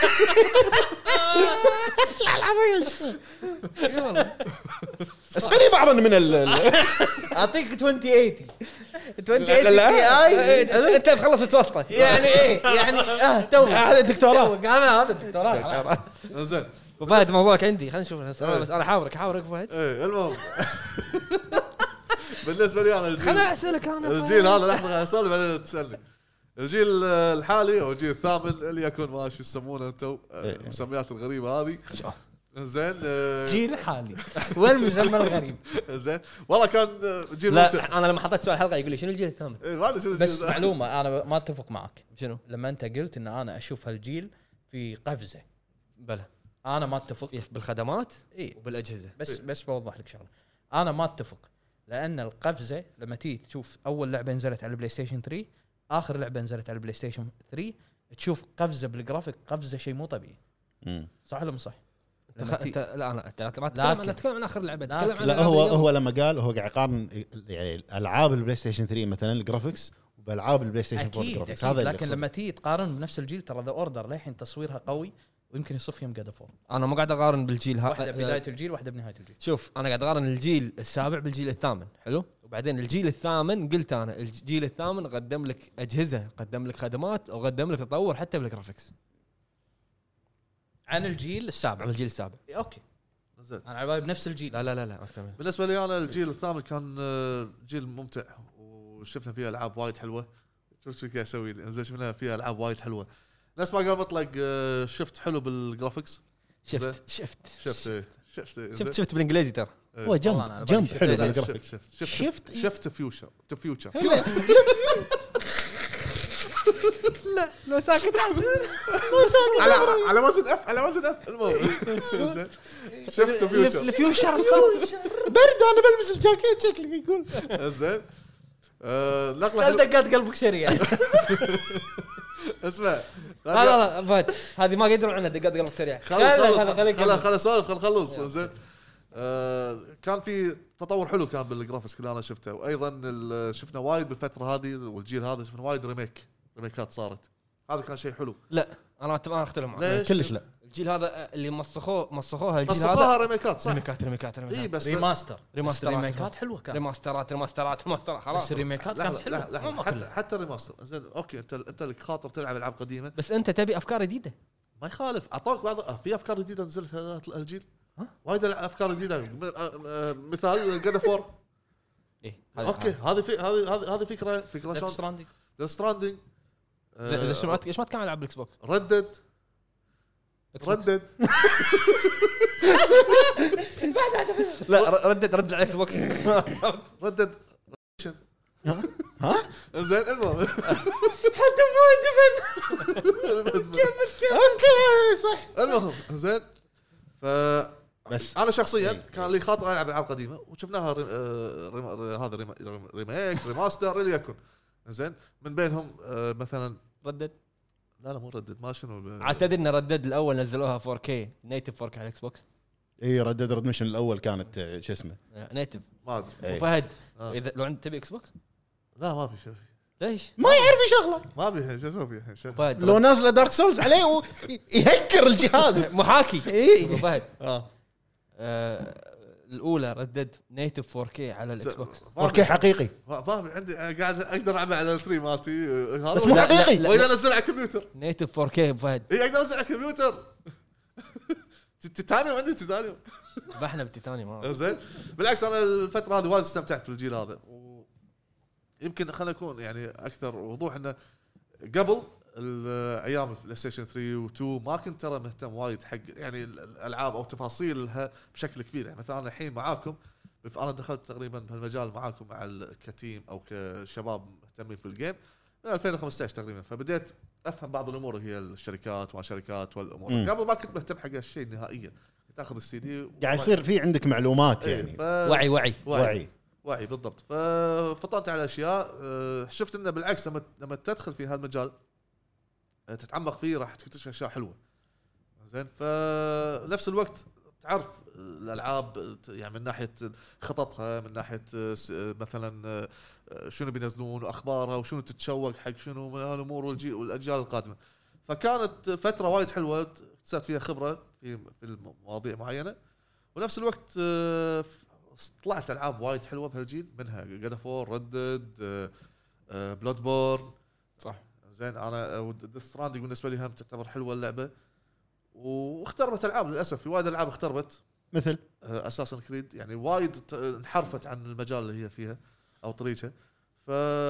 لا العظيم اسقني بعضا من ال اعطيك ثمانية ثمانين ثمانية لا، لا. ثمانين انت تخلص متوسطه يعني ايه يعني اه تو هذا دكتوراه تو قال هذا الدكتوراه زين فهد موضوعك عندي خلينا نشوف الأسئلة. بس انا حاورك حاورك فهد ايه المهم بالنسبه لي انا الجيل خليني اسالك انا الجيل هذا لحظه اسولف بعدين تسالني. الجيل الحالي او الجيل الثامن اللي يكون ما شو يسمونه انتم المسميات الغريبه هذه. زين آه، جيل حالي وين المسمى الغريب زين والله كان جيل لا ممتع. انا لما حطيت سؤال الحلقه يقول لي شنو الجيل الثامن إيه، ما ادري شنو بس الجيل- معلومه انا ما اتفق معك شنو لما انت قلت ان انا اشوف هالجيل في قفزه بلا انا ما اتفق فيه بالخدمات اي وبالاجهزه بس بس بوضح لك شغله انا ما اتفق لان القفزه لما تيجي تشوف اول لعبه نزلت على البلاي ستيشن ثري اخر لعبه نزلت على البلاي ستيشن ثري تشوف قفزه بالجرافيك قفزه شيء مو طبيعي صح ولا مو صح؟ لما تي- انت لا انا انت ما تتكلم لكن- لا تتكلم عن اخر لعبه تتكلم عن لا الألعاب هو اليوم. هو لما قال هو قاعد يقارن يعني العاب البلاي ستيشن ثري مثلا الجرافيكس وبالعاب البلاي ستيشن فور اكيد, الجرافيكس أكيد هذا اللي لكن أقصده. لما تيجي تقارن بنفس الجيل ترى ذا اوردر للحين تصويرها قوي ويمكن يصف يوم جاد فور انا مو قاعد اقارن بالجيل واحده هذا بدايه الجيل واحده بنهايه الجيل شوف انا قاعد اقارن الجيل السابع بالجيل الثامن حلو وبعدين الجيل الثامن قلت انا الجيل الثامن قدم لك اجهزه قدم لك خدمات وقدم لك تطور حتى بالجرافيكس عن الجيل السابع عن الجيل السابع اوكي زين انا على بالي بنفس الجيل لا لا لا لا أكمل. بالنسبه لي انا الجيل الثامن كان آه، جيل ممتع وشفنا فيه العاب وايد حلوه. شوف شو قاعد اسوي انزين شفنا فيها العاب وايد حلوه نفس ما قال مطلق آه، شفت حلو بالجرافيكس زين. شفت شفت شفت إيه، شفت إيه، شفت زين. شفت بالانجليزي ترى إيه. هو والله جنب أنا جنب شفت- حلو لا، بالجرافيك شفت شفت شفت شفت شفت فيوشر تو فيوتشر لا لو ساكت على على وزن اف على وزن اف المهم زين. شفت فيوتشر الفيوشر برد انا بلبس الجاكيت شكلك يقول زين آه، نقله خل حلوة. دقات قلبك سريع اسمع لا لا لا فهد هذه ما يقدرون عنها دقات قلب سريع خلص خلي- خلص خلي- خلي خل كمل. خل اسولف خل خلص زين. آه، كان في تطور حلو كان بالجرافيكس اللي انا شفته وايضا ال- شفنا وايد بالفتره هذه والجيل هذا شفنا وايد ريميك ريميكات صارت هذا كان شيء حلو. لا انا انا اختلف معك ليش؟ كلش لا الجيل هذا اللي مسخوه مسخوها الجيل مسخوها هذا ريميكات صح ريميكات ريميكات اي ريميكات بس ريماستر ريماسترات. ريماسترات حلوه كانت ريماسترات ريماسترات ريماسترات خلاص بس الريميكات كانت لحظه لحظه حلوه لحظة. حتى حتى الريماستر زين اوكي انت انت لك خاطر تلعب العاب قديمه بس انت تبي افكار جديده ما يخالف اعطوك بعض آه، في افكار جديده نزلت هذا الجيل وايد افكار جديده م- آه، آه، مثال جاد فور ايه اوكي هذه في هذه هذه هذه فكره فكره Death شلون Stranding. ستراندنج ايش ما ايش ما تكمل العاب الاكس بوكس ردد ردد لا ر- ردد ردد على الاكس بوكس ردد ها زين المهم حتى فوق دفن اوكي صح المهم زين ف بس انا شخصيا كان لي خاطر العب العاب قديمه وشفناها ري... آه، ريم... هذا ريم... ريميك ريماستر اللي يكون زين من بينهم آه، مثلا ردد لا لا مو ردد ما شنو عاد تدري ان ردد الاول نزلوها فور كي نيتف فور كي على الاكس بوكس اي ردد ريدمشن الاول كانت آه، شو اسمه نيتف ما ادري إيه. وفهد آه. اذا لو عندك تبي اكس بوكس لا ما في شيء ليش ما يعرف يشغله ما في شو اسوي الحين شو فهد لو نازله دارك سولز عليه ويهكر الجهاز محاكي اي فهد اه آه، الاولى ردد نيتف فور كي على الاكس بوكس فور كي حقيقي ما ما في عندي قاعد اقدر العب على الثري مالتي هذا بس مو لا، حقيقي لا، واذا انزل على الكمبيوتر نيتف فور كي فهد اي اقدر انزل على الكمبيوتر تيتانيوم عندي تيتانيوم ذبحنا بالتيتاني ما زين بالعكس انا الفتره هذه وايد استمتعت بالجيل هذا ويمكن خلينا نكون يعني اكثر وضوح انه قبل ال- ايام البلاي ستيشن ثري و تو ما كنت ترى مهتم وايد حق يعني الالعاب او تفاصيلها بشكل كبير يعني مثلا الحين معاكم انا دخلت تقريبا بهالمجال معاكم مع ال- كتيم او كشباب مهتمين في الجيم من ألفين وخمسة عشر تقريبا فبديت افهم بعض الامور هي الشركات والشركات والامور مم. قبل ما كنت مهتم حق هالشيء نهائيا تاخذ السي دي قاعد يصير في عندك معلومات يعني ف... وعي وعي وعي وعي بالضبط. ففطرت على اشياء أه شفت انه بالعكس لما لما تدخل في هالمجال أه تتعمق فيه راح تكتشف اشياء حلوه زين. فنفس الوقت تعرف الالعاب يعني من ناحيه خططها من ناحيه مثلا شنو بينزلون واخبارها وشنو تتشوق حق شنو من هالامور والجيل والاجيال القادمه. فكانت فتره وايد حلوه اكتسبت فيها خبره في في مواضيع معينه ونفس الوقت طلعت العاب وايد حلوه بهالجيل منها God of War Red Dead Bloodborne صح زين. انا Death Stranding بالنسبه لي هم تعتبر حلوه اللعبه واختربت العاب للاسف في وايد العاب اختربت مثل اساسن كريد يعني وايد انحرفت عن المجال اللي هي فيها او طريقها ف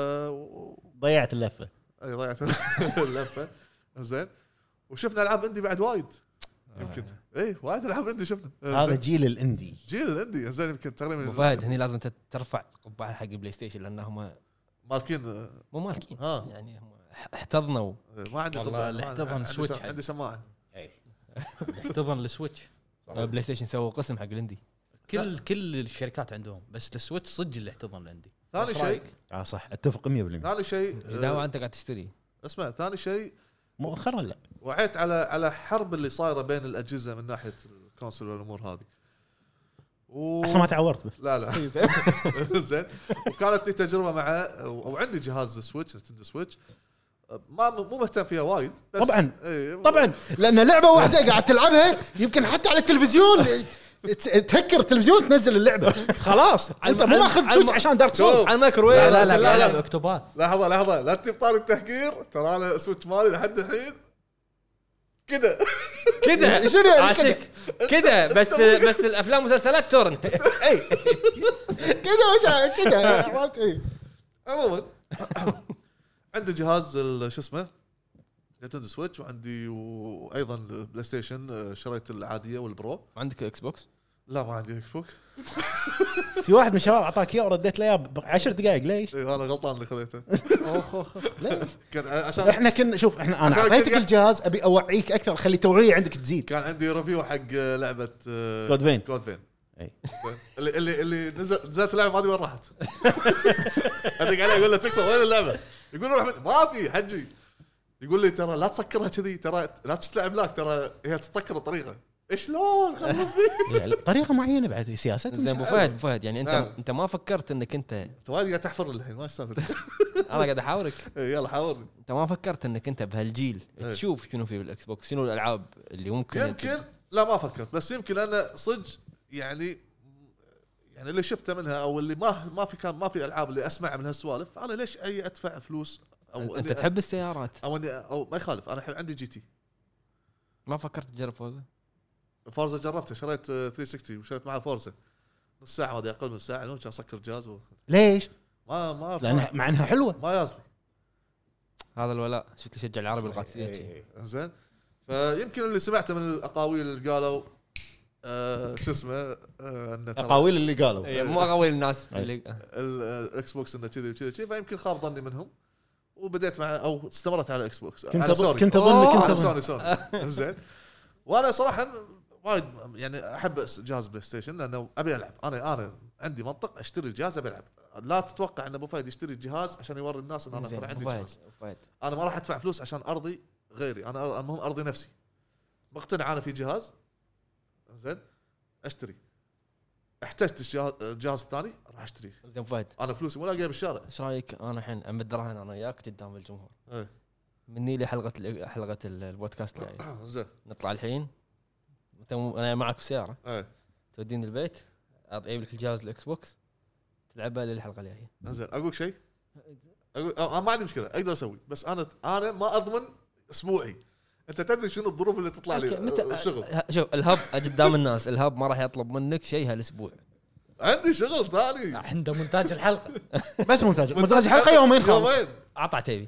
ضيعت اللفه اي ضيعت اللفه زين. وشفنا العاب اندي بعد وايد يمكن اي وايد العاب اندي شفنا هذا جيل الاندي جيل الاندي زين. يمكن تقريبا فهد هني لازم ترفع قبعه حق بلاي ستيشن لانهم مالكين مو مالكين ها. يعني هم احتضنوا ما عندي والله اللي احتضن سويتش عندي سماعه اي احتضن السويتش بلاي ستيشن سووا قسم حق الاندي كل كل الشركات عندهم بس السويتش صدق اللي احتضن الاندي. ثاني شيء اه صح اتفق مية بالمية. ثاني شيء ايش دعوه انت قاعد تشتري اسمع ثاني شيء مؤخرا لا وعيت على على حرب اللي صايره بين الاجهزه من ناحيه الكونسول والامور هذه و... اصلا ما تعورت بس لا لا زين. وكانت لي تجربه مع او عندي جهاز سويتش نينتندو سويتش ما مو مهتم فيها وايد بس طبعا ايه طبعا لان لعبه واحده قاعد تلعبها يمكن حتى على التلفزيون تهكر التلفزيون تنزل اللعبه خلاص انت مو ماخذ سويتش عشان دارك سولز على الميكروويف. لا لا لا, لا, لا, لا اكتوبات. لحظه لحظه لا تبطل التهكير ترى انا سويتش مالي لحد الحين كذا كذا شنو يعني عاشق كذا بس بس الافلام مسلسلات تورنت اي كذا وش كذا عرفت اي. عموما عندي جهاز شو اسمه نينتندو سويتش وعندي وايضا بلاي ستيشن شريت العاديه والبرو. عندك اكس بوكس؟ لا ما عندي اكس بوكس. في واحد من الشباب اعطاك اياه ورديت له اياه بعشر دقائق ليش؟ انا غلطان اللي خذيته. اخ اخ لا كان عشان احنا كنا شوف احنا انا اعطيتك الجهاز ابي اوعيك اكثر خلي توعيه عندك تزيد. كان عندي ريفيو حق لعبه كود فين كود فين اي اللي اللي اللي نزل نزلت اللعبه ما ادري وين راحت. ادق عليه اقول له تكفى وين اللعبه يقول روح ما في حجي يقول لي ترى لا تسكرها كذي ترى لا تلعب لاك ترى هي تسكر الطريقه شلون خلصني طريقه معينه بعد سياسه. زين ابو فهد ابو فهد يعني انت نعم. انت ما فكرت انك انت انت وايد قاعد تحفر الحين ما سالفه. انا قاعد احاورك يلا حاورني. انت ما فكرت انك انت بهالجيل ايه. تشوف شنو في بالاكس بوكس شنو الالعاب اللي ممكن يمكن لا ما فكرت بس يمكن انا صدق يعني يعني اللي شفته منها او اللي ما ما في كان ما في العاب اللي اسمع من هالسوالف انا ليش اي ادفع فلوس او انت تحب السيارات او اني او ما يخالف انا عندي جي تي ما فكرت تجرب فوزه فورزا جربته شريت ثلاثمية وستين وشريت معه فورزا نص ساعه ما اقل من ساعه لو كان اسكر الجهاز و... ليش ما ما لانها مع انها حلوه ما يازلي هذا الولاء شفت يشجع العربي القادسيه زين. فيمكن اللي سمعته من الاقاويل اللي قالوا آه شو اسمه آه ان اقاويل اللي قالوا اي مو اقاويل الناس اللي الاكس بوكس انه كذي وكذي كذي فيمكن خاب ظني منهم وبديت مع او استمرت على الاكس بوكس كنت على أظن كنت اظن كنت سوني سوني زين. وانا صراحه وايد يعني احب جهاز بلاي ستيشن لانه ابي العب انا انا عندي منطق اشتري الجهاز ابي العب. لا تتوقع ان ابو فهد يشتري الجهاز عشان يوري الناس ان انا ترى عندي جهاز. انا ما راح ادفع فلوس عشان ارضي غيري انا المهم ارضي نفسي مقتنع انا في جهاز زين اشتري احتجت الجهاز الثاني راح اشتريه. زين فهد انا فلوسي ولا جايب بالشارع. ايش رايك انا الحين امد الرهن انا وياك قدام الجمهور ايه مني لي حلقه حلقه البودكاست الجاي زين نطلع الحين انا معك بالسياره ايه توديني البيت اجيب لك الجهاز الاكس بوكس تلعبها للحلقه الجايه. زين اقول شيء اقول أه ما عندي مشكله اقدر اسوي بس انا انا ما اضمن اسبوعي. انت تدري شنو الظروف اللي تطلع لي الشغل. شوف الهب قدام الناس الهب ما راح يطلب منك شيء هالاسبوع عندي شغل ثاني عنده مونتاج الحلقه بس مونتاج مونتاج الحلقه يومين خلاص يومين اعطى تبي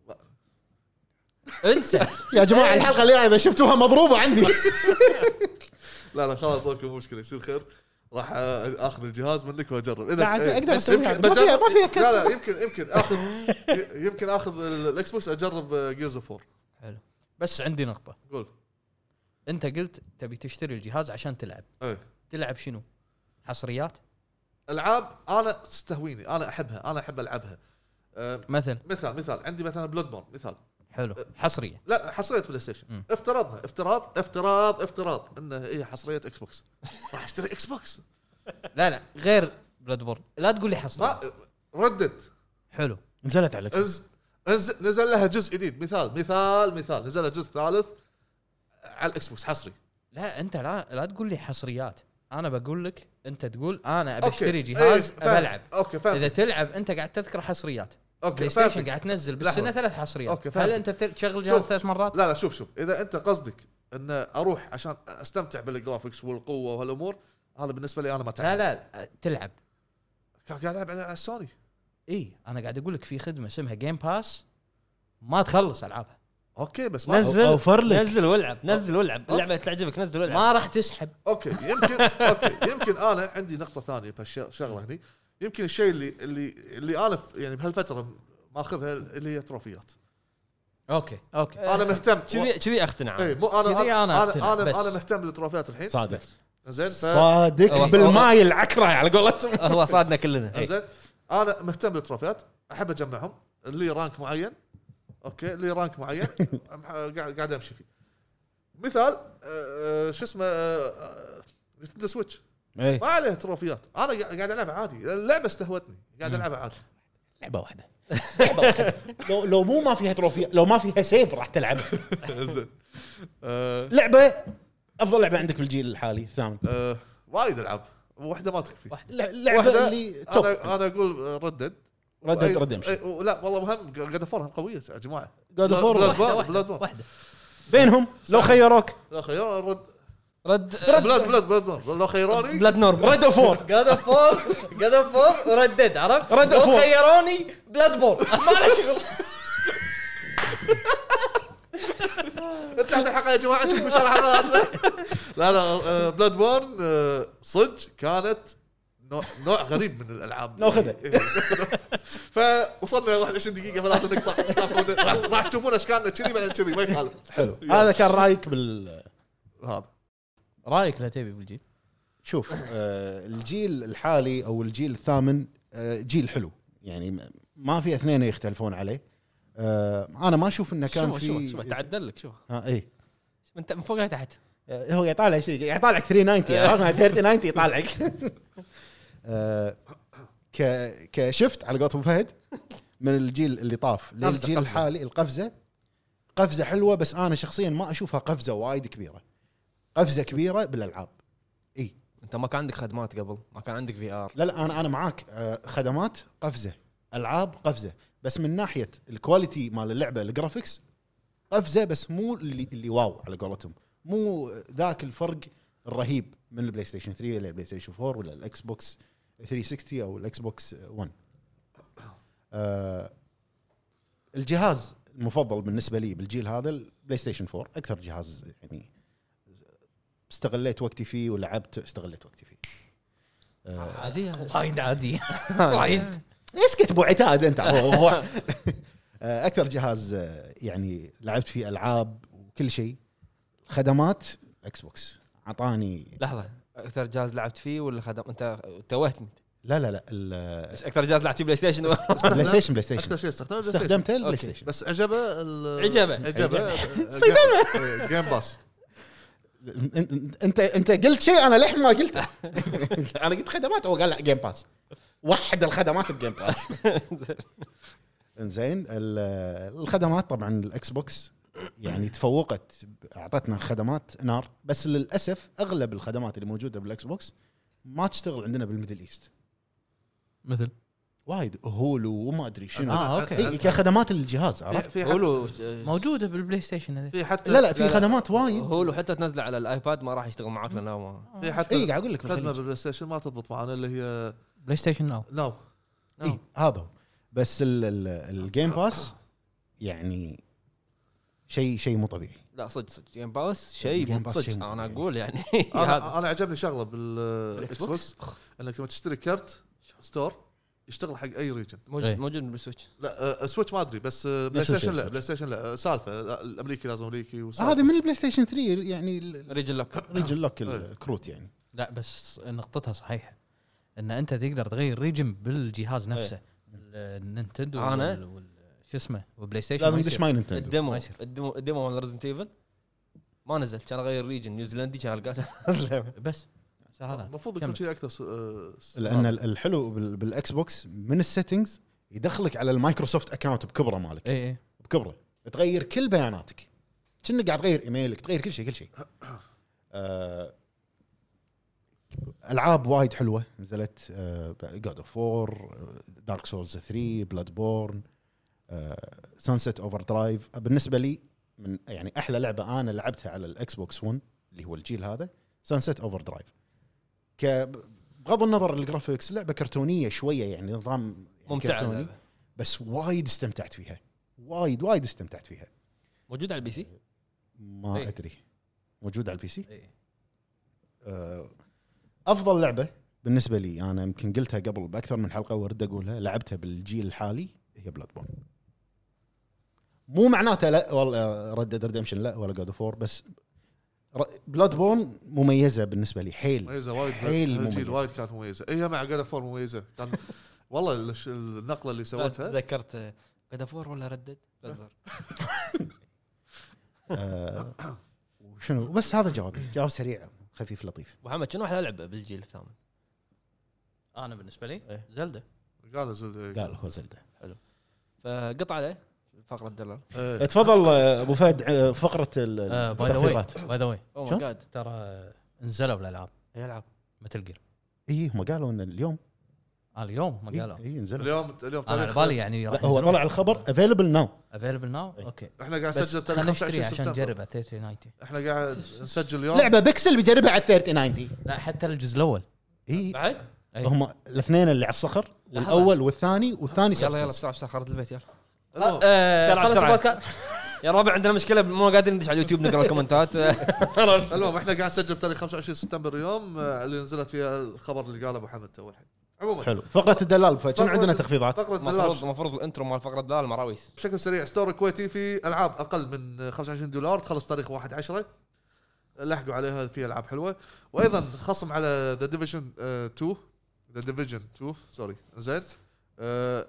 انسى يا جماعه الحلقه الجايه اذا شفتوها مضروبه عندي. لا لا خلاص اوكي مشكله يصير خير راح اخذ الجهاز منك واجرب اذا اقدر اسويها ما فيها ما فيها لا لا يمكن يمكن اخذ يمكن اخذ الاكس بوكس اجرب جيرز اوف فور. حلو بس عندي نقطه قول. انت قلت تبي تشتري الجهاز عشان تلعب ايه تلعب شنو حصريات العاب انا تستهويني، انا احبها، انا احب العبها. أه مثل مثال مثال عندي مثلا بلود بورن مثال حلو حصريه. لا حصريه بلاي ستيشن. م. افترضنا افتراض افتراض افتراض انه هي حصريه اكس بوكس، راح اشتري اكس بوكس. لا لا غير بلاد بورن، لا تقول لي حصريه. ما ردت حلو نزلت على انز... انز... نزل لها جزء جديد، مثال مثال مثال نزل لها جزء ثالث على الاكس بوكس حصري. لا انت لا لا تقول لي حصريات، انا بقول لك انت تقول انا ابي أوكي. اشتري جهاز إيه، ابي العب. اوكي فهمت. اذا تلعب انت قاعد تذكر حصريات، اوكي بلاي ستيشن فهمت. قاعد تنزل بالسنه لحظة. ثلاث حصريات. أوكي، هل فهمت. انت تشغل جهاز شوف. ثلاث مرات؟ لا لا شوف شوف اذا انت قصدك ان اروح عشان استمتع بالجرافيكس والقوه وهالامور، هذا بالنسبه لي انا ما تعمل. لا لا تلعب. قاعد العب على السوني. اي انا قاعد اقول لك في خدمه اسمها جيم باس ما تخلص العابها، اوكي بس ما نزل أوفر لك. نزل والعب نزل والعب اللعبه تعجبك نزل والعب. ما راح تسحب. اوكي يمكن اوكي يمكن انا عندي نقطه ثانيه بهالشغله هني. يمكن الشيء اللي اللي اللي انا يعني بهالفتره ماخذها اللي هي تروفيات. اوكي اوكي انا مهتم كذي كذي اقتنع. اي مو انا كذي انا أنا انا أقتنع، انا, بس. أنا مهتم بالتروفيات الحين. صادق زين ف... صادق هو- بالماي العكره على قولتهم. هو صادنا كلنا. زين انا مهتم بالتروفيات، احب اجمعهم اللي رانك معين. اوكي اللي رانك معين قاعد قاعد امشي فيه. مثال آه، شو اسمه نينتندو سويتش ايه ما عليه تروفيات، انا قاعد العبها عادي، اللعبه استهوتني قاعد العبها عادي. لعبه واحده لعبه واحده لو لو مو ما فيها تروفي، لو ما فيها سيف راح تلعبها. زين آه، لعبه افضل لعبه عندك بالجيل الحالي الثامن. آه، وايد العاب واحده ما تكفي. اللعبه واحدة اللي توب انا انا اقول ردد ردد ردمشن. لا والله مهم قاعد افرهم قويه يا جماعه. جود اوف بلاد وور بورن بلاد بورن واحده بينهم لو خيروك لا خيار رد رد بلاد بلاد بلاد لو خيروني بلاد نورم ريد اوف وور جاد اوف فور جاد اوف فور وردد عرفت. Red of لو War. خيروني بلاد بورن ما له شغل. انت الحق يا جماعه شوفوا ايش الحلقه. لا لا بلاد بورن صدق كانت نوع, نوع غريب من الالعاب. ناخذها. فوصلنا واحد وعشرين دقيقه فلازم نقطع. راح راح تشوفون اشكالنا كذي بعدين كذي ما يخالف. حلو هذا كان رايك بال هذا رايك لا تبي بالجيل؟ شوف آه الجيل الحالي او الجيل الثامن آه جيل حلو يعني م- ما في اثنين يختلفون عليه. آه انا ما اشوف انه كان شوف في شوف شوف تعدل لك شوف ها اي من من فوق لتحت. آه هو يطالع شيء يطالعك ثلاثمية وتسعين عرفت ثلاثين تسعين يطالعك. آه ك كشفت على قولة ابو فهد من الجيل اللي طاف للجيل قفزة. الحالي القفزه قفزه حلوه، بس انا شخصيا ما اشوفها قفزه وايد كبيره. قفزه كبيره بالالعاب. اي انت ما كان عندك خدمات قبل، ما كان عندك في ار. لا لا انا انا معاك آه، خدمات قفزه، العاب قفزه، بس من ناحيه الكواليتي مال اللعبه الجرافيكس قفزه، بس مو اللي اللي واو على قولتهم، مو ذاك الفرق الرهيب من البلاي ستيشن ثري ولا البلاي ستيشن فور ولا الاكس بوكس ثلاثمية وستين او الاكس بوكس ون. آه الجهاز المفضل بالنسبه لي بالجيل هذا البلاي ستيشن فور، اكثر جهاز يعني استغليت وقتي فيه ولعبت استغليت وقتي فيه. آه عادي وايد عادي وايد. اسكت ابو عتاد انت. هو اكثر جهاز يعني لعبت فيه العاب وكل شيء. خدمات اكس بوكس اعطاني. لحظه، اكثر جهاز لعبت فيه ولا خدم؟ انت توهتني. لا لا لا ايش اكثر جهاز لعبت فيه؟ بلاي ستيشن. بلاي ستيشن بلاي ستيشن اكثر شيء استخدمه استخدمت البلاي أوكي. ستيشن. بس عجبه ال- عجبه. عجبه صيدمه. جيم باس. انت انت قلت شيء انا لحم ما قلته. انا قلت خدمات، هو قال لا جيم باس. وحد الخدمات الجيم باس. انزين الخدمات طبعا الاكس بوكس يعني تفوقت، اعطتنا خدمات نار، بس للاسف اغلب الخدمات اللي موجوده بالاكس بوكس ما تشتغل عندنا بالميدل ايست. مثل وايد هولو وما ادري شنو. اه اوكي اي كخدمات الجهاز عرفت. في هولو موجوده بالبلاي ستيشن هذه. في حتى لا لا في لا لا. خدمات وايد. هولو حتى تنزله على الايباد ما راح يشتغل معاك لانه ما في حتى اي قاعد اقول لك خدمه بالخليج. بالبلاي ستيشن ما تضبط معنا اللي هي بلاي ستيشن ناو. ناو. اي هذا هو. بس ال- ال- الجيم باس يعني شيء شيء مو طبيعي. لا صدق صدق جيم باس شيء جيم باس شيء صدق. مو انا طبيعي. اقول يعني انا هذا انا عجبني شغله بالاكس بالإكس بوكس انك لما تشتري كرت ستور يشتغل حق اي ريجن. موجود إيه. موجود بالسويتش. لا آه، سويتش ما ادري بس آه، بلاي سويتش، ستيشن لا سويتش. بلاي ستيشن لا آه، سالفه لا، الامريكي لازم امريكي وسالفة. هذا من البلاي ستيشن ثري يعني ريجن لوك. ريجن لوك الكروت يعني. لا بس نقطتها صحيحه. ان انت تقدر تغير ريجن بالجهاز نفسه النينتندو أنا؟ وال- وال- شو اسمه وبلاي ستيشن لازم ما تدش يصير. ماي نينتندو. الديمو ما يصير. الديمو الديمو مال ريزنت ايفل ما نزل، كان اغير ريجن نيوزيلندي كان القاه بس سهلات المفروض كمل. يكون شيء اكثر س- آه، س- لان ال- الحلو بال- بالاكس بوكس من السيتنجز يدخلك على المايكروسوفت اكاونت بكبره مالك، اي اي بكبره تغير كل بياناتك، كأنك قاعد تغير ايميلك، تغير كل شيء كل شيء. آه، العاب وايد حلوه نزلت، جود اوف وور، دارك سولز ثري، بلاد بورن، سانست اوفر درايف. بالنسبه لي من يعني احلى لعبه انا لعبتها على الاكس بوكس ون اللي هو الجيل هذا سانست اوفر درايف. ك بغض النظر الجرافيكس لعبه كرتونيه شويه، يعني نظام يعني ممتعه كرتوني، اللعبة. بس وايد استمتعت فيها، وايد وايد استمتعت فيها. موجود على البي سي. ما إيه. ادري موجود على البي سي. إيه. آه، افضل لعبه بالنسبه لي انا يمكن قلتها قبل باكثر من حلقه وارد اقولها، لعبتها بالجيل الحالي هي بلاد بورن. مو معناته لا والله ريد ديد ريدمشن لا ولا جود اوف وور، بس بلاد بورن مميزه بالنسبه لي حيل مميزه وايد. حيل الجيل مميزة. وايد كانت مميزه. هي مع جاد فور مميزه كان والله الش- النقله اللي سوتها. تذكرت جاد فور ولا ردد آه، وشنو بس هذا جوابي، جواب سريع خفيف لطيف. محمد شنو احلى لعبه بالجيل الثامن؟ انا بالنسبه لي إيه. زلده قال زلد قال هو زلده. فقطع عليه فقره دلال. إيه. تفضل آه، ابو فهد، آه، فقره ال- باي ذا واي التخفيضات. باي ذا واي او شو؟ ماي جاد ترى نزلوا الالعاب يلعب مثل جير اي هم قالوا ان اليوم آه اليوم ما قالوا اي نزل. اليوم اليوم انا على تاريخ بالي يعني راح لا هو طلع الخبر افيلبل ناو. افيلبل ناو إيه. اوكي احنا قاعد بس نسجل تاريخ خلينا خمسة نشتري وعشرين عشان سبتمبر. نجربها ثلاثين تسعين. احنا قاعد نسجل اليوم. لعبه بيكسل بيجربها على ثلاثين تسعين. لا حتى الجزء الاول اي بعد أي. هم الاثنين اللي على الصخر، والاول والثاني والثاني يلا يلا سبسس. بسرعه بسرعه خرج البيت يلا المهم، آه، بسرعة، خلص بسرعة. البودكاست. يا ربع عندنا مشكله مو قادرين ندش على اليوتيوب نقرا الكومنتات. المهم احنا قاعد نسجل تاريخ خمسة وعشرين سبتمبر اليوم، آه، اللي نزلت فيها الخبر اللي قاله ابو حمد تو الحين. عموما حلو. فقره الدلال فكان فقرة- عندنا تخفيضات. فقره المفروض دلال المفروض الانترو مال فقره دال مراويس. بشكل سريع. ستور كويتي في العاب اقل من خمسة وعشرين دولار تخلص تاريخ واحد عشرة، لحقوا عليها في العاب حلوه. وايضا خصم على ذا ديفيجن تو، ذا ديفيجن تو سوري زين. آه،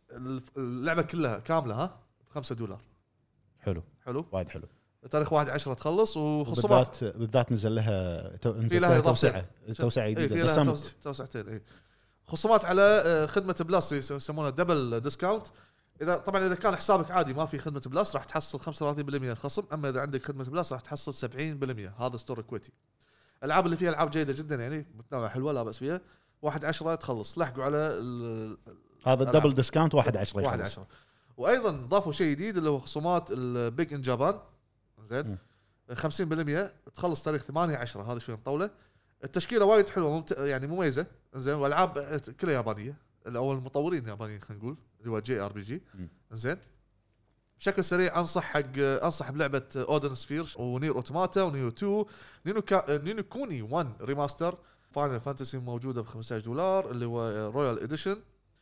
اللعبه كلها كامله ها خمسة دولار. حلو حلو. وايد حلو. تاريخ واحد عشرة تخلص. وخصومات بالذات بالذات نزل لها تو- نزل في لها لها إضافتين. توسعه توسعه اي جديده في بس لها سمت. توس- توسعتين. اي خصومات على آه، خدمه بلس يسمونها دبل ديسكاونت. اذا طبعا اذا كان حسابك عادي ما في خدمه بلس راح تحصل خمسة وثلاثين بالمئة خصم، اما اذا عندك خدمه بلس راح تحصل سبعين بالمئة. هذا ستور كويتي. الالعاب اللي فيها العاب جيده جدا يعني متنوعه حلوه لا باس فيها. واحد عشرة تخلص. لحقوا على ال- هذا ألعاب. الدبل ديسكاونت واحد عشرة واحد يخلص. عشرة. وايضا ضافوا شيء جديد اللي هو خصومات البيج ان جابان زين خمسين بالمئة تخلص تاريخ ثمانية عشرة. هذا شوي مطوله. التشكيله وايد حلوه ممت... يعني مميزه زين. والالعاب كلها يابانيه او المطورين يابانيين خلينا نقول اللي هو جي ار بي جي زين. بشكل سريع انصح حق انصح بلعبه اودن سفير ونير اوتوماتا ونيو تو نينو كا... نينو كوني واحد ريماستر. فاينل فانتسي موجوده ب خمسة عشر دولار اللي هو رويال اديشن.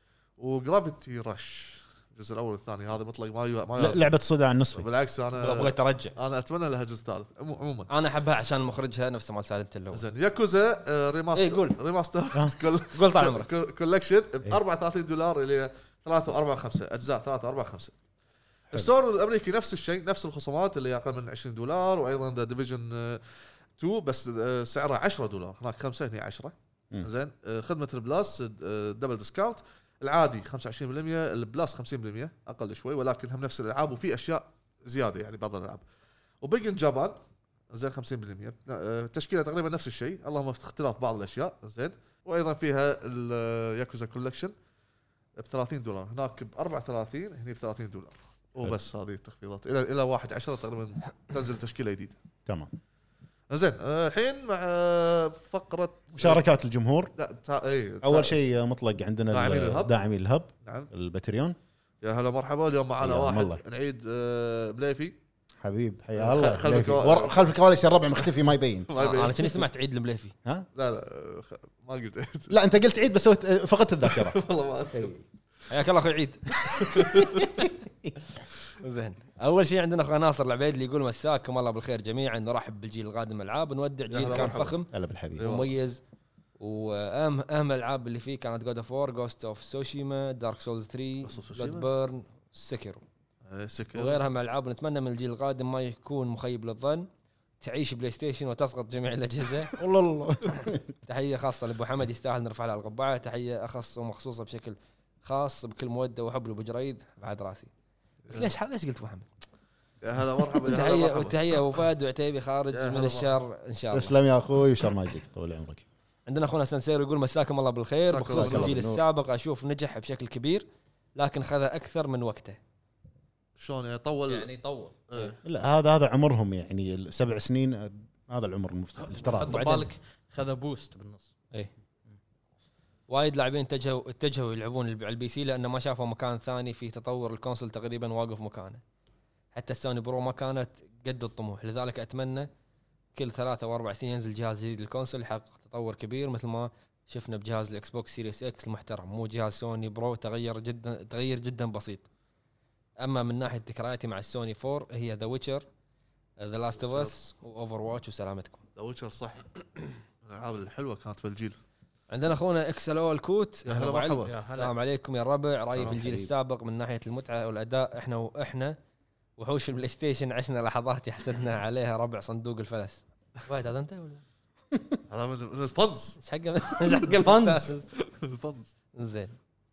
وجرافيتي رش الجزء الاول والثاني هذا مطلق ما ي... ما لا، يازم. لعبه صدع النصفي. بالعكس انا بغيت ارجع. انا اتمنى لها جزء ثالث. عمو- عموما انا احبها عشان مخرجها نفسه مال سايلنت اللو. زين ياكوزا آه، ريماستر إيه، قول. ريماستر آه. كل قول طال عمرك. كل- كولكشن ب أربعة وثلاثين دولار اللي ثلاثة وأربعة خمسة أجزاء ثلاثة وأربعة خمسة. الستور الأمريكي نفس الشيء نفس الخصومات اللي أقل من عشرين دولار. وأيضا ذا ديفيجن تو بس آه، سعره عشرة دولار هناك خمسة هنا عشرة مم. زين. زين. آه، خدمة البلاس آه، دبل ديسكاونت. العادي خمسة وعشرين بالمئة البلاس خمسين بالمئة أقل شوي ولكن هم نفس الألعاب وفي أشياء زيادة يعني بعض الألعاب. وبيج ان جابان زين خمسين بالمئة. آه، تشكيله تقريبا نفس الشيء اللهم في اختلاف بعض الاشياء زين. وايضا فيها الياكوزا كولكشن ب ثلاثين دولار هناك ب أربعة وثلاثين هني ب ثلاثين دولار. وبس هذه التخفيضات الى الى واحد عشرة تقريبا تنزل تشكيله جديده. تمام. زين آه، الحين مع آه، فقره مشاركات الجمهور. لا تا... اي تا... اول شيء آه، مطلق عندنا داعمين ال- الهب. داعمين الهب نعم الباتريون. يا هلا مرحبا. اليوم معنا حياهم واحد الله. نعيد آه، بليفي حبيب حيا الله. خلف بليفي. الكوا- ور- خلف الكواليس الربع مختفي ما يبين. ما يبين. انا كني سمعت عيد المليفي. ها لا لا آه، خ- ما قلت عيد. لا انت قلت عيد بس سويت فقدت الذاكره. والله ما أذكر. إي. حياك الله اخوي عيد. زين اول شيء عندنا اخوي ناصر العبيد اللي يقول مساكم الله بالخير جميعا. نرحب بالجيل القادم العاب نودع جيل هلا كان مرحبا. فخم هلا بالحبيب. أيوة. مميز واهم اهم الالعاب اللي فيه كانت جود اوف وور، جوست اوف سوشيما، دارك سولز ثري، بلاد بيرن، سكيرو وغيرها من الالعاب. نتمنى من الجيل القادم ما يكون مخيب للظن، تعيش بلاي ستيشن وتسقط جميع الاجهزه. والله الله. تحيه خاصه لابو حمد، يستاهل نرفع له القبعه. تحيه اخص ومخصوصه بشكل خاص بكل موده وحب لابو جريد بعد راسي. بس ليش ليش قلت ابو حمد؟ يا هلا مرحبا. يا تحيه هلا وتحيه ابو فهد وعتيبي خارج من الشر ان شاء الله. تسلم يا اخوي وشر ما يجيك طول عمرك. عندنا اخونا سنسير يقول مساكم الله بالخير. بخصوص الجيل السابق اشوف نجح بشكل كبير لكن خذ اكثر من وقته. شلون يطول يعني يطول إيه. لا هذا هذا عمرهم يعني السبع سنين، هذا العمر المفترض. حط بالك خذ بوست بالنص. اي وايد لاعبين اتجهوا اتجهوا يلعبون على البي سي لانه ما شافوا مكان ثاني في تطور الكونسول، تقريبا واقف مكانه. حتى السوني برو ما كانت قد الطموح، لذلك اتمنى كل ثلاثة واربع سنين ينزل جهاز جديد للكونسول يحقق تطور كبير مثل ما شفنا بجهاز الاكس بوكس سيريس اكس المحترم، مو جهاز سوني برو تغير جدا تغيير جدا بسيط. اما من ناحيه ذكرياتي مع السوني فور هي ذا ويتشر، ذا لاست اوف اس واوفر واتش وسلامتكم. ذا ويتشر صح الالعاب الحلوه كانت بالجيل. عندنا اخونا اكسل او الكوت. يا هلا مرحبا. السلام عليكم يا الربع. رايي في الجيل السابق من ناحيه المتعه والاداء احنا واحنا وحوش البلاي ستيشن عشنا لحظات يحسدنا عليها ربع صندوق الفلس. وايد هذا انت ولا هذا من الفنز؟ ايش حق ايش حق الفنز؟ الفنز زين.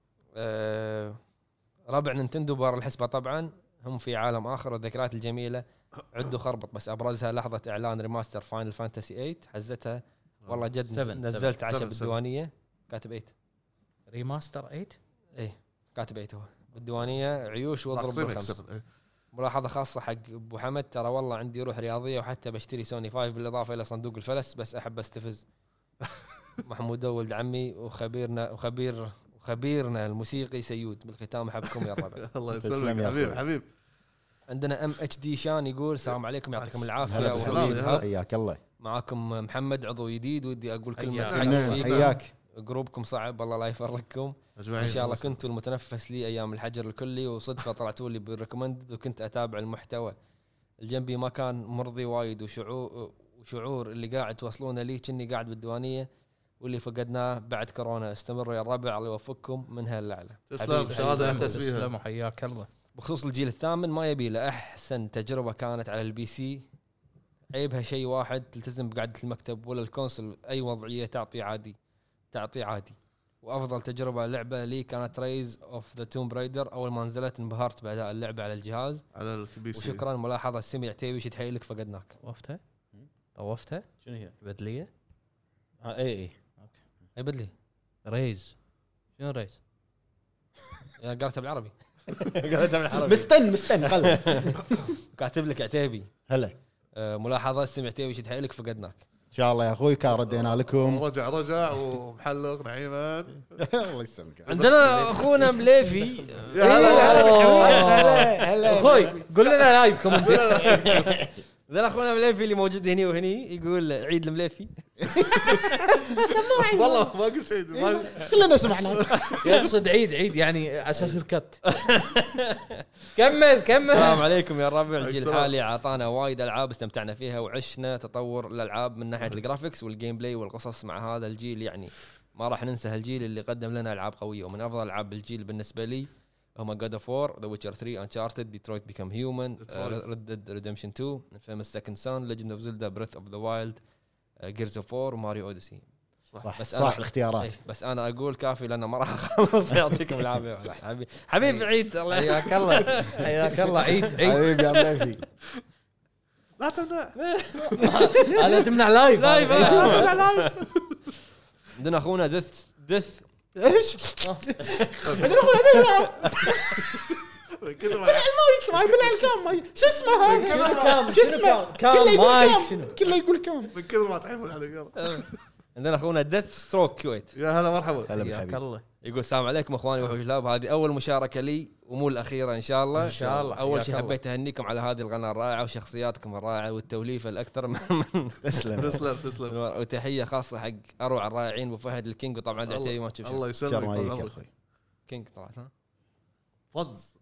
أه ربع نينتندو بار الحسبه طبعا هم في عالم اخر والذكريات الجميله عدوا خربط، بس ابرزها لحظه اعلان ريماستر فاينل فانتسي ثمانية حزتها والله جد. سبن نزلت سبن عشاء سبن بالديوانيه كاتب ثمانية ريماستر ثمانية. ايه كاتب ثمانية هو بالديوانيه عيوش واضرب بالخمس. ملاحظه خاصه حق ابو حمد، ترى والله عندي روح رياضيه وحتى بشتري سوني فايف بالاضافه الى صندوق الفلس، بس احب استفز. محمود ولد عمي وخبيرنا وخبير وخبيرنا الموسيقي سيود. بالختام احبكم يا ربع. الله يسلمك حبيب حبيب. عندنا ام اتش دي شان يقول السلام عليكم يعطيكم العافيه. حياك الله. معاكم محمد عضو جديد، ودي اقول كلمه حياك. جروبكم صعب الله لا يفرقكم ان شاء الله. كنتوا المتنفس لي ايام الحجر الكلي وصدفه طلعتوا لي بالريكومند وكنت اتابع المحتوى الجنبي ما كان مرضي وايد، وشعور وشعور اللي قاعد توصلونه لي كني قاعد بالديوانيه واللي فقدناه بعد كورونا. استمروا يا الربع الله يوفقكم من هاللعبه. تسلم شهاده نحتس بيها. تسلم وحياك الله. بخصوص الجيل الثامن ما يبي له احسن تجربه كانت على البي سي، عيبها شيء واحد تلتزم بقعده المكتب، ولا الكونسول اي وضعيه تعطي عادي تعطي عادي. وافضل تجربه لعبه لي كانت ريز اوف ذا توم برايدر، اول ما نزلت انبهرت باداء اللعبه على الجهاز على البي سي. وشكرا. ملاحظه سمي عتيبي شد حيلك فقدناك. طوفتها طوفتها شنو هي؟ بدليه. اه اي اي اي بدلي ريز. شنو ريز؟ يا قرأتها بالعربي. قرأتها بالعربي. مستن مستن قلب. كاتب لك عتيبي. هلا آه ملاحظه سمي عتيبي شد حيلك فقدناك. ان شاء الله يا اخوي كان ردينا لكم. رجع رجع ومحلق نعيما. الله يسلمك. عندنا اخونا مليفي. يا هلا هلا اخوي قول لنا لايف كومنت. ذا اخونا مليفي اللي موجود هني وهني يقول عيد المليفي. والله ما قلت عيد كلنا سمعنا. يقصد عيد عيد يعني اساس الكت. كمل كمل. السلام عليكم يا الربع. الجيل الحالي عطانا وايد العاب استمتعنا فيها وعشنا تطور الالعاب من ناحيه الجرافيكس والجيم بلاي والقصص. مع هذا الجيل يعني ما راح ننسى هالجيل اللي قدم لنا العاب قويه، ومن افضل العاب الجيل بالنسبه لي هما God of War, The Witcher ثري, Uncharted, Detroit Become Human, uh, Red Dead Redemption two, Infamous Second Son, Legend of Zelda Breath of the Wild, uh, Gears of War, Mario Odyssey. صح بس صح الاختيارات. ايه بس انا اقول كافي لانه ما راح اخلص. يعطيكم العافيه حبيبي حبيبي عيد. الله حياك الله حياك الله. عيد عيد حبيبي يا مليفي. لا تمنع. هذا تمنع لايف. لايف لا تمنع لايف. عندنا اخونا دث دث ايش؟ عندنا اخونا كذا ما المايك ما يبلع الكام ماي شو اسمه هذا؟ شو اسمه؟ كام مايك كله يقول كام. من كذا ما تعرفون على. عندنا اخونا دث ستروك كويت. يا هلا مرحبا. هلا حياك بحبيبي. الله. يقول السلام عليكم اخواني وحوش الكلاب، هذه اول مشاركه لي ومو الاخيره ان شاء الله. إن شاء الله. اول شيء حبيت اهنيكم على هذه القناه الرائعه وشخصياتكم الرائعه والتوليفه الاكثر من تسلم تسلم تسلم. وتحيه خاصه حق اروع الرائعين ابو فهد الكينج، وطبعا العتيبي ما تشوف الله شر يسلمك ما يجيك يا طال اخوي. كينج طلعت ها. فنز.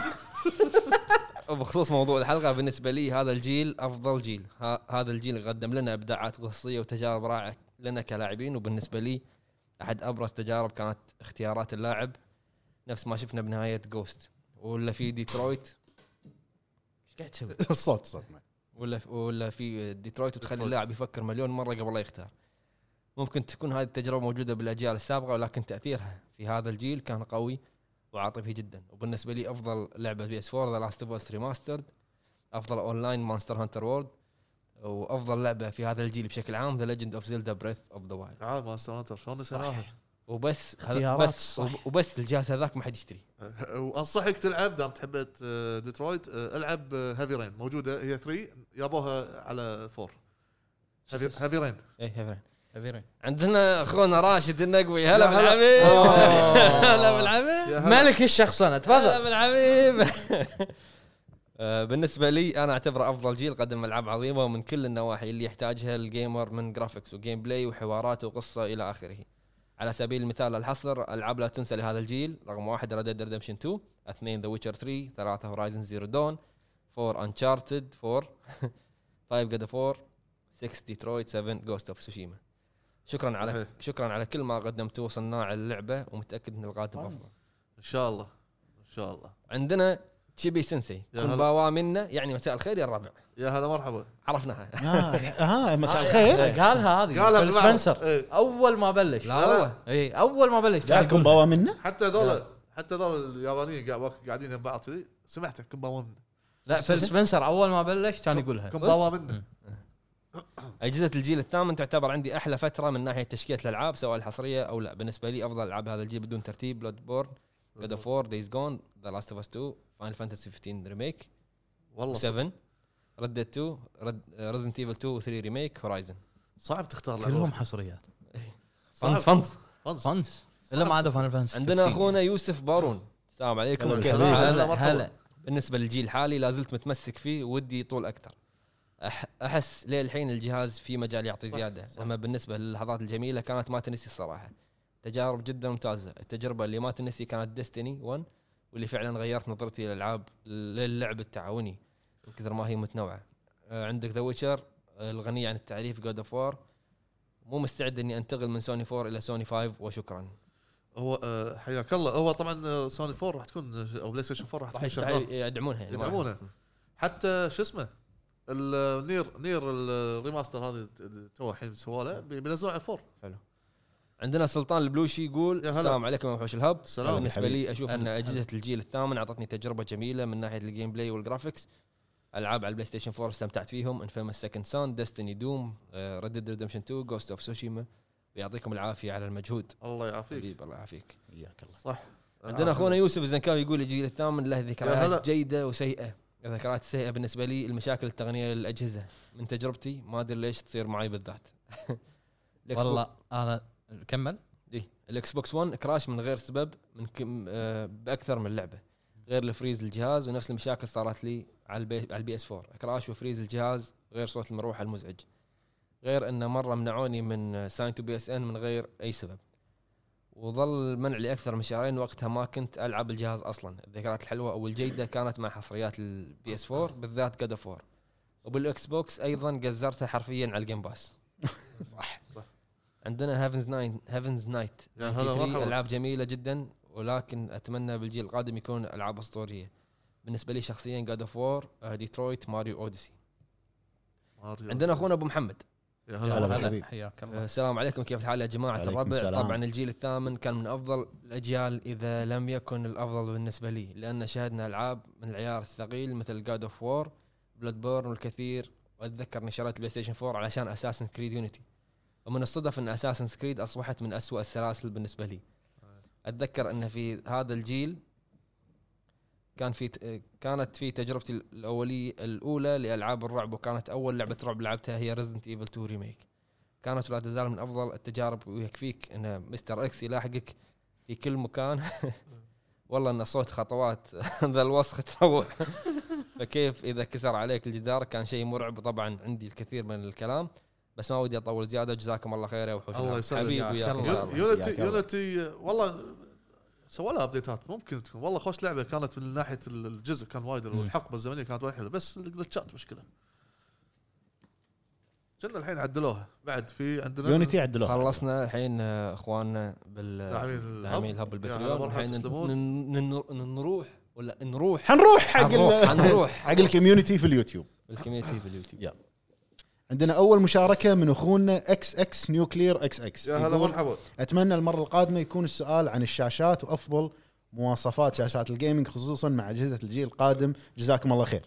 وبخصوص موضوع الحلقه بالنسبه لي هذا الجيل افضل جيل. هذا الجيل قدم لنا ابداعات قصصيه وتجارب رائعه لنا كلاعبين. وبالنسبه لي احد ابرز تجارب كانت اختيارات اللاعب، نفس ما شفنا بنهايه جوست، ولا في ديترويت ايش قاعد تسوي؟ الصوت صوت ولا ولا في ديترويت، وتخلي اللاعب يفكر مليون مره قبل لا يختار. ممكن تكون هذه التجربه موجوده بالاجيال السابقه، ولكن تاثيرها في هذا الجيل كان قوي وعاطفي جدا. وبالنسبه لي افضل لعبه بي اس فور ذا لاست اوف اس ريماسترد، افضل اونلاين مونستر هانتر وورلد، وافضل لعبه في هذا الجيل بشكل عام ذا ليجند اوف زيلدا بريث اوف ذا وايلد. تعال مونستر هانتر شلون نسيناها. وبس اختيارات بس صح. وبس الجهاز هذاك ما حد يشتري. وانصحك تلعب دام تحب ديترويت، العب هافي رين موجوده هي ثلاثة يابوها على فور. هافي هافي رين ايه هيفرين. هافي عندنا اخونا راشد النقوي. هلا يا هلا. بالحبيب. آه. هلا بالحبيب. يا هلا. ملك الشخصنه هلا تفضل. بالحبيب. آه، بالنسبه لي انا اعتبره افضل جيل قدم العاب عظيمه ومن كل النواحي اللي يحتاجها الجيمر، من جرافيكس وجيم بلاي وحوارات وقصه الى اخره. على سبيل المثال الحصر العاب لا تنسى لهذا الجيل: رقم واحد ريد ديد ريدمشن تو، اثنين ذا ويتشر ثري، ثلاثة هورايزن زيرو دون، فور انشارتد فور، فايف جاد فور، ستة ديترويت، سبعة جوست اوف سوشيما. شكرا على صحيح. شكرا على كل ما قدمتوه صناع اللعبه، ومتاكد ان القادم افضل ان شاء الله ان شاء الله. عندنا تشيبي سensei يا كن هلا. باوا منا، يعني مساء الخير يا الربع. يا هلا مرحبا. عرفناها. ها مساء الخير. قالها هذه قالها فيل بالمعرض. سبنسر إيه. اول ما بلش. لا والله. اي اول ما بلش قاعد جاكم يقول باوا منا. حتى ذولا حتى ذولا اليابانيين قاعد قاعدين يم بعض كذي سمعته كم باوا منه. لا فيل سبنسر اول ما بلش كان يقولها. كم باوا منه. اجهزه الجيل الثامن تعتبر عندي احلى فتره من ناحيه تشكيله الالعاب سواء الحصريه او لا. بالنسبه لي افضل العاب هذا الجيل بدون ترتيب: بلود بورن، جود اوف وور، دايز جون، ذا لاست اوف اس تو، فاينل فانتسي خمستاشر ريميك، والله سبعة، ريد ديد تو، ريزنت ايفل تو ثري ريميك، هورايزن. صعب تختار كلهم حصريات فانز فانز فانز. فانس الا ما عدا فاينل فانس. عندنا اخونا يوسف بارون. السلام عليكم. هلا كيف بالسلام. الحال؟ هلا مرحبا. هلا. بالنسبه للجيل الحالي لازلت متمسك فيه ودي يطول اكثر. أح احس للحين الجهاز في مجال يعطي صح، زياده. صح. اما بالنسبه للحظات الجميله كانت ما تنسي الصراحه. تجارب جدا ممتازه. التجربه اللي ما تنسي كانت ديستني واحد، واللي فعلا غيرت نظرتي للالعاب للعب التعاوني من كثر ما هي متنوعه. آه، عندك ذا ويتشر الغني عن التعريف، جود اوف وور. مو مستعد اني انتقل من سوني فور الى سوني فايف، وشكرا. هو آه، حياك الله. هو طبعا آه، سوني فور راح تكون او بلاي ستيشن فور راح تكون شغال يدعمونها يعني ما- يدعمونه. حتى شو اسمه النير نير الريماستر هذه تو الحين سواله بينزلون على الفور. عندنا سلطان البلوشي يقول يا هلا. السلام عليكم يا وحوش الهب. السلام. بالنسبه حبيبي. لي اشوف ان اجهزه الجيل الثامن اعطتني تجربه جميله من ناحيه الجيم بلاي والجرافيكس. العاب على البلاي ستيشن فور استمتعت فيهم: انفيمس سكند سان، ديستني، دوم، ريد ديد ريدمشن تو، جوست اوف سوشيما. ويعطيكم العافيه على المجهود. الله يعافيك. حبيب الله يعافيك. حياك الله. صح. عندنا اخونا يوسف الزنكاوي يقول الجيل الثامن له يا هلا. ذكريات جيده وسيئه. الذكريات السيئه بالنسبه لي المشاكل التقنيه للاجهزه. من تجربتي ما ادري ليش تصير معي بالذات. الإكس والله انا كمل. دي الاكس بوكس واحد كراش من غير سبب من كم آه باكثر من لعبه، غير الفريز الجهاز، ونفس المشاكل صارت لي على البي على البي اس فور، كراش وفريز الجهاز، غير صوت المروحه المزعج، غير انه مره منعوني من ساين تو بي اس ان من غير اي سبب، وظل منع لي اكثر من شهرين. وقتها ما كنت العب الجهاز اصلا. الذكريات الحلوه او الجيده كانت مع حصريات البي اس فور بالذات جاد اوف وور، وبالاكس بوكس ايضا جزرتها حرفيا على الجيم باس. صح صح. عندنا هيفنز ناين هيفنز نايت يا هلا مرحبا. العاب جميله جدا، ولكن اتمنى بالجيل القادم يكون العاب اسطوريه. بالنسبه لي شخصيا جاد اوف وور، ديترويت، ماريو اوديسي. ماريو. عندنا اخونا ابو محمد. يا هلا هلا. بالحبيب. هلا حياك آه، الله. السلام عليكم، كيف الحال يا جماعه عليكم الربع؟ السلام. طبعا الجيل الثامن كان من افضل الاجيال اذا لم يكن الافضل بالنسبه لي، لان شاهدنا العاب من العيار الثقيل مثل جاد اوف وور، بلاد بورن والكثير. واتذكر اني شريت البلاي ستيشن فور علشان اساسن كريد يونيتي، ومن الصدف ان اساسن كريد اصبحت من أسوأ السلاسل بالنسبه لي. اتذكر ان في هذا الجيل كان في كانت في تجربتي الاوليه الاولى لالعاب الرعب، وكانت اول لعبه رعب لعبتها هي ريزدنت ايفل تو ريميك. كانت ولا تزال من افضل التجارب، ويكفيك ان مستر اكس يلاحقك في كل مكان. والله ان صوت خطوات ذا الوسخ تروح. فكيف اذا كسر عليك الجدار؟ كان شيء مرعب. طبعا عندي الكثير من الكلام بس ما ودي اطول زياده. جزاكم الله خير يا وحوش الله الهب. يسلمك. حبيبي وياك ان شاء الله. يونيتي ياك الله. يونيتي والله سووا لها ابديتات ممكن تكون والله خوش لعبه كانت من ناحيه الجزء كان وايد، والحقبه الزمنيه كانت وايد حلوه، بس الجلتشات مشكله. كنا الحين عدلوها بعد في عندنا يونيتي عدلوها خلصنا الحين اخواننا بال داعمين الهب البتريون الحين نروح ولا نروح حنروح حق حنروح حق الكوميونتي في اليوتيوب الكوميونتي في اليوتيوب. يلا عندنا اول مشاركه من اخونا اكس اكس نيوكلير اكس اكس. يا هلا مرحبا. اتمنى المره القادمه يكون السؤال عن الشاشات وافضل مواصفات شاشات الجيمنج خصوصا مع اجهزه الجيل القادم. جزاكم الله خير.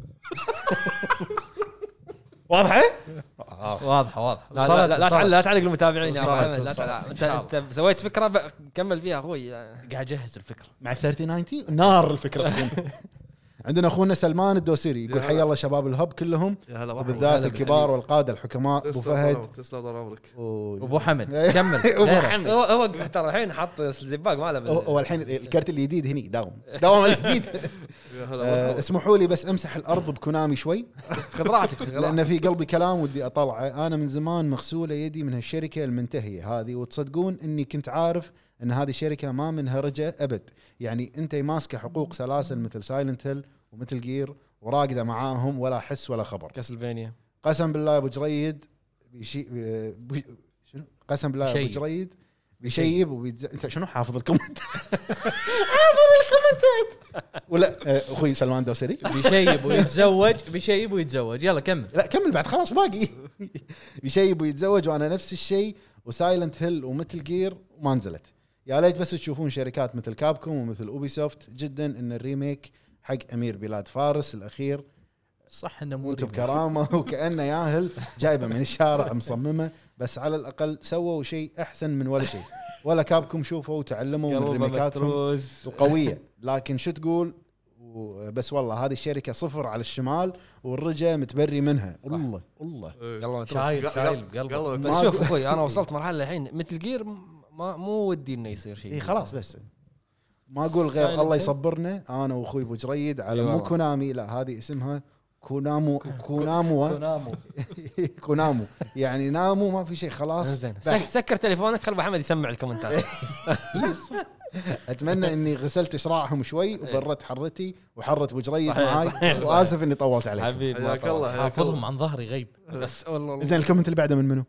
واضحه واضحه واضحه. لا لا لا, لا تعلق لا تعلق المتابعين يا محمد. لا تعلق. انت انت سويت فكره كمل فيها اخوي. قاعد اجهز الفكره مع ثلاثين تسعين نار الفكره. عندنا اخونا سلمان الدوسري يقول حيا الله شباب الهب كلهم وبالذات الكبار والقاده الحكماء ابو فهد تسلم عمرك ابو حمد. كمل ابو حمد. هو ترى الحين حط الزباق ماله هو الحين الكرت الجديد هني داوم داوم الجديد. اسمحوا لي بس امسح الارض بكونامي شوي خذ راحتك لان في قلبي كلام ودي اطلعه. انا من زمان مغسوله يدي من هالشركه المنتهيه هذه وتصدقون اني كنت عارف ان هذه الشركه ما منها رجع ابد. يعني انت ماسكه حقوق سلاسل مثل سايلنت هيل ومثل جير وراقده معاهم ولا حس ولا خبر. كاسلفينيا قسم بالله ابو جريد بيشي بي... شنو قسم بالله ابو جريد بيشيب وبيتز... انت شنو حافظ الكومنت؟ حافظ الكومنتات ولا اخوي سلمان دوسري بيشيب ويتزوج بيشيب ويتزوج. يلا كمل. لا كمل بعد خلاص باقي. بيشيب ويتزوج وانا نفس الشيء وسايلنت هيل ومثل جير وما نزلت. يا ليت بس تشوفون شركات مثل كابكوم ومثل اوبي سوفت جدا ان الريميك حق امير بلاد فارس الاخير صح انه مو بكرامه وكانه ياهل جايبه من الشارع مصممه بس على الاقل سووا شيء احسن من ولا شيء. ولا كابكم شوفوا وتعلموا من ريميكاتهم وقويه لكن شو تقول بس والله هذه الشركه صفر على الشمال والرجا متبري منها. والله والله يلا شايل شايل بقلبه. بس شوف اخوي انا وصلت مرحله الحين مثل جير ما مو ودي انه يصير شيء. اي خلاص بس ما اقول غير الله يصبرنا انا واخوي ابو جريد على مو كونامي لا هذه اسمها كونامو كونامو كونامو كونامو يعني ناموا ما في شيء خلاص. زين سكر تليفونك خل ابو حمد يسمع الكومنتات. اتمنى اني غسلت شراعهم شوي وبرت حرتي وحرت ابو جريد معاي واسف اني طولت عليك حبيبي. حياك الله حافظهم عن ظهري غيب بس والله. زين الكومنت اللي بعده من منو؟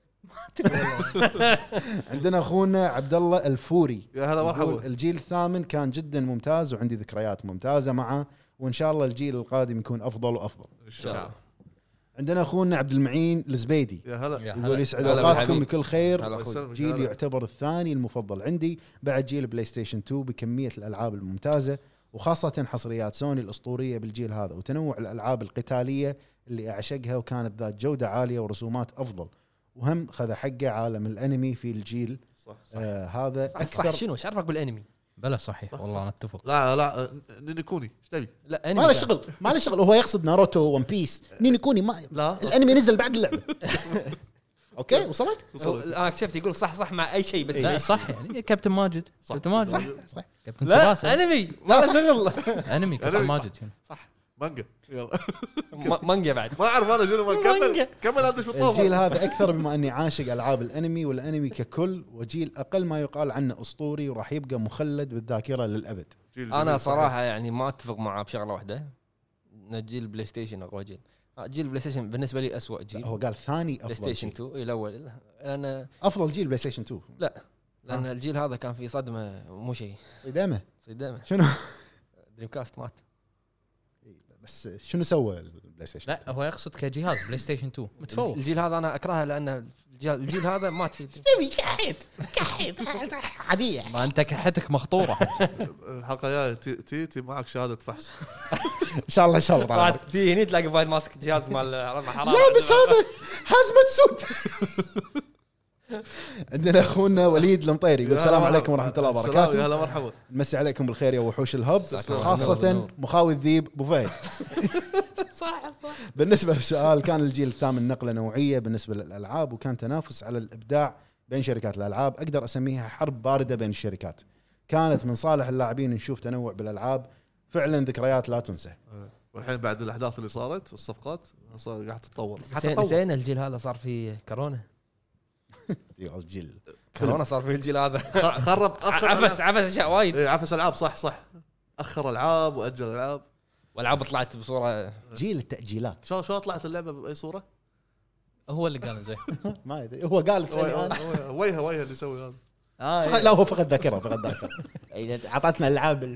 عندنا اخونا عبد الله الفوري. يا هلا مرحبا. الجيل الثامن كان جدا ممتاز وعندي ذكريات ممتازه معه وان شاء الله الجيل القادم يكون افضل وافضل ان شاء الله. عندنا اخونا عبد المعين الزبيدي يا هلا يقول يسعد اوقاتكم بكل خير. جيل جيل يعتبر الثاني المفضل عندي بعد جيل بلاي ستيشن اثنين بكميه الالعاب الممتازه وخاصه حصريات سوني الاسطوريه بالجيل هذا وتنوع الالعاب القتاليه اللي اعشقها وكانت ذات جوده عاليه ورسومات افضل وهم خذ حقه عالم الانمي في الجيل. صح صح. آه هذا صح اكثر. صح شنو ايش عرفك بالانمي؟ بلا صحيح صح والله صح. انا اتفق. لا لا نينيكوني ايش تبي؟ لا ما له شغل ما له شغل هو يقصد ناروتو ون بيس نينيكوني ما لا الانمي نزل بعد اللعبه. اوكي وصلت انا اكتشفت يقول صح صح مع اي شيء بس إيه صح يعني كابتن ماجد كابتن ماجد صح صح كابتن لا سباسة انمي ما له شغل. انمي كابتن ماجد صح مانجا يلا مانجا بعد ما اعرف انا شنو كمل كمل ادش بالطوفه. الجيل هذا اكثر بما اني عاشق العاب الانمي والانمي ككل وجيل اقل ما يقال عنه اسطوري وراح يبقى مخلد بالذاكره للابد. انا صراحه يعني ما اتفق معه بشغله واحده ان جيل بلاي ستيشن اقوى جيل. جيل بلاي ستيشن بالنسبه لي اسوأ جيل. هو قال ثاني بلاي افضل ستيشن جيل. اثنين اي الاول انا افضل جيل بلاي ستيشن اثنين. لا لان الجيل هذا كان فيه صدمه مو شيء صدمه صدمه شنو دريم كاست مات. بس شنو سوى البلاي ستيشن؟ لا هو يقصد كجهاز بلاي ستيشن اثنين متفوق. الجيل هذا انا اكرهه لان الجيل, الجيل هذا مات فيه. تبي كحيت كحيت عاديه. ما انت كحتك مخطوره. الحلقه الجايه تي تي معك شهاده فحص ان شاء الله ان شاء الله. بعد تي هني تلاقي وايد ماسك جهاز مال حراره لا بس هذا هزمه سود. عندنا اخونا وليد المطيري يقول السلام عليكم ورحمه الله وبركاته. هلا مرحبا. نمسي عليكم بالخير يا وحوش الهب خاصه مخاوي الذيب ابو فهد. صح صح. بالنسبه للسؤال كان الجيل الثامن نقله نوعيه بالنسبه للالعاب وكان تنافس على الابداع بين شركات الالعاب اقدر اسميها حرب بارده بين الشركات كانت من صالح اللاعبين نشوف تنوع بالالعاب فعلا ذكريات لا تنسى. والحين بعد الاحداث اللي صارت والصفقات صار قاعد تتطور. نسينا الجيل هذا صار فيه كورونا. يا الجيل كورونا صار فيه الجيل هذا خرب عفس عفس اشياء وايد. اي عفس العاب صح صح اخر العاب واجل العاب والعاب طلعت بصوره جيل التاجيلات. شو شو طلعت اللعبه باي صوره هو اللي قال زين. ما ادري هو قال لك ويها ويها اللي يسوي هذا. آه لا هو فقد ذاكره فقد ذاكره. عطتنا العاب.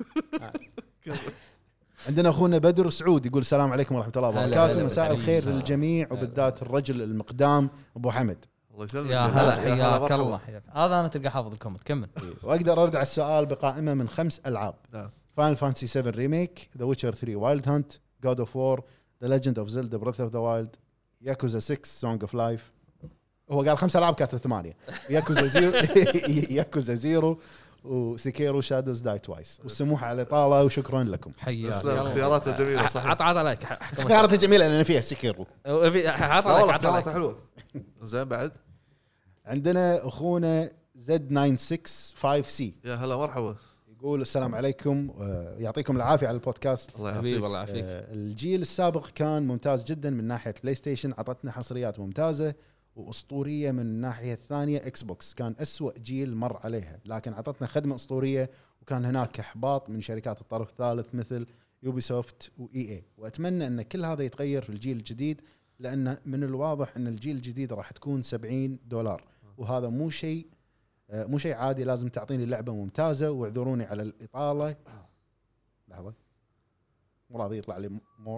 عندنا اخونا بدر سعود يقول السلام عليكم ورحمه الله وبركاته. مساء الخير للجميع وبالذات الرجل المقدام ابو حمد. الله يسلمك. يا هلا حياك الله. هذا انا تلقى حافظ الكومنت. كمل. واقدر ارد على السؤال بقائمه من خمس العاب. فاينل فانتسي سفن ريميك، ذا ويتشر ثري وايلد هانت، جود اوف وور، ذا ليجند اوف زلدا بريث اوف ذا وايلد، ياكوزا ستة سونج اوف لايف. هو قال خمس العاب كاتب ثمانيه. ياكوزا زيرو ياكوزا زيرو وسيكيرو شادوز داي توايس. والسموح على الاطاله وشكرا لكم. حياك. اختياراته جميله صح. عط عط عليك. اختياراته جميله لان فيها سيكيرو. عط عليك. اختياراته حلوه. زين بعد عندنا اخونا زد تسعة ستة خمسة سي. يا هلا مرحبا. يقول السلام عليكم يعطيكم العافيه على البودكاست. الله يعافيك. الله يعافيك. الجيل السابق كان ممتاز جدا من ناحيه بلاي ستيشن، عطتنا حصريات ممتازه واسطوريه. من الناحيه الثانيه اكس بوكس كان أسوأ جيل مر عليها، لكن عطتنا خدمه اسطوريه وكان هناك احباط من شركات الطرف الثالث مثل يوبي سوفت واي اي. واتمنى ان كل هذا يتغير في الجيل الجديد، لان من الواضح ان الجيل الجديد راح تكون سبعين دولار وهذا مو شيء مو شيء عادي. لازم تعطيني لعبه ممتازه. واعذروني على الاطاله. لحظه مو راضي يطلع لي مور.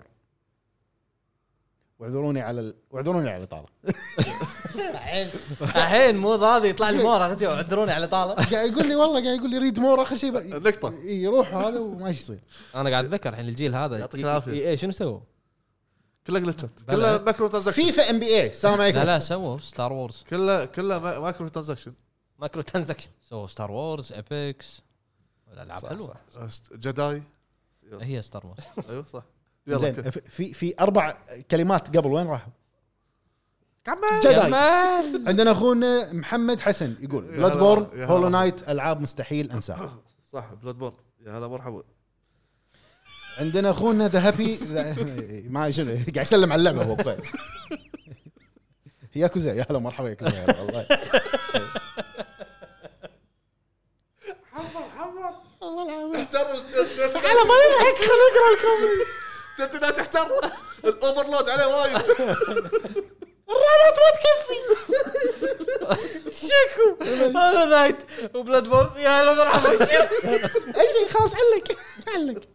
واعذروني على ال... واعذروني على الاطاله. الحين الحين مو راضي يطلع لي مور. اخر شيء اعذروني على الاطاله. قاعد يقول لي والله قاعد يقول لي ريد مور. اخر شيء نقطه يروح هذا وما يصير. انا قاعد اتذكر الحين الجيل هذا يعطيك العافيه. ايه شنو سووا؟ كله جلتشات كله ماكرو ترانزاكشن. فيفا ام بي اي. السلام عليكم. لا لا سووا ستار وورز. كله كله ماكرو ترانزاكشن. ماكرو ترانزاكشن. سووا ستار وورز ابيكس الالعاب حلوه. جداي هي ستار وورز. ايوه صح. يلا في في اربع كلمات قبل وين راحوا؟ كمان جداي. عندنا اخونا محمد حسن يقول بلاد بورن هولو نايت العاب مستحيل انساها. صح بلاد بورن. يا هلا مرحبا. عندنا اخونا ذا هابي ما شنو قاعد يسلم على اللعبه هو طيب. ياكوزا. يا هلا مرحبا ياكوزا. والله تحتر تعال ما يضحك. خلينا نقرا الكومنت. انت لا تحتر الاوفرلود عليه وايد. الرابط ما تكفي. شكو هذا نايت وبلاد بورن. يا هلا مرحبا. اي شيء خلاص علق علق.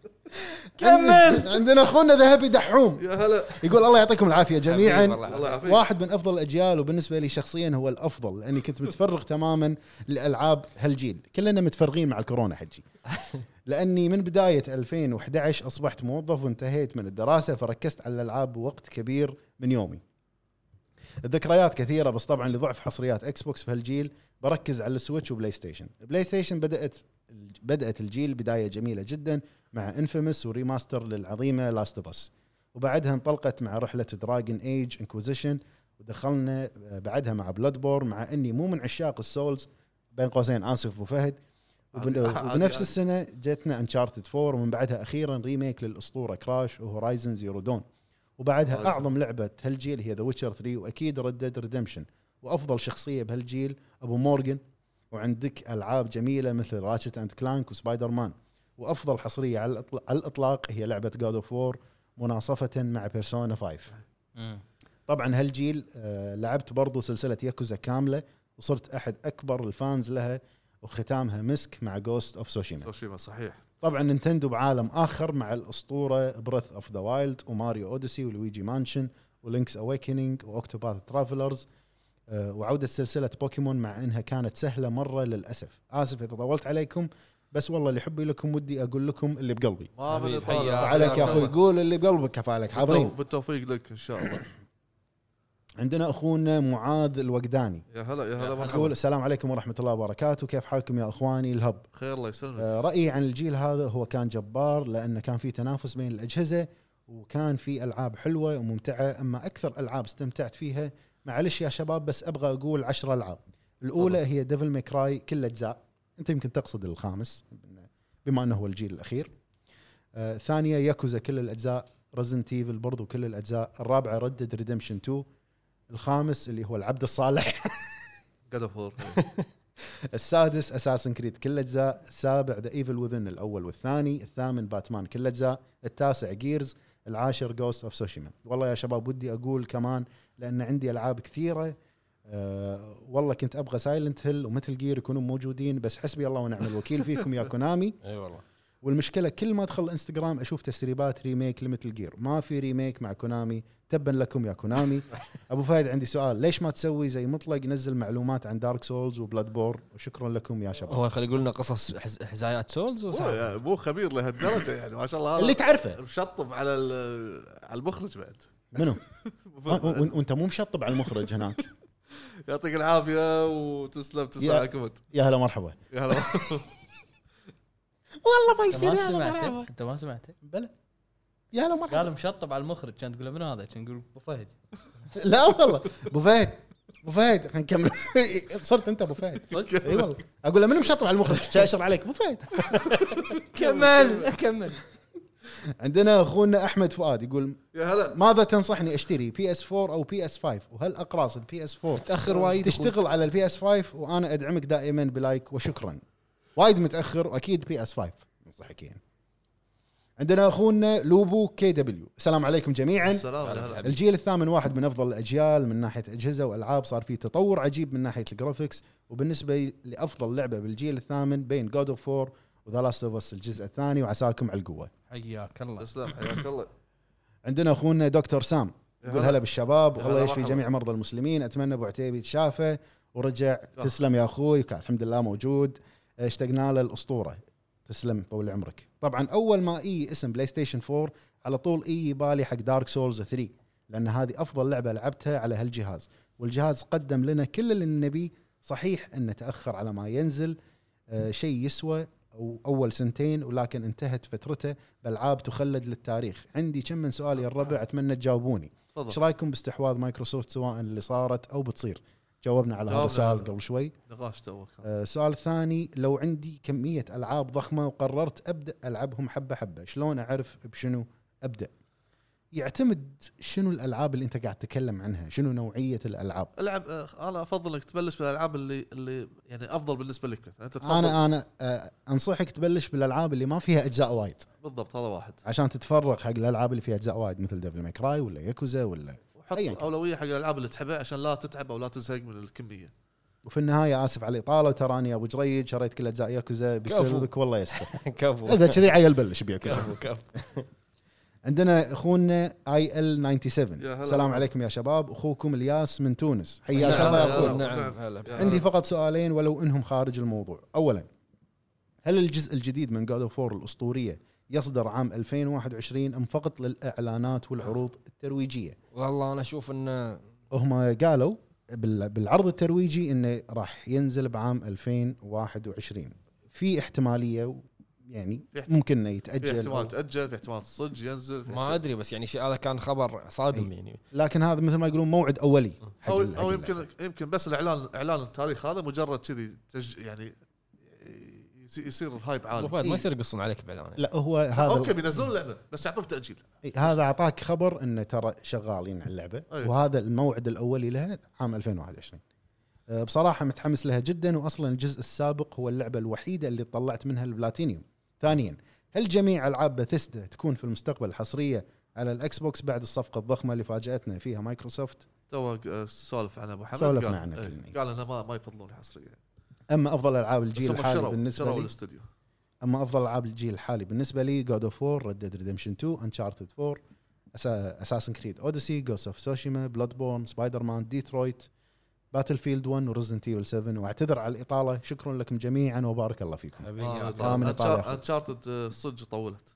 كمل. عندنا اخونا ذهبي دحوم يا هلا. يقول الله يعطيكم العافيه جميعا. الله يعافيك. واحد من افضل الاجيال وبالنسبه لي شخصيا هو الافضل لاني كنت متفرغ تماما لالعاب هالجيل. كلنا متفرغين مع الكورونا حجي. لاني من بدايه ألفين وأحد عشر اصبحت موظف وانتهيت من الدراسه فركزت على الالعاب وقت كبير من يومي. الذكريات كثيره بس طبعا لضعف حصريات اكس بوكس بهالجيل بركز على السويتش وبلاي ستيشن. بلاي ستيشن بدات بدات الجيل بدايه جميله جدا مع انفيمس وريماستر للعظيمه لاست اوف اس، وبعدها انطلقت مع رحله دراجون ايج انكويزيشن، ودخلنا بعدها مع بلاد بور. مع اني مو من عشاق السولز بين قوسين اسف ابو فهد. وبنفس السنه جتنا انشارتد فور، ومن بعدها اخيرا ريميك للاسطوره كراش وهورايزن زيرو دون، وبعدها اعظم لعبه هالجيل هي ذا ويتشر ثري، واكيد ريد ديد ريدمشن. وافضل شخصيه بهالجيل ابو مورغان. وعندك العاب جميله مثل راتشت اند كلانك وسبايدر مان. وافضل حصريه على الاطلاق هي لعبه جود اوف وور مناصفه مع بيرسونا فايف. طبعا هالجيل آه لعبت برضو سلسله ياكوزا كامله وصرت احد اكبر الفانز لها، وختامها مسك مع جوست اوف سوشيما. سوشيما صحيح. طبعا نينتندو بعالم اخر مع الاسطوره بريث اوف ذا وايلد وماريو اوديسي ولويجي مانشن ولينكس اويكنينج واوكتوباث ترافلرز. آه وعوده سلسله بوكيمون مع انها كانت سهله مره للاسف. اسف اذا طولت عليكم، بس والله اللي حبي لكم ودي اقول لكم اللي بقلبي. ما بنطالع عليك يا اخوي. قول اللي بقلبك كفالك. حاضرين. بالتوفيق لك ان شاء الله. عندنا اخونا معاذ الوقداني. يا هلا يا هلا مرحبا. يقول السلام عليكم ورحمه الله وبركاته. كيف حالكم يا اخواني الهب؟ خير الله يسلمك. آه رايي عن الجيل هذا هو كان جبار لانه كان في تنافس بين الاجهزه وكان في العاب حلوه وممتعه. اما اكثر العاب استمتعت فيها معلش يا شباب بس ابغى اقول عشر العاب. الاولى طبعا. هي ديفل ماي كراي كل اجزاء. انت يمكن تقصد الخامس بما انه هو الجيل الاخير. آه ثانيه ياكوزا كل الاجزاء. ريزنت ايفل برضو كل الاجزاء. الرابعه ريد ديد ريدمشن تو. الخامس اللي هو العبد الصالح God of War. السادس اساسن كريد كل اجزاء. السابع ذا ايفل وذن الاول والثاني. الثامن باتمان كل اجزاء. التاسع جيرز. العاشر جوست اوف سوشيما. والله يا شباب ودي اقول كمان لان عندي العاب كثيره. أه والله كنت ابغى سايلنت هيل ومثل جير يكونوا موجودين، بس حسبي الله ونعم الوكيل فيكم يا كونامي. اي والله. والمشكله كل ما ادخل انستغرام اشوف تسريبات ريميك لمثل جير، ما في ريميك مع كونامي. تبا لكم يا كونامي. ابو فهد عندي سؤال، ليش ما تسوي زي مطلق نزل معلومات عن دارك سولز وبلاد بور؟ وشكرا لكم يا شباب. هو خلي يقول لنا قصص حز- حزايات سولز وسا- مو خبير لهالدرجه يعني ما شاء الله. هذا اللي تعرفه مشطب على ال- على المخرج بعد. منو؟ و- وانت مو مشطب على المخرج هناك. يعطيك العافيه وتسلم تسلم يا- على كومنت. يا هلا مرحبا. يا هلا. والله ما انت يصير ما يا هلا سمعته مرحبا. انت ما سمعته بلا يا هلا مرحبا. قال مشطب على المخرج، كان تقول له منو هذا؟ كان تقول ابو فهد. لا والله ابو فهد ابو فهد خلينا نكمل. صرت انت ابو فهد. اي والله اقول له من مشطب على المخرج شاشر عليك ابو فهد. كمل كمل. عندنا اخونا احمد فؤاد يقول يا هلا. ماذا تنصحني اشتري بي اس فور او بي اس فايف؟ وهل اقراص البي اس فور تاخر وايد تشتغل على البي اس فايف؟ وانا ادعمك دائما بلايك وشكرا. وايد متاخر واكيد بي اس فايف انصحك يعني. عندنا اخونا لوبو كي دبليو، السلام عليكم جميعا. السلام يا هلا. الجيل الثامن واحد من افضل الاجيال من ناحيه اجهزه والعاب، صار في تطور عجيب من ناحيه الجرافيكس. وبالنسبه لافضل لعبه بالجيل الثامن بين جود اوف فور وذا لاست اوف اس الجزء الثاني، وعساكم على القوه. حياك الله. تسلم حياك الله. عندنا اخونا دكتور سام يقول هلا بالشباب، يا والله هلا يشفي مرحبا. جميع مرضى المسلمين. اتمنى ابو عتيبي يتشافى ورجع. تسلم يا اخوي، كان الحمد لله موجود. اشتقنا له الاسطوره. تسلم طول عمرك. طبعا اول ما اي اسم بلاي ستيشن فور على طول اي يبالي حق دارك سولز ثري، لان هذه افضل لعبه لعبتها على هالجهاز، والجهاز قدم لنا كل اللي نبيه. صحيح انه تاخر على ما ينزل آه شيء يسوى او اول سنتين، ولكن انتهت فترته بالعاب تخلد للتاريخ. عندي كم من سؤال يا الربع اتمنى تجاوبوني. ايش تفضل. رايكم باستحواذ مايكروسوفت سواء اللي صارت او بتصير؟ جاوبنا على هذا جاوبنا السؤال على- قبل شوي. نقاش تو كان. آه، السؤال الثاني، لو عندي كمية ألعاب ضخمة وقررت أبدأ ألعبهم حبة حبة، شلون أعرف بشنو أبدأ؟ يعتمد شنو الألعاب اللي أنت قاعد تتكلم عنها، شنو نوعية الألعاب. العب آه، انا افضل انك تبلش بالالعاب اللي اللي يعني افضل بالنسبه لك. مثلا انت تفضل. أنا أنا آه، أنصحك تبلش بالألعاب اللي ما فيها أجزاء وايد، بالضبط هذا واحد. عشان تتفرغ حق الألعاب اللي فيها أجزاء وايد مثل ديفل ماي كراي ولا ياكوزا ولا. وحط أياً كان. اولويه حق الالعاب اللي تحبها عشان لا تتعب او لا تزهق من الكميه. وفي النهاية آسف على الإطالة، وتراني يا أبو جريد شريت كل أجزاء ياكوزا بسببك، والله يستر. كفو إذا كذي عيل بلش بياكوزا. كفو كفو. عندنا اخونا اي ال سبعة وتسعين، يا هلا. السلام عليكم يا شباب، اخوكم الياس من تونس، حياك نعم، الله يا هلا. اخوي. نعم نعم. هلا. يا عندي هلا. فقط سؤالين ولو انهم خارج الموضوع. اولا، هل الجزء الجديد من جود اوف فور الاسطوريه يصدر عام ألفين وواحد وعشرين ام فقط للاعلانات والعروض الترويجيه؟ والله انا اشوف انه هم قالوا بال- بالعرض الترويجي انه راح ينزل بعام ألفين وواحد وعشرين. في احتماليه يعني في احتمال- ممكن انه في يتاجل، احتمال تاجل، في احتمال صج ينزل، في ما احتمال- ادري، بس يعني شيء هذا كان خبر صادم يعني. لكن هذا مثل ما يقولون موعد اولي حق او ال- حق او اللعبة. يمكن يمكن بس الاعلان اعلان التاريخ هذا مجرد كذي تج يعني يصير- يصير الهايب أبو عالي. فهد ما يصير يقصون عليك باعلان. لا هو هذا اوكي بينزلون اللعبه بس يعطوك تاجيل. إيه، هذا اعطاك خبر انه ترى شغالين على اللعبه، أيوة. وهذا الموعد الاولي لها عام ألفين وواحد وعشرين. أه، بصراحه متحمس لها جدا، واصلا الجزء السابق هو اللعبه الوحيده اللي طلعت منها البلاتينيوم. ثانيا، هل جميع العاب بثيسدا تكون في المستقبل حصريه على الاكس بوكس بعد الصفقه الضخمه اللي فاجاتنا فيها مايكروسوفت؟ تو آه، سولف عن ابو حمد. سولفنا قال- عنه إيه، كلنا. قال انه ما ما يفضلون الحصريه. اما افضل العاب بس الجيل هم الحالي شروا بالنسبه شروا لي الاستوديو. اما افضل العاب الجيل الحالي بالنسبه لي جود اوف فور، ريد ديد ريدمشن تو، انشارتد فور، اساسن كريد اوديسي، جوست اوف سوشيما، بلاد بورن، سبايدر مان، ديترويت، باتل فيلد واحد، وريزدنت ايفل سبعة. واعتذر على الاطاله، شكرا لكم جميعا وبارك الله فيكم. آمن إيطاليا أخوي. انشارتد صدق طولت.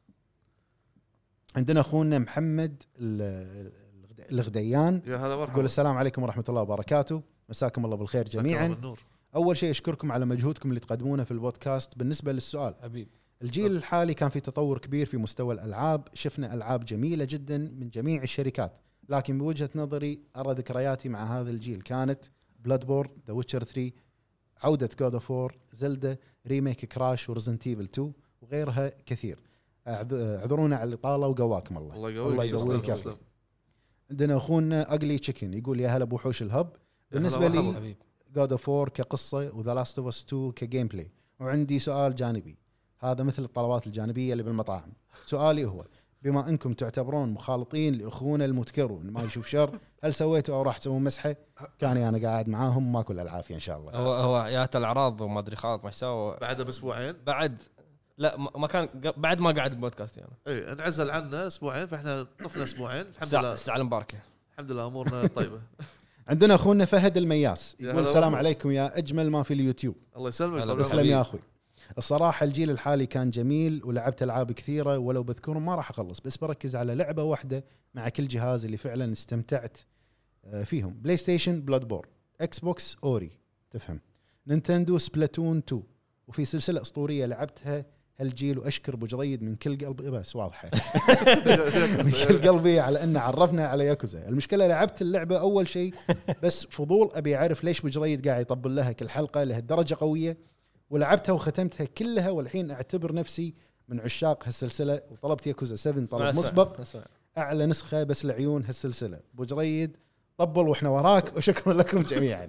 عندنا اخونا محمد ال- الغديان يا هلا يقول مرحبا. السلام عليكم ورحمه الله وبركاته، مساكم الله بالخير جميعا. بالنور. اول شيء اشكركم على مجهودكم اللي تقدمونه في البودكاست. بالنسبه للسؤال، حبيب الجيل الحالي كان في تطور كبير في مستوى الألعاب، شفنا ألعاب جميلة جدا من جميع الشركات، لكن بوجهة نظري أرى ذكرياتي مع هذا الجيل كانت بلاد بورن، ذا ويتشر ثري، عودة جود اوف وور، زلدا، ريميك كراش، وريزنت ايفل تو، وغيرها كثير. أعذ- اعذرونا على الإطالة وقواكم الله. الله يقويك. الله تسلم، يقويك يا تسلم. أخي. عندنا أخونا أجلي تشيكن يقول يا هلا بوحوش الهب. يا هلا بالنسبة مرحبا. لي حبيب جود اوف وور كقصة، وذا لاست اوف اس تو كجيم بلاي. وعندي سؤال جانبي، هذا مثل الطلبات الجانبية اللي بالمطاعم. سؤالي هو، بما انكم تعتبرون مخالطين لاخونا المتكرو ما يشوف شر، هل سويتوا او راح تسوون مسحه؟ كان انا قاعد معاهم ما كل العافيه ان شاء الله. هو هو يات الاعراض وما ادري خالط ما سوى بعدها باسبوعين بعد لا ما كان بعد ما قعد بودكاست يعني اي انعزل عنا اسبوعين فاحنا طفنا اسبوعين الحمد ساعة لله الساعه المباركه الحمد لله امورنا طيبه. عندنا اخونا فهد المياس يا يقول هلا السلام والله. عليكم يا اجمل ما في اليوتيوب. الله يسلمك هلا طبعاً. تسلم يا اخوي. الصراحه الجيل الحالي كان جميل ولعبت العاب كثيره ولو بذكرهم ما راح اخلص، بس بركز على لعبه واحده مع كل جهاز اللي فعلا استمتعت فيهم. بلاي ستيشن بلاد بور، اكس بوكس اوري تفهم، نينتندو سبلاتون تو، وفي سلسله اسطوريه لعبتها هالجيل واشكر ابو جريد من كل قلبي، بس واضحه من كل قلبي على انه عرفنا على ياكوزا. المشكله لعبت اللعبه اول شيء بس فضول ابي اعرف ليش ابو جريد قاعد يطبل لها كل حلقه لهالدرجه قويه، ولعبتها وختمتها كلها والحين اعتبر نفسي من عشاق هالسلسله، وطلبت ياكوزا سبعة طلب مسبق اعلى نسخه بس لعيون هالسلسله. ابو جريد طبل واحنا وراك وشكرا لكم جميعا.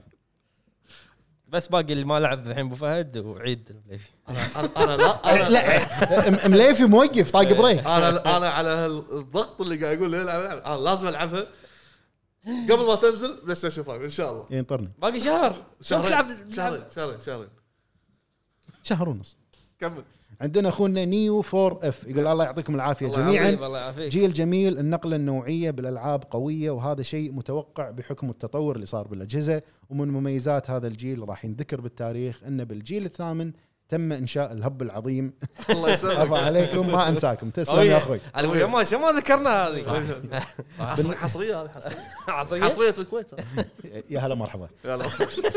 بس باقي اللي ما لعب الحين ابو فهد وعيد المليفي. انا انا لا لا مليفي موقف طاق بريك. انا انا على الضغط اللي قاعد يقول لي العب انا لازم العبها قبل ما تنزل بس اشوفها ان شاء الله. ينطرني باقي شهر شهرين شهرين شهرين شهرين شهر ونص. كمل. عندنا اخونا نيو فور اف يقول الله يعطيكم العافيه جميعا. الله يعافيك. جيل جميل، النقله النوعيه بالالعاب قويه وهذا شيء متوقع بحكم التطور اللي صار بالاجهزه، ومن مميزات هذا الجيل راح ينذكر بالتاريخ انه بالجيل الثامن تم انشاء الهب العظيم. الله يسلمك. عفا عليكم ما انساكم. تسلم يا اخوي. على ما شو ما ذكرنا هذه حصريه حصريه هذه عصريه حصريه في الكويت. يا هلا مرحبا. يلا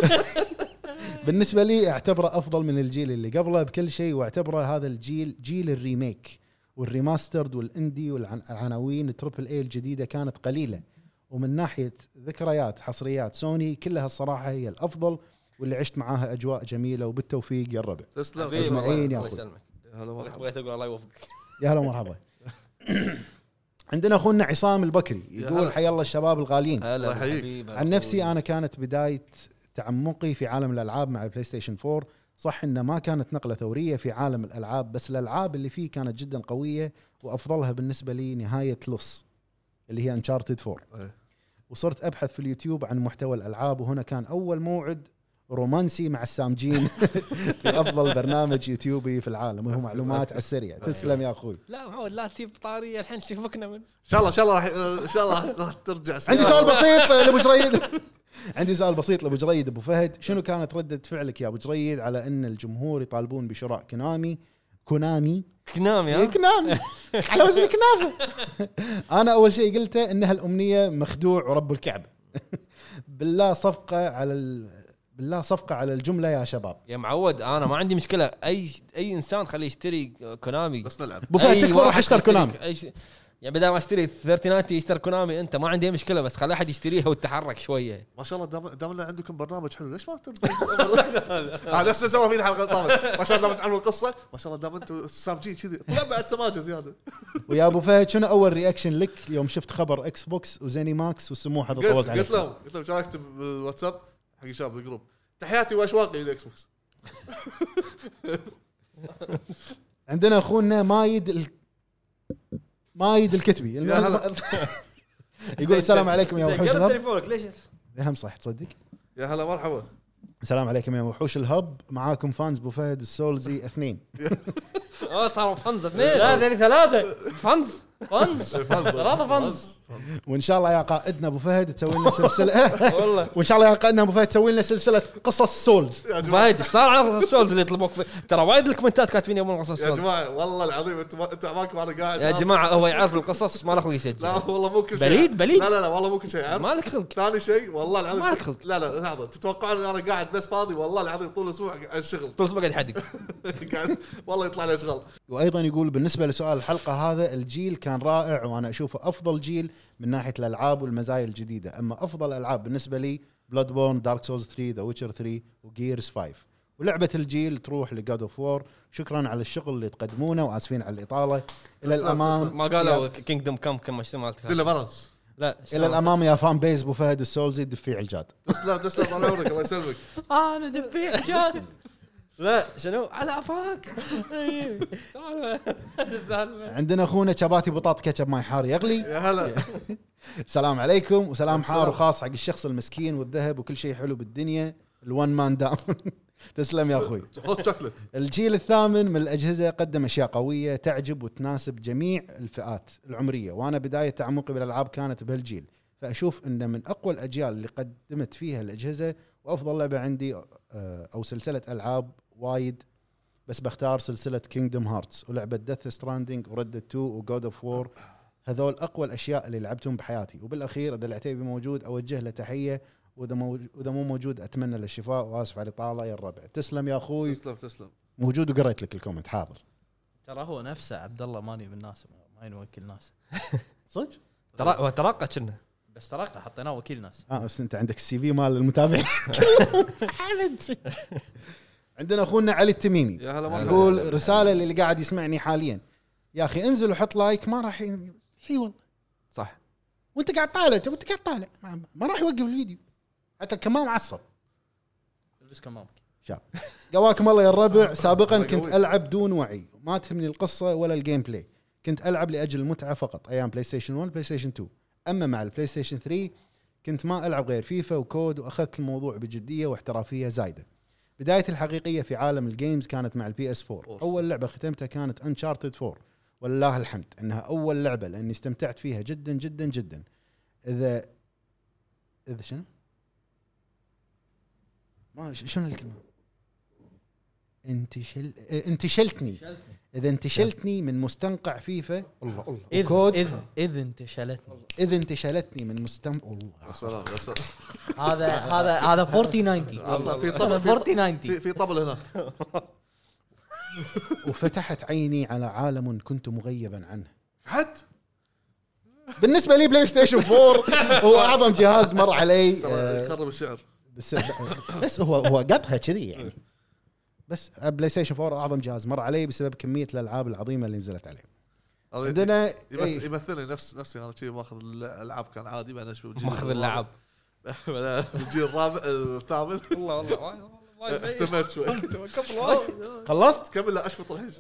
بالنسبه لي اعتبره افضل من الجيل اللي قبله بكل شيء، واعتبره هذا الجيل جيل الريميك والريماسترد والاندي والعناوين التربل اي الجديده كانت قليله، ومن ناحيه ذكريات حصريات سوني كلها الصراحه هي الافضل واللي عشت معاها اجواء جميله. وبالتوفيق يا الربع. تسلم اجمعين يا الله اخوي. يسلمك. هلا مرحبا. بغيت اقول الله يوفقك. يا هلا مرحبا. عندنا اخونا عصام البكري يقول حيا الله الشباب الغاليين. الله يحييك. عن نفسي انا كانت بدايه تعمقي في عالم الالعاب مع البلاي ستيشن فور، صح انه ما كانت نقله ثوريه في عالم الالعاب بس الالعاب اللي فيه كانت جدا قويه، وافضلها بالنسبه لي نهايه لص اللي هي انشارتد فور. وصرت ابحث في اليوتيوب عن محتوى الالعاب، وهنا كان اول موعد رومانسي مع السامجين في افضل برنامج يوتيوبي في العالم وهو معلومات على السريع. تسلم يا اخوي. لا معود لا تجيب طاريه الحين شوفكنا من ان شاء الله ان شاء الله راح ان شاء الله راح ترجع. عندي سؤال بسيط لابو جريد. عندي سؤال بسيط لابو جريد. ابو فهد شنو كانت ردة فعلك يا ابو جريد على ان الجمهور يطالبون بشراء كونامي كونامي كنامي ها كنامي على وزن كنافه؟ انا اول شيء قلته انها الامنيه مخدوع ورب الكعبه. بالله صفقه على ال... بالله صفقه على الجمله يا شباب. يا معود انا ما عندي مشكله اي اي انسان خليه يشتري كونامي بس نلعب. ابو فهد تكفى راح اشتري كونامي يعني بدل ما اشتري ثلاثين يشتري كونامي انت ما عندي مشكله بس خلي احد يشتريها وتتحرك شويه. ما شاء الله دام دام عندكم برنامج حلو ليش ما ترجع؟ هذا نفس سوى فينا الحلقه الطافت. ما شاء الله دام تعلموا القصه ما شاء الله دام انتم سامجين كذي طلع بعد سماجه زياده. ويا ابو فهد شنو اول رياكشن لك يوم شفت خبر اكس بوكس وزيني ماكس والسموح هذا طولت عليه؟ قلت لهم قلت لهم شاركت بالواتساب حق الشباب بالجروب تحياتي واشواقي للاكس بوكس. عندنا اخونا مايد ال... مايد الكتبي يقول السلام عليكم يا وحوش الهب. تليفونك ليش اهم صح تصدق. يا هلا مرحبا. السلام عليكم يا وحوش الهب، معاكم فانز ابو فهد السولزي اثنين. اه صاروا فانز اثنين لا ثلاثه فانز فانز ثلاثه فانز. وان شاء الله يا قائدنا ابو فهد تسوي لنا سلسله والله وان شاء الله يا قائدنا ابو فهد تسوي لنا سلسله قصص سولز. فهد صار على السولز اللي يطلبوك ترى وايد الكومنتات كاتبين يبون قصص يا جماعه والله العظيم انتم انتم اماكم انا قاعد يا جماعه هو يعرف القصص ما له خلق يسجل. لا والله مو كل شيء بليد بليد لا لا لا والله مو كل شيء ما لك خلق. ثاني شيء والله العظيم ما لك خلق. لا لا لحظه تتوقعون ان انا قاعد بس فاضي والله العظيم طول الاسبوع الشغل طول الاسبوع قاعد يحدق قاعد والله يطلع لي اشغال. وايضا يقول بالنسبه لسؤال الحلقه هذا الجيل كان رائع وانا اشوفه افضل جيل من ناحيه الالعاب والمزايا الجديده، اما افضل العاب بالنسبه لي بلاد بورن، دارك سولز ثري، ذا ويتشر ثري وجيرز فايف، ولعبه الجيل تروح لجاد اوف وور. شكرا على الشغل اللي تقدمونه واسفين على الاطاله. الى الامام. ما قالوا كينجدوم كم كم ايش مالتك ديلا بالانس. لا الى الامام يا فان بيز ابو فهد السولزي دفيع الجاد. تسلم تسلم طال عمرك الله يسلمك. انا دفيع الجاد. لا شنو على افاك عندنا اخونا شباتي بطاط كاتشب ماي حار يغلي. يا هلا. السلام عليكم وسلام حار السلام. وخاص حق الشخص المسكين والذهب وكل شيء حلو بالدنيا الوان مان داون. تسلم يا اخوي. هوت شوكليت. الجيل الثامن من الأجهزة قدم أشياء قوية تعجب وتناسب جميع الفئات العمرية، وأنا بداية تعمقي بالألعاب كانت بهالجيل، فأشوف أنه من أقوى الأجيال اللي قدمت فيها الأجهزة، وأفضل لعبة عندي أو سلسلة ألعاب وايد، بس بختار سلسلة كينجدم هارتس ولعبة ديث ستراندينج وردد تو وجود اوف وور. هذول أقوى الأشياء اللي لعبتهم بحياتي. وبالأخير إذا العتيبي موجود أوجه له تحية، واذا واذا مو موجود اتمنى له الشفاء واسف على الاطاله يا الربع. تسلم يا اخوي. تسلم تسلم. موجود وقريت لك الكومنت حاضر. ترى هو نفسه عبد الله ماني من ناس ما يوكل ناس صدق ترى هو ترقى كنا بس ترقى حطيناه وكيل ناس. اه بس انت عندك السي في مال المتابعين. حمد. عندنا اخونا علي التميمي يا هلا مرحبا. يقول رساله للي قاعد يسمعني حاليا، يا اخي انزل وحط لايك ما راح ي... اي والله صح وانت قاعد طالع وانت قاعد طالع ما, ما راح يوقف الفيديو حتى الكمام معصب. البس كمامك شاب قواكم الله يا الربع. سابقا كنت ألعب دون وعي، ما تهمني القصة ولا الجيم بلاي، كنت ألعب لأجل المتعة فقط أيام بلاي ستيشن واحد بلاي ستيشن اثنين. أما مع البلاي ستيشن ثلاثة كنت ما ألعب غير فيفا وكود، وأخذت الموضوع بجدية واحترافية زايدة. بدايتي الحقيقية في عالم الجيمز كانت مع البي اس فور. أول لعبة ختمتها كانت أنشارتد فور، والله الحمد أنها أول لعبة لأني استمتعت فيها جدا جدا جدا. إذا إذا شنو ما شنو الكلمة انتشل انتشلتني اذا انتشلتني من مستنقع فيفا الله الله إذ إذ إذ انتشلتني اذا انتشلتني من مستنقع الله يا سلام يا سلام. هذا هذا هذا أربعين تسعين الله في هذا طبل أربعين في تسعين في طبل هناك. وفتحت عيني على عالم كنت مغيبا عنه. حد بالنسبه لي بلاي ستيشن فور هو اعظم جهاز مر علي. آه، يخرب الشعر. بس بس هو هو قطها كذي يعني. بس بلاي ستيشن فور اعظم جهاز مر علي بسبب كميه الالعاب العظيمه اللي نزلت عليه. عندنا يمثل يمثلني نفس نفسي انا شيء ماخذ الالعاب كان عادي بعدين شو ماخذ اللعب الجيل الرابع الثامن. والله والله اهتميت شوي. خلصت كمل لا اشفط الحين.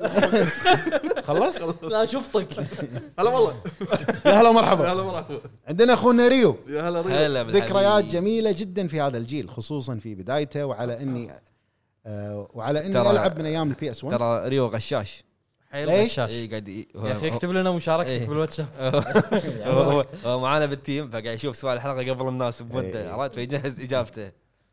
خلصت لا شفتك. هلا والله. يا هلا مرحبا. يا هلا مرحبا. عندنا اخونا ريو. يا هلا ريو. ذكريات جميله جدا في هذا الجيل خصوصا في بدايته، وعلى اني آه وعلى اني العب من ايام البي اس واحد. ترى ريو غشاش حيل غشاش. اي قاعد يا اخي يكتب لنا مشاركتك بالواتساب. هو هو معانا بالتيم فقاعد يشوف سؤال الحلقه قبل الناس بمده عرفت فيجهز اجابته.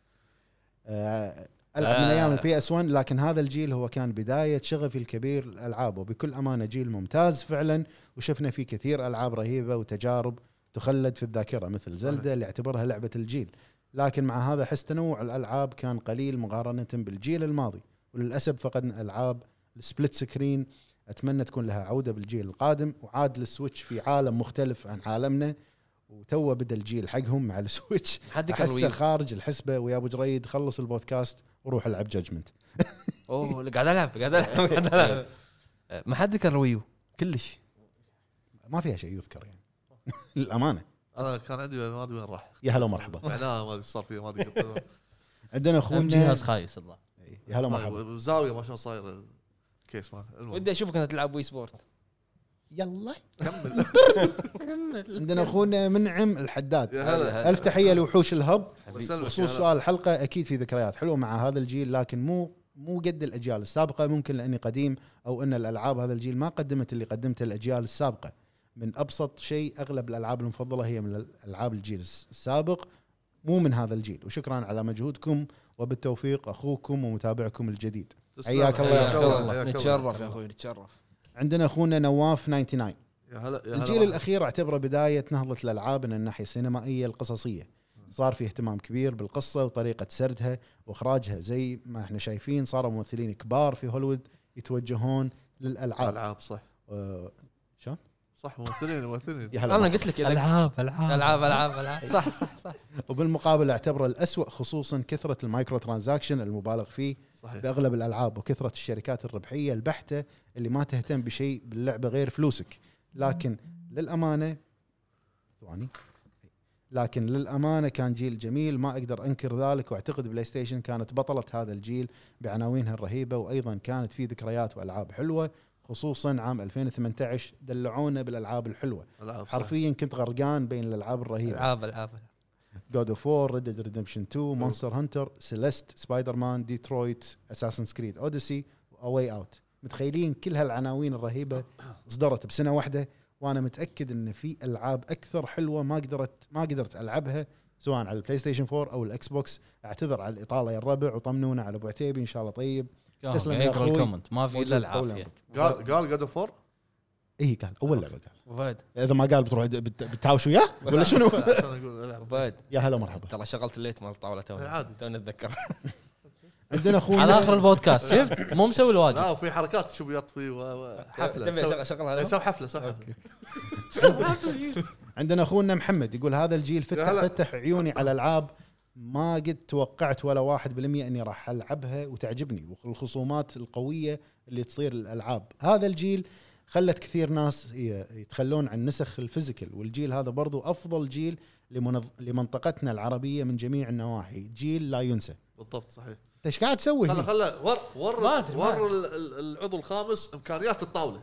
آه العب من ايام البي اس واحد، لكن هذا الجيل هو كان بدايه شغفي الكبير للالعاب، وبكل امانه جيل ممتاز فعلا، وشفنا فيه كثير العاب رهيبه وتجارب تخلد في الذاكره مثل زلدة اللي اعتبرها لعبه الجيل. لكن مع هذا حس تنوع الالعاب كان قليل مقارنه بالجيل الماضي، وللاسف فقدنا العاب السبليت سكرين. اتمنى تكون لها عوده بالجيل القادم، وعاد للسويتش في عالم مختلف عن عالمنا، وتوه بدا الجيل حقهم مع السويتش. احسه خارج الحسبه. ويا ابو جريد خلص البودكاست وروح العب جادجمنت. اوه قاعد العب قاعد العب قاعد العب. ما حد ذكر الويو كلش، ما فيها شيء يذكر يعني. للامانه انا كان عندي ما ادري وين راح. يا هلا مرحبا. معناها ما ادري صار فيه ما ادري. عندنا اخونا جهاز خايس الله. يا هلا مرحبا. زاويه ما شلون صاير الكيس مال. ودي اشوفك انت تلعب وي سبورت. يلا كمل. عندنا اخونا منعم الحداد. يا هلا. الف تحيه لوحوش الهب. بخصوص بخصوص سؤال الحلقه، اكيد في ذكريات حلوه مع هذا الجيل، لكن مو مو قد الاجيال السابقه. ممكن لاني قديم او ان الالعاب هذا الجيل ما قدمت اللي قدمته الاجيال السابقه. من ابسط شيء اغلب الالعاب المفضله هي من الالعاب الجيل السابق مو من هذا الجيل. وشكرا على مجهودكم وبالتوفيق اخوكم ومتابعكم الجديد. حياك الله يا الله. نتشرف يا اخوي نتشرف. عندنا اخونا نواف تسعة وتسعين. يا هلا. الجيل الاخير اعتبره بدايه نهضه الالعاب من الناحيه السينمائيه القصصيه. صار في اهتمام كبير بالقصه وطريقه سردها واخراجها، زي ما احنا شايفين صاروا ممثلين كبار في هوليوود يتوجهون للالعاب. العاب صح. أه شلون صح ممثلين ممثلين. انا قلت لك العاب العاب العاب العاب العاب صح صح صح. وبالمقابل اعتبره الأسوأ، خصوصا كثره المايكرو ترانزاكشن المبالغ فيه صحيح. باغلب الالعاب، وكثره الشركات الربحيه البحته اللي ما تهتم بشيء باللعبه غير فلوسك. لكن للامانه ثواني لكن للأمانة كان جيل جميل ما أقدر أنكر ذلك، وأعتقد بلاي ستيشن كانت بطلة هذا الجيل بعناوينها الرهيبة، وأيضا كانت في ذكريات وألعاب حلوة، خصوصا عام ألفين وثمانية عشر دلعونا بالألعاب الحلوة. حرفيا كنت غرقان بين الألعاب الرهيبة. ألعاب ألعاب God of War, Red Dead Redemption two, Monster Hunter, Celeste, Spider-Man, Detroit, Assassin's Creed Odyssey, A Way Out. متخيلين كل هالعناوين الرهيبة صدرت بسنة واحدة، وانا متاكد ان في العاب اكثر حلوه ما قدرت ما قدرت العبها سواء على البلاي ستيشن فور او الاكس بوكس. اعتذر على الاطاله يا الربع، وطمنونا على ابو عتيبي ان شاء الله طيب. تسلم يا اخوي. الكومنت ما في الا العافيه. قال قال جاد اوف وور. اي قال اول لعبه قال فهد. اذا ما قال بتروح بتهاوش وياه ولا شنو؟ فهد يا هلا مرحبا. ترى شغلت الليت مال الطاوله تونا عادي تونا اتذكر. عندنا اخونا على اخر البودكاست شفت مو مسوي الواجب. لا وفي حركات شو بيطفي وحفله شغلها سوي حفله سوي حفله. عندنا اخونا محمد يقول هذا الجيل فتح فتح عيوني على العاب ما قد توقعت ولا واحد بالمية اني راح العبها وتعجبني، والخصومات القويه اللي تصير الالعاب. هذا الجيل خلت كثير ناس يتخلون عن نسخ الفيزيكال، والجيل هذا برضو افضل جيل لمنطقتنا العربيه من جميع النواحي، جيل لا ينسى. بالضبط صحيح. ايش قاعد تسوي؟ خله خله ور ور ور العضو الخامس امكانيات الطاوله.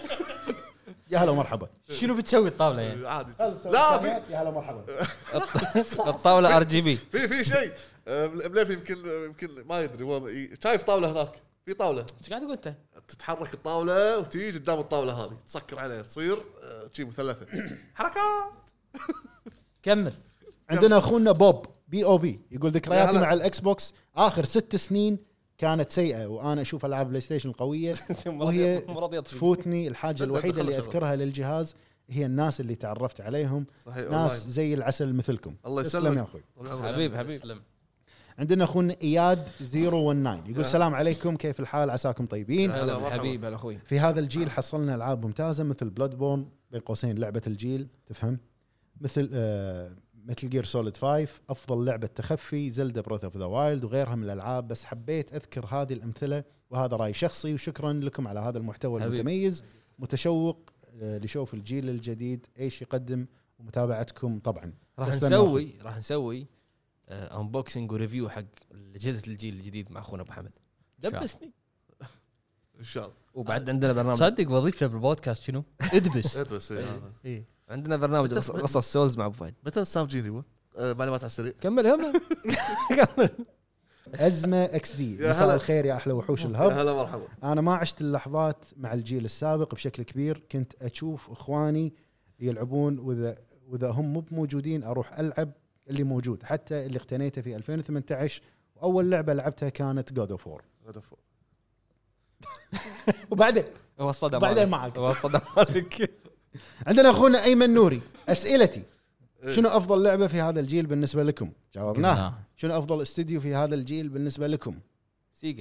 يا هلا مرحبا. شنو بتسوي الطاوله يعني؟ عادي. لا يا هلا مرحبا. الطاوله ار جي بي. في في شيء مليفي يمكن يمكن ما يدري هو شايف طاوله هناك، في طاوله ايش قاعد تقول انت؟ تتحرك الطاوله وتيجي قدام الطاوله هذه تسكر عليها تصير شيء مثلثه. حركات. كمل. عندنا اخونا بوب بي او بي يقول ذكرياتي مع الاكس بوكس اخر ست سنين كانت سيئه، وانا اشوف العاب بلاي ستيشن القويه وهي تفوتني. الحاجه الوحيده اللي اذكرها للجهاز هي الناس اللي تعرفت عليهم، ناس زي العسل مثلكم. الله يسلمك يا اخوي. حبيب حبيب. عندنا اخونا اياد صفر واحد تسعة يقول السلام عليكم، كيف الحال؟ عساكم طيبين. هلا حبيب هلا اخوي. في هذا الجيل حصلنا العاب ممتازه مثل بلاد بورن بين قوسين لعبه الجيل تفهم، مثل آه مثل جير سوليد خمسة، افضل لعبه تخفي زلدا بروث اوف ذا وايلد وغيرها من الالعاب، بس حبيت اذكر هذه الامثله وهذا راي شخصي، وشكرا لكم على هذا المحتوى المتميز. متشوق لشوف الجيل الجديد ايش يقدم ومتابعتكم طبعا. راح نسوي راح نسوي انبوكسنج وريفيو حق اجهزه الجيل الجديد مع اخونا ابو حمد. دبسني ان شاء الله. وبعد عندنا برنامج صدق وظيفته بالبودكاست شنو؟ ادبس ادبس اي عندنا برنامج قصص سولز مع ابو فهد. متى سام جيني بو معلومات على السريع. كمل كمل كمل. ازمه اكس دي. مساء الخير يا احلى وحوش الهب. هلا مرحبا. انا ما عشت اللحظات مع الجيل السابق بشكل كبير، كنت اشوف اخواني يلعبون واذا واذا هم مو موجودين اروح العب اللي موجود، حتى اللي اقتنيته في ألفين وثمانية عشر واول لعبه لعبتها كانت جود اوف وور. جود اوف وور. وبعدين هو الصدى بعدين معك هو الصدى مالك. عندنا اخونا ايمن نوري، اسئلتي شنو افضل لعبه في هذا الجيل بالنسبه لكم؟ جاوبناه. شنو افضل استوديو في هذا الجيل بالنسبه لكم؟ سيجا.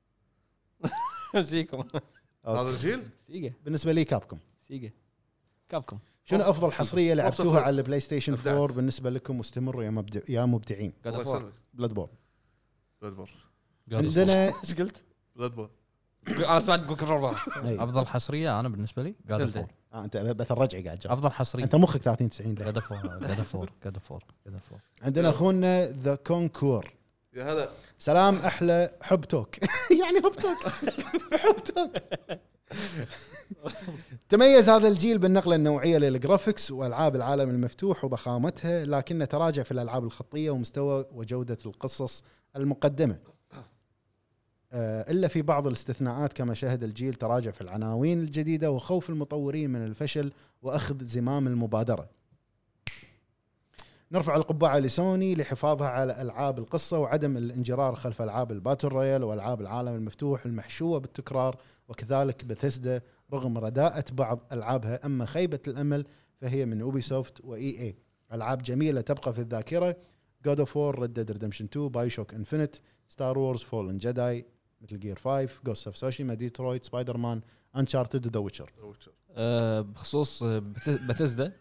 سيكم هذا الجيل سيجا بالنسبه لي كابكم. سيجا كابكم. شنو افضل حصريه لعبتوها على البلاي ستيشن فور بالنسبه لكم؟ واستمروا يا مبدع يا مبدعين. بلاد بور. بلاد بور. عندنا ايش قلت؟ بلاد بور. انا سمعت تقول كرر. افضل حصريه انا بالنسبه لي جاد اوف وور. اه انت بس الرجعي قاعد جرب. افضل حصريه انت مخك ثلاثين تسعين. جاد اوف وور جاد اوف وور جاد اوف وور جاد اوف وور. عندنا اخونا ذا كونكور. يا هلا. سلام احلى حب توك. يعني حب توك. حب توك. تميز هذا الجيل بالنقله النوعيه للجرافيكس والعاب العالم المفتوح وضخامتها، لكنه تراجع في الالعاب الخطيه ومستوى وجوده القصص المقدمه، إلا في بعض الاستثناءات كما شهد الجيل تراجع في العناوين الجديدة وخوف المطورين من الفشل وأخذ زمام المبادرة. نرفع القبعة لسوني لحفاظها على ألعاب القصة وعدم الانجرار خلف ألعاب الباتل رويال وألعاب العالم المفتوح المحشوة بالتكرار، وكذلك بثيسدا رغم رداءة بعض ألعابها، أما خيبة الأمل فهي من أوبيسوفت وإي إي. ألعاب جميلة تبقى في الذاكرة: God of War, Red Dead Redemption two, Bioshock Infinite, Star Wars Fallen Jedi, مثل جير خمسة، Ghost of Tsushima, Detroit, Spider-Man, Uncharted, The Witcher. أه بخصوص بثيسدا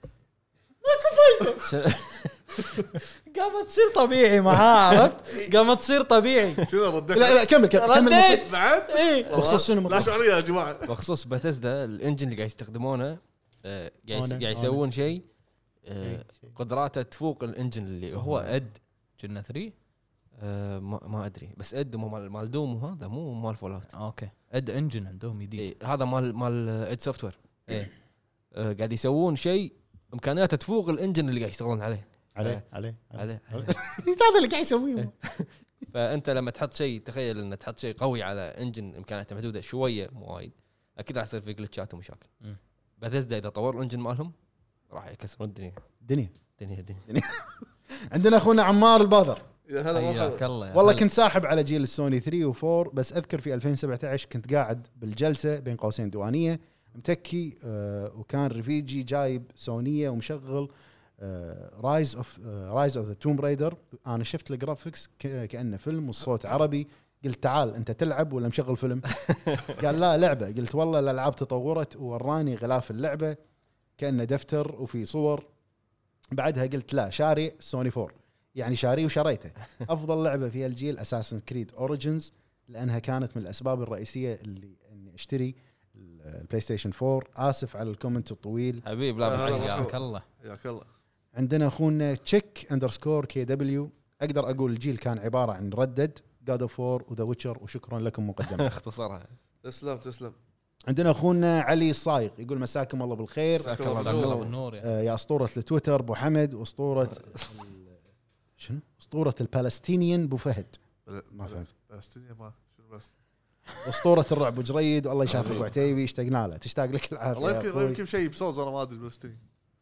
قامت تصير طبيعي معاه، عرفت؟ قامت تصير طبيعي. شنو ردك؟ لا لا كمل كمل. رديت بعد ايه بخصوص شنو؟ لا شعوريه يا جماعه. بخصوص بثيسدا الانجن اللي قاعد يستخدمونه، أه قاعد قاعد يسوون شيء آه قدراته تفوق الانجن اللي هو اد كنا ثري آه ما, ما ادري بس اد مو مال مال دوم وهذا مو مال فول اوت. اوكي اد انجن عندهم جديد. إيه هذا مال مال اد سوفت وير. ايه آه قاعد يسوون شيء امكانياته تفوق الانجن اللي قاعد يشتغلون عليه عليه عليه عليه هذا اللي قاعد يسويه. فانت لما تحط شيء تخيل ان تحط شيء قوي على انجن امكانياته محدوده شويه مو وايد اكيد راح يصير في جلتشات ومشاكل. بثزدا اذا طور الانجن مالهم راح يكسرون الدنيا دنيا دنيا دنيا. عندنا اخونا عمار الباذر. يا هلا حياك الله. والله كنت ساحب على جيل السوني ثري وفور بس اذكر في ألفين وسبعة عشر كنت قاعد بالجلسه بين قوسين ديوانيه متكي آه وكان رفيجي جايب سونيه ومشغل رايز اوف رايز اوف ذا توم رايدر. انا شفت الجرافيكس كانه فيلم والصوت عربي. قلت تعال انت تلعب ولا مشغل فيلم؟ قال لا لعبه. قلت والله الالعاب تطورت ووراني غلاف اللعبه كانه دفتر وفي صور. بعدها قلت لا شاري سوني فور يعني شاري وشريته. افضل لعبه في الجيل اساسن كريد اوريجينز لانها كانت من الاسباب الرئيسيه اللي اني اشتري البلاي ستيشن فور. اسف على الكومنت الطويل حبيب. لا حياك الله. ياك الله. عندنا اخونا تشيك اندرسكور كي دبليو. اقدر اقول الجيل كان عباره عن ردد جاد اوف وور وذا ويتشر وشكرا لكم مقدما. اختصرها. تسلم تسلم. عندنا اخونا علي الصايغ يقول مساكم الله بالخير. مساك الله بالنور يا آه يا اسطوره التويتر ابو حمد واسطوره شنو اسطوره البالستينيين ابو فهد. ما فهمت. فلسطينيه ما شنو بس اسطوره الرعب ابو جريد والله يشافك ابو عتيبي اشتقنا له. تشتاق لك العافيه. والله يمكن يمكن شيء بصوت انا ما ادري فلسطيني.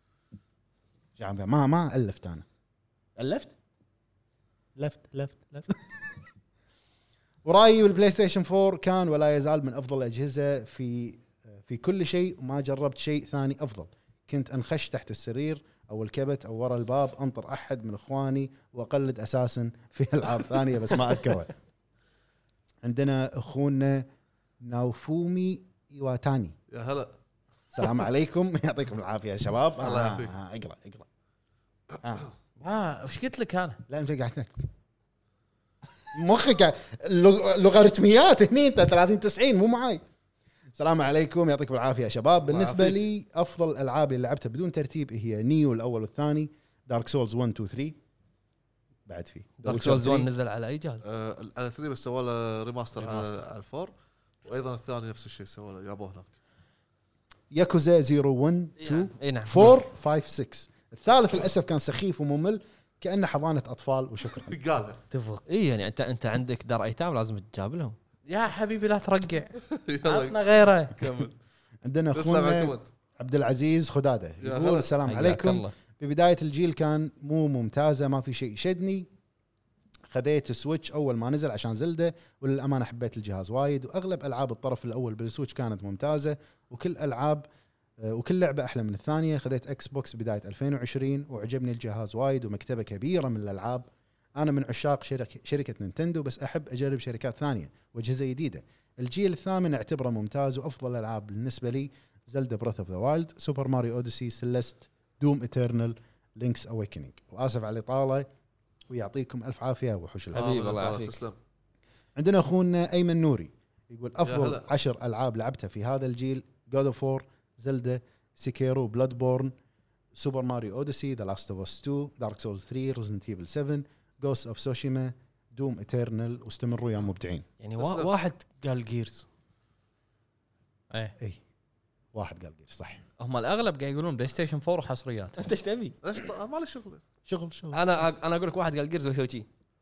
ما ما الفت انا الفت لفت لفت لفت. ورايي بالبلاي ستيشن فور كان ولا يزال من افضل الاجهزه في في كل شيء وما جربت شيء ثاني افضل. كنت انخش تحت السرير او الكبت او ورا الباب انطر احد من اخواني واقلد اساسا في العاب ثانيه بس ما اذكرها. عندنا اخونا ناوفومي ايواتاني. يا هلا. السلام عليكم يعطيكم العافيه يا شباب. الله يعافيك. آه اقرا اقرا. اه اه وش قلت لك انا؟ لا انت قاعد مخك لوغاريتميات هني انت ثلاثين تسعين مو معاي. السلام عليكم يعطيكم العافيه يا شباب. بالنسبه لي افضل الالعاب اللي لعبتها بدون ترتيب هي نيو الاول والثاني دارك سولز واحد اثنين ثلاثة بعد فيه دارك سولز واحد نزل على اي جهاز؟ آه على ثلاثة بس سووا له ريماستر على الفور وايضا الثاني نفس الشيء سووا له جابوه هناك. ياكوزا صفر واحد اثنين اي نعم أربعة خمسة ستة. الثالث للاسف كان سخيف وممل كانه حضانه اطفال وشكرا. قال اتفق. اي يعني انت انت عندك دار ايتام لازم تجاب لهم. يا حبيبي لا ترقع عطنا غيره. كمل. عندنا اخونا عبد العزيز خداده يقول السلام عليكم. ببدايه الجيل كان مو ممتازه ما في شيء شدني. خذيت السويتش اول ما نزل عشان زلده وللامانه حبيت الجهاز وايد واغلب العاب الطرف الاول بالسويتش كانت ممتازه وكل العاب وكل لعبه احلى من الثانيه. خذيت اكس بوكس بدايه ألفين وعشرين وعجبني الجهاز وايد ومكتبه كبيره من الالعاب. انا من عشاق شركه شركه نينتندو بس احب اجرب شركات ثانيه واجهزه جديده. الجيل الثامن اعتبره ممتاز وافضل الالعاب بالنسبه لي زلدا بريث اوف ذا وايلد سوبر ماريو اوديسي سيلست دوم ايترنال لينكس اويكنينج. واسف على الاطاله ويعطيكم الف عافيه وحوش الحبيب. حبيبي الله يعافيك. تسلم. عندنا اخونا ايمن نوري يقول افضل عشر العاب لعبتها في هذا الجيل جود اوف وور زلدا سيكيرو بلاد بورن سوبر ماريو اوديسي ذا لاست اوف اس تو دارك سولز ثري ريزنت ايفل سفن جوست اوف سوشيما دوم ايترنال واستمروا يا مبدعين. يعني وا واحد قال جيرز. ايه اي واحد قال جيرز صح. هم الاغلب قاعد يقولون بلاي ستيشن فور وحصريات. انت ايش تبي؟ ايش ما له شغل شغل شغل. انا انا اقول لك واحد قال جيرز ويسوي شيء.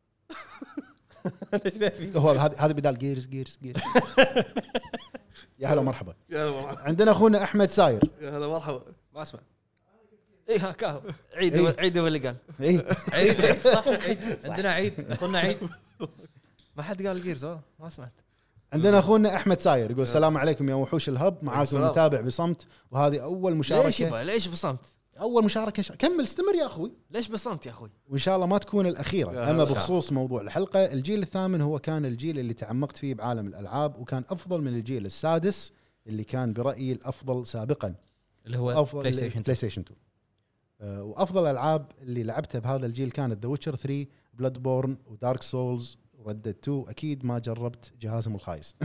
انت ايش تبي؟ هو هذا هذا بدال جيرز جيرز جيرز. يا هلا مرحبا. يا هلا مرحبا. عندنا اخونا احمد ساير. يا هلا مرحبا. ما اسمع. اي ها كاهو عيد إيه؟ عيد اللي قال اي عيد عيد صح عيد عندنا عيد قلنا عيد. ما حد قال جيرز والله ما سمعت. عندنا اخونا احمد ساير يقول السلام عليكم يا وحوش الهب معاكم متابع بصمت وهذه اول مشاركه. ليش يبا ليش بصمت؟ اول مشاركه شا... كمل استمر يا اخوي. ليش بصمت يا اخوي؟ وان شاء الله ما تكون الاخيره. اما بخصوص موضوع الحلقه الجيل الثامن هو كان الجيل اللي تعمقت فيه بعالم الالعاب وكان افضل من الجيل السادس اللي كان برايي الافضل سابقا اللي هو بلاي ستيشن بلاي ستيشن اثنين. أه وافضل الالعاب اللي لعبتها بهذا الجيل كانت ذا ويتشر ثري بلاد بورن ودارك سولز وريد تو. اكيد ما جربت جهازهم الخايس.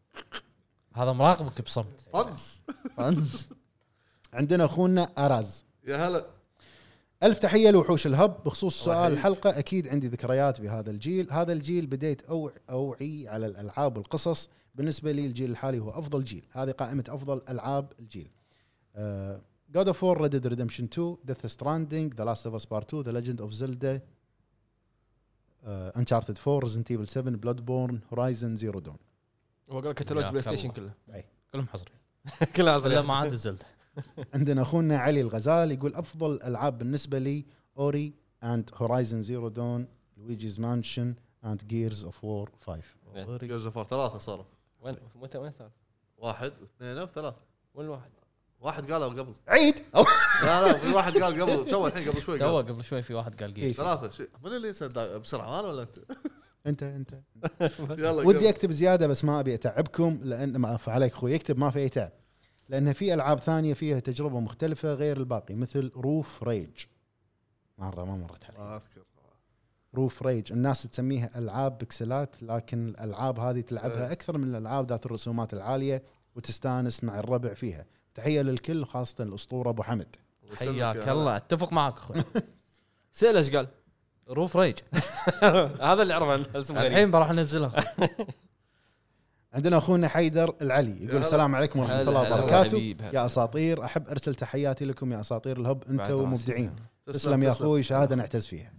هذا مراقبك بصمت. فانز فانز. عندنا اخونا اراز يا هلا ألف تحية لوحوش الهب. بخصوص سؤال الحلقة، أكيد عندي ذكريات بهذا الجيل. هذا الجيل بديت أوع أوعي على الألعاب والقصص. بالنسبة لي الجيل الحالي هو أفضل جيل. هذه قائمة أفضل ألعاب الجيل: uh, God of War, Red Dead Redemption two, Death Stranding, The Last of Us Part two, The Legend of Zelda, uh, Uncharted four, Resident Evil seven, Bloodborne, Horizon Zero Dawn. هو قال كتالوج بلاي ستيشن كله كلهم حصري كلها حصري لا ما عاد زلت. عندنا أخونا علي الغزال يقول أفضل الألعاب بالنسبة لي أوري and Horizon Zero Dawn, Luigi's Mansion and Gears of War five. جيرز اوف وور ثلاثة صاروا. وين متى وين ثالث؟ واحد اثنين وثلاثة. وين الواحد؟ واحد قالوا قبل عيد. لا لا في واحد قال قبل تو الحين قبل شوي تو قال قبل شوي في واحد قال جيم ثلاثة شيء. من اللي ينسى بسرعة انا ولا انت؟ انت انت يلا ودي اكتب زياده بس ما ابي اتعبكم، لان ما اخف عليك اخوي يكتب ما في اي تعب، لان في العاب ثانيه فيها تجربه مختلفه غير الباقي مثل روف ريج. مره ما مرت علي ما اذكر. روف ريج الناس تسميها العاب بكسلات، لكن الالعاب هذه تلعبها اكثر من الالعاب ذات الرسومات العاليه وتستانس مع الربع فيها. تحيه للكل خاصه الاسطوره ابو حمد. حياك الله. اتفق معك اخوي. سأل ايش قال؟ روف ريج هذا اللي عرفه اسمه الحين بروح انزلها. عندنا اخونا حيدر العلي يقول السلام عليكم ورحمه الله وبركاته. يا اساطير، احب ارسل تحياتي لكم يا اساطير الهب، انتم مبدعين. تسلم يا اخوي، شهاده نعتز فيها.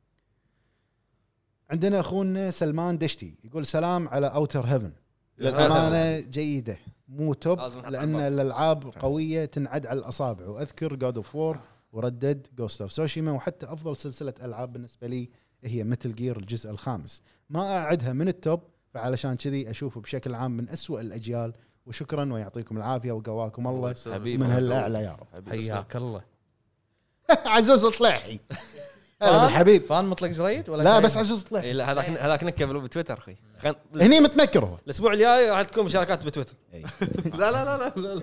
عندنا اخونا سلمان دشتي يقول سلام على اوتر هيفن، للامانه جيده مو توب لان الالعاب قويه تنعد على الاصابع، واذكر جود اوف وور وردد جوست اوف سوشيما، وحتى افضل سلسله العاب بالنسبه لي هي متل جير الجزء الخامس، ما اعدها من التوب، فعلشان كذي اشوفه بشكل عام من أسوأ الاجيال. وشكرا ويعطيكم العافيه وقواكم الله من هالاعلى يا رب. حياك الله. عزوز طلعي هلا بالحبيب. فان مطلق جريد ولا لا بس عزوز طلعي. لا هذاك هذاك نكبله بتويتر اخي. هني متنكر هو. الاسبوع الجاي راح تكون مشاركات بتويتر. لا لا لا لا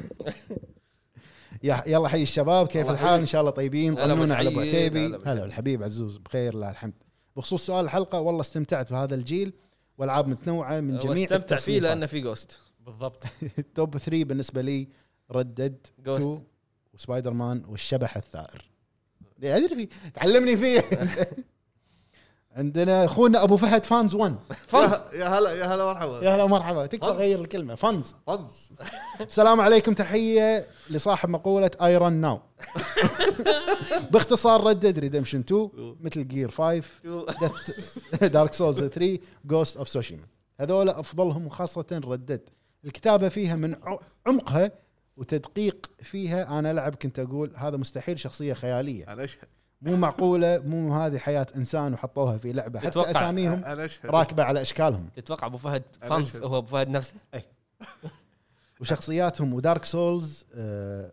يا يلا حي الشباب، كيف الحال؟ ان شاء الله طيبين. طمنونا على ابو عتيبي. هلا الحبيب عزوز بخير لا الحمد. بخصوص سؤال الحلقه، والله استمتعت بهذا الجيل والعاب متنوعه من جميع استمتع فيه لانه في جوست بالضبط. التوب ثلاثة بالنسبه لي ردد تو وسبايدر مان والشبح الثائر. ادري في تعلمني فيه. عندنا اخونا ابو فهد فانز واحد. فانز يا هلا يا هلا مرحبا يا هلا مرحبا. تقدر تغير الكلمه فانز. فانز. السلام عليكم، تحيه لصاحب مقوله ايرون ناو. باختصار ردد ريدمشن تو، مثل جير خمسة، دارك سولز ثلاثة، جوست اوف سوشيما، هذول افضلهم، وخاصه ردد الكتابه فيها من عمقها وتدقيق فيها. انا لعب كنت اقول هذا مستحيل شخصيه خياليه، انا اشهد مو معقوله، مو هذه حياه انسان وحطوها في لعبه، حتى اساميهم راكبه على اشكالهم. تتوقع ابو فهد فانز هو ابو فهد نفسه؟ اي وشخصياتهم. ودارك سولز آه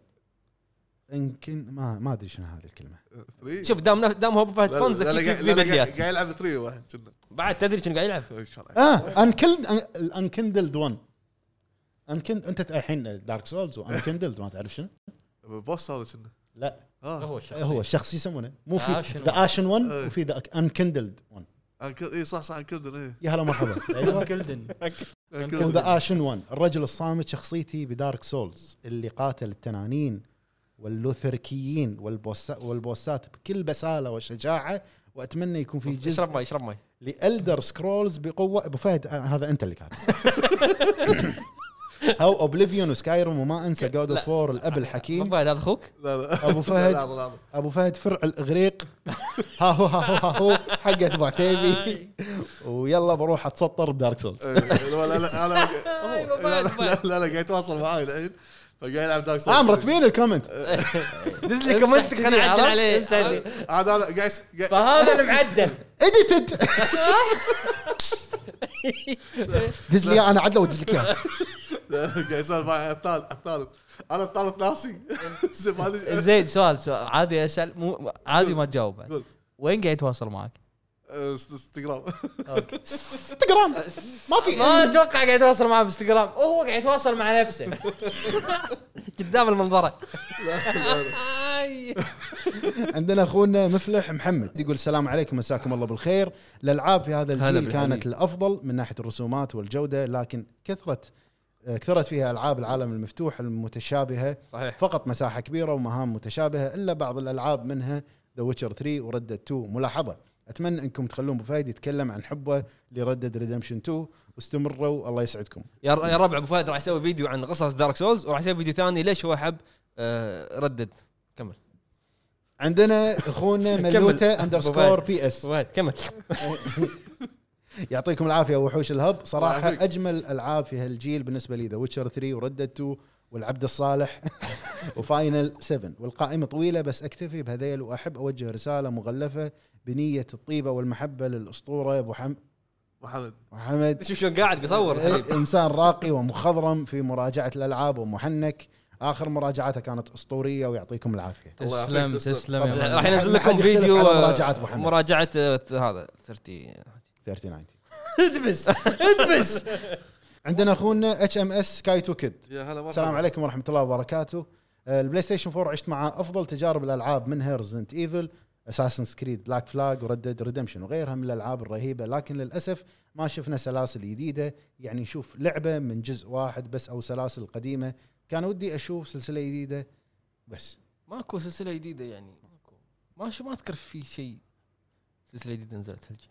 يمكن ما ما ادري شنو هذه الكلمه. شوف دام دام هو ابو فهد فانز في بديات قاعد يلعب ثلاثة واحد كنا بعد تدري شنو قاعد يلعب. اه انكلد انكندلد واحد. انكند انت الحين دارك سولز وانكندلد ما تعرف شنو بوس هذا كنا. لا آه. هو الشخص هو الشخص يسمونه مو في ذا اشن واحد وفي ذا انكندلد واحد. اي صح صح انكندلد. ايه يا هلا مرحبا. ايوه كلدن ذا اشن واحد الرجل الصامت، شخصيتي بدارك سولز اللي قاتل التنانين واللوثركيين والبوسات والبوسات بكل بساله وشجاعه، واتمنى يكون في جزء اشرب ماي اشرب ماي لالدر سكرولز بقوه. ابو فهد هذا انت اللي كاتب. او اوبليفيون وسكايروم، وما انسى جود اوف وور الاب الحكيم. ابو فهد هذا اخوك؟ لا لا ابو فهد ابو فهد فرع الاغريق. ها هو ها هو ها هو حقت ابو عتيبي. ويلا بروح اتسطر بدارك سولز. لا لا لا لا لا قاعد يتواصل معاي الحين فقاعد يلعب دارك سولز. اه مرتبين الكومنت. دز لي كومنت خلينا نعدل عليه. هذا هذا قاعد فهذا المعدل اديتد. دز لي انا عدله ودز لك اياه. قاعد يسولف مع الثالث الثالث انا الثالث ناسي. زين سؤال سؤال عادي اسال مو عادي ما تجاوب. وين قاعد يتواصل معك؟ انستغرام. اوكي انستغرام ما في. ما اتوقع قاعد يتواصل معه بانستغرام، وهو قاعد يتواصل مع نفسه قدام المنظره. عندنا اخونا مفلح محمد يقول السلام عليكم، مساكم الله بالخير. الالعاب في هذا الجيل كانت الافضل من ناحيه الرسومات والجوده، لكن كثره كثرت فيها العاب العالم المفتوح المتشابهه صحيح. فقط مساحه كبيره ومهام متشابهه الا بعض الالعاب منها ذا ويتشر ثري وردد تو. ملاحظه اتمنى انكم تخلون ابو فهد يتكلم عن حبه لردد ريدمشن تو واستمروا الله يسعدكم. يا يا ربع ابو فهد راح يسوي فيديو عن قصص دارك سولز وراح يسوي فيديو ثاني ليش هو حب آه ردد. كمل. عندنا اخونا ملوته اندرسكور بي اس. فهد كمل. يعطيكم العافيه وحوش الهب صراحه اجمل العاب في هالجيل بالنسبه لي ذا ويتشر ثري وردد تو والعبد الصالح وفاينل سبعة والقائمه طويله بس اكتفي بهذيل واحب اوجه رساله مغلفه بنيه الطيبه والمحبه للاسطوره ابو حم... محمد محمد شوف شلون قاعد بيصور انسان راقي ومخضرم في مراجعه الالعاب ومحنك. اخر مراجعاته كانت اسطوريه ويعطيكم العافيه. تسلم تسلم. راح ينزل لكم فيديو مراجعه محمد مراجعه هذا ثلاثين ثلاثين ادبس ادبس. عندنا اخونا اتش ام اس كايتو كيد. يا هلا السلام عليكم ورحمه الله وبركاته. البلاي ستيشن فور عشت مع افضل تجارب الالعاب منها ريزنت ايفل اساسن كريد بلاك فلاج وردد ريدمشن وغيرها من الالعاب الرهيبه لكن للاسف ما شفنا سلاسل جديده يعني نشوف لعبه من جزء واحد بس او سلاسل قديمه. كان ودي اشوف سلسله جديده بس ماكو سلسله جديده يعني ماكو ما شو ما اذكر في شيء سلسله جديده نزلت هالجيل.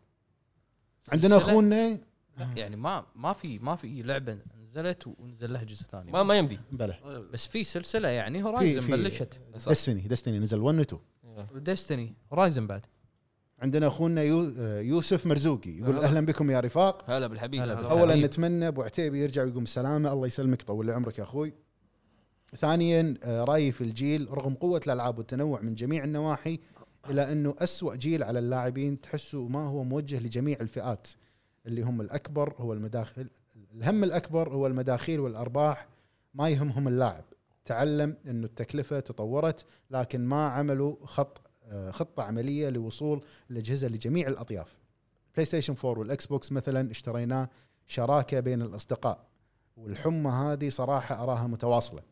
عندنا اخونا يعني ما ما في ما في لعبه نزلت ونزل لها جزء ثاني ما ما يمدي بلى بس في سلسله يعني هورايزن بلشت دستني دستني نزل واحد و اثنين دستني هورايزن بعد. عندنا اخونا يو يوسف مرزوقي يقول اهلا بكم يا رفاق. هلا بالحبيب. اولا نتمنى ابو عتيبي يرجع ويقوم السلامه الله يسلمك طول لي عمرك يا اخوي. ثانيا رايي في الجيل رغم قوه الالعاب والتنوع من جميع النواحي الا انه أسوأ جيل على اللاعبين تحسوا ما هو موجه لجميع الفئات اللي هم الاكبر هو المداخل الهم الاكبر هو المداخيل والارباح ما يهمهم اللاعب. تعلم انه التكلفه تطورت لكن ما عملوا خط خطه عمليه لوصول الاجهزه لجميع الاطياف. بلاي ستيشن فور والاكس بوكس مثلا اشتريناه شراكه بين الاصدقاء والحمى هذه صراحه اراها متواصله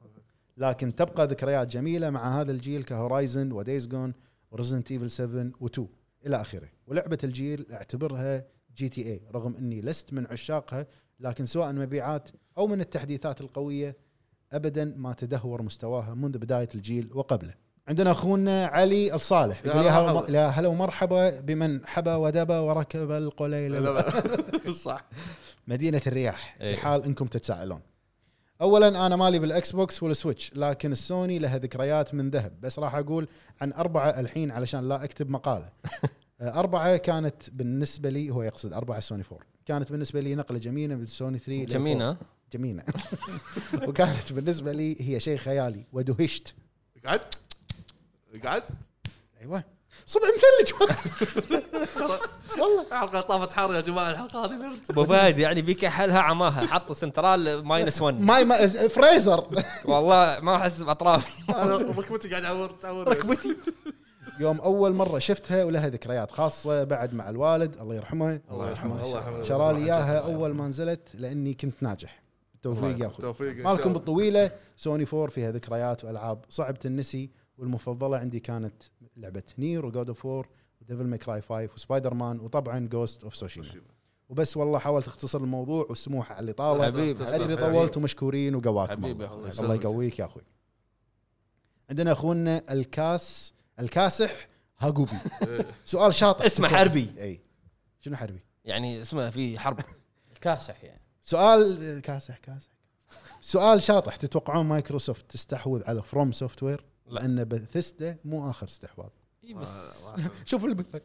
لكن تبقى ذكريات جميله مع هذا الجيل كهورايزن ودايز جون وريزنت ايفل سبعة و2 الى اخره. ولعبه الجيل اعتبرها جي تي اي رغم اني لست من عشاقها لكن سواء مبيعات او من التحديثات القويه ابدا ما تدهور مستواها منذ بدايه الجيل وقبله. عندنا اخونا علي الصالح يقول يا هلا ومرحبا بمن حبى ودبى وركب القليل صح مدينه الرياح في حال انكم تتساءلون. اولا انا مالي بالاكس بوكس والسويتش لكن السوني لها ذكريات من ذهب بس راح اقول عن أربعة الحين علشان لا اكتب مقاله. أربعة كانت بالنسبه لي هو يقصد أربعة سوني فور كانت بالنسبه لي نقله جميله من سوني ثري جميله جميله وكانت بالنسبه لي هي شيء خيالي ودهشت. قعد قعد ايوه صبع مثلج والله حلقه طافت حار يا جماعه الحلقه هذه برد. ابو فهد يعني بيك حلها عماها حط سنترال ماينس واحد ماي ما فريزر والله ما احس باطرافي ركبتي قاعد اعور تعور ركبتي. يوم اول مره شفتها ولها ذكريات خاصه بعد مع الوالد الله يرحمه الله يرحمه الله يرحمه شرى لي اياها اول ما نزلت لاني كنت ناجح. التوفيق يا اخوي. توفيق مالكم بالطويله. سوني فور فيها ذكريات والعاب صعب تنسي والمفضله عندي كانت لعبه نير وجود اوف وور وديفل ماي كراي فايف وسبايدر مان وطبعا جوست اوف سوشيما وبس. والله حاولت اختصر الموضوع والسموح على اللي طاله ادري طولت ومشكورين وقواكم الله. الله يقويك يا اخوي. عندنا اخونا الكاس الكاسح هاجوبي سؤال شاطح اسمه حربي. اي شنو حربي يعني اسمه في حرب الكاسح يعني سؤال كاسح كاسح سؤال شاطح. تتوقعون مايكروسوفت تستحوذ على فروم سوفت وير لان بثيسدا مو اخر استحواذ. شوف البث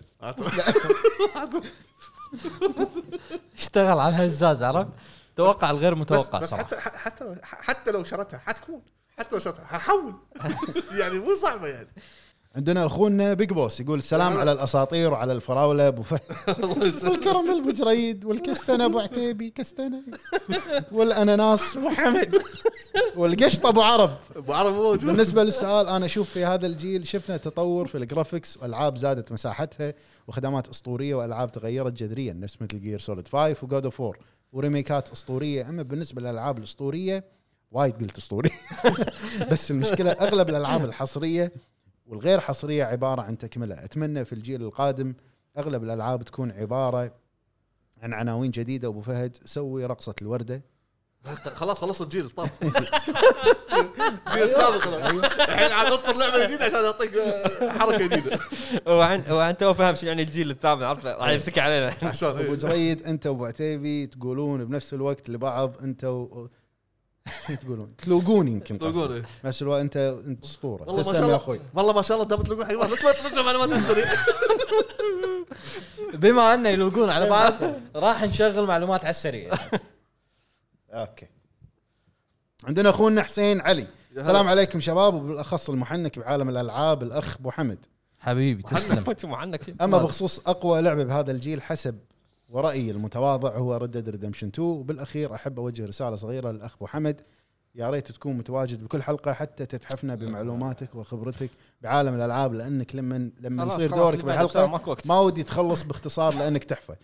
اشتغل على الهزاز عرفت توقع الغير متوقع بس, بس صراحة. حتى حتى حتى لو شرتها حتكون حتى لو شرتها هحول يعني مو صعبه يعني. عندنا اخونا بيج بوس يقول السلام على الاساطير وعلى الفراوله ابو فهد والكرمل ابو جريد والكستنه ابو عتيبي كستنه والاناناس ابو حمد والقشطه ابو عرب ابو عرب موجود. بالنسبه للسؤال انا اشوف في هذا الجيل شفنا تطور في الجرافيكس والالعاب زادت مساحتها وخدمات اسطوريه والالعاب تغيرت جذريا نفس مثل جير سوليد فايف وجود اوف وور وريميكات اسطوريه. اما بالنسبه للالعاب الاسطوريه وايد قلت اسطوري بس المشكله اغلب الالعاب الحصريه والغير حصريه عباره عن تكمله. اتمنى في الجيل القادم اغلب الالعاب تكون عباره عن عناوين جديده. وابو فهد سوي رقصه الورده خلاص خلص الجيل طب الجيل السابق الحين عاد اطر لعبه جديده عشان يعطيك حركه جديده. هو هو انت ما فاهم شو يعني الجيل الثامن عرفه راح يمسك علينا عشان ابو جريد انت وابو عتيبي تقولون بنفس الوقت لبعض انت و... شو تقولون تلوقون يمكن تلوقون نفس الوقت انت انت اسطوره والله ما تسلم شاء يا الله اخوي والله ما شاء الله انت بتلقون حيوان لا ترجع معلومات عسكريه. بما انه يلوقون على بعض راح نشغل معلومات على السريع. اوكي عندنا اخونا حسين علي. السلام عليكم شباب وبالاخص المحنك بعالم الالعاب الاخ ابو حمد حبيبي تسلم. انت معنك اما بخصوص اقوى لعبه بهذا الجيل حسب ورأيي المتواضع هو Red Dead Redemption تو. وبالاخير احب اوجه رساله صغيره للاخ ابو حمد يا ريت تكون متواجد بكل حلقه حتى تتحفنا بمعلوماتك وخبرتك بعالم الالعاب لانك لما لما يصير دورك بالحلقه ما ودي تخلص باختصار لانك تحفه.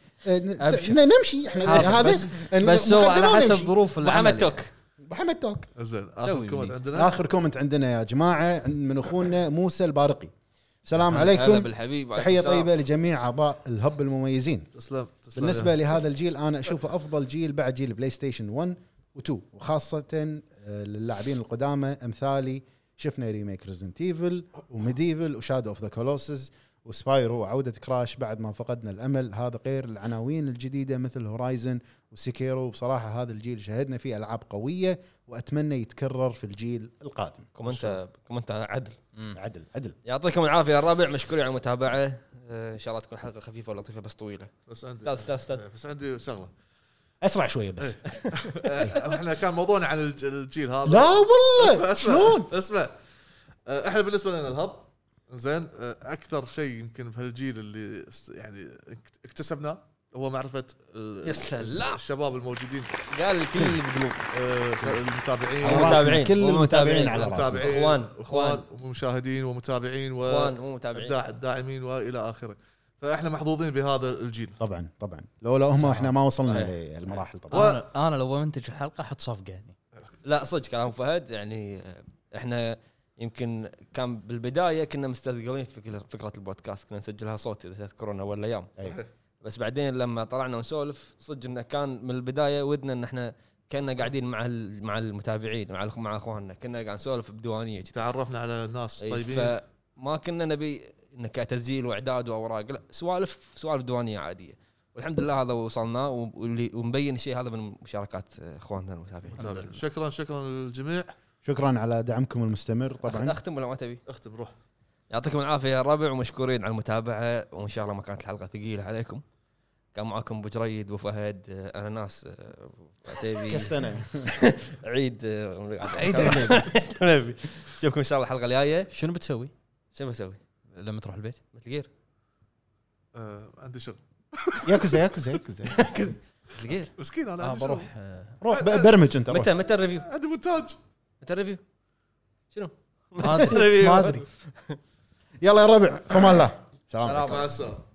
نمشي احنا هذا بس هو على حسب ظروف محمد توك. محمد توك زين اخر كومنت عندنا اخر كومنت عندنا يا جماعه من اخونا موسى البارقي. السلام عليكم تحيه طيبه لجميع اعضاء الهب المميزين. تسلم تسلم. بالنسبه لهذا الجيل انا اشوفه افضل جيل بعد جيل بلاي ستيشن واحد و2 وخاصه للاعبين القدامى امثالي شفنا ريميك ريزنت ايفل وميديفل وشادو اوف ذا كولوسز وسبايرو وعوده كراش بعد ما فقدنا الامل. هذا غير العناوين الجديده مثل هورايزن وسيكيرو. بصراحه هذا الجيل شهدنا فيه العاب قويه واتمنى يتكرر في الجيل القادم. كومنت كومنت عدل عدل عدل. يعطيكم العافيه يا الربع مشكورين على المتابعه. ان شاء الله تكون حلقه خفيفه ولطيفه بس طويله. بس عندي استاذ استاذ بس عندي شغله اسرع شويه بس. احنا كان موضوعنا عن الجيل هذا. لا والله شلون اسمع احنا بالنسبه لنا الهب زين اكثر شيء يمكن بهالجيل اللي يعني اكتسبناه هو معرفه يا سلام الشباب الموجودين. قال الكل بقلوب المتابعين المتابعين كل المتابعين على المتابعين اخوان اخوان ومشاهدين ومتابعين اخوان ومتابعين والداعمين والى اخره. فاحنا محظوظين بهذا الجيل طبعا طبعا لولا هم احنا ما وصلنا للمراحل طبعا. انا انا لو بمنتج الحلقه احط صفقه يعني. لا صدق كلام فهد يعني احنا يمكن كان بالبدايه كنا مستثقلين في فكره البودكاست كنا نسجلها صوت اذا تذكرون اول ايام. بس بعدين لما طلعنا ونسولف صدق انه كان من البدايه ودنا ان احنا كنا قاعدين مع مع المتابعين مع مع اخواننا كنا قاعد نسولف بديوانيه تعرفنا على ناس طيبين. فما كنا نبي انك تسجيل واعداد واوراق لا سوالف سوالف ديوانيه عاديه والحمد لله هذا وصلنا واللي ومبين الشيء هذا من مشاركات اخواننا المتابعين. شكرا شكرا للجميع. شكرا على دعمكم المستمر. طبعا اختم ولا ما تبي؟ اختم روح. يعطيكم العافيه يا الربع ومشكورين على المتابعه وان شاء الله ما كانت الحلقه ثقيله عليكم. كان معكم ابو جريد وفهد انا ناس عتيبي كستنا عيد عيد نبي نشوفكم ان شاء الله الحلقه الجايه. شنو بتسوي؟ شنو بسوي لما تروح البيت؟ مثل غير آه عندي شغل ياكوزا ياكوزا ياكوزا مثل غير مسكين انا آه بروح آه روح برمج انت. متى متى الريفيو؟ عندي مونتاج. متى الريفيو؟ شنو؟ ما ادري ما ادري. يلا يا الربع فما الله. سلام مع السلامه.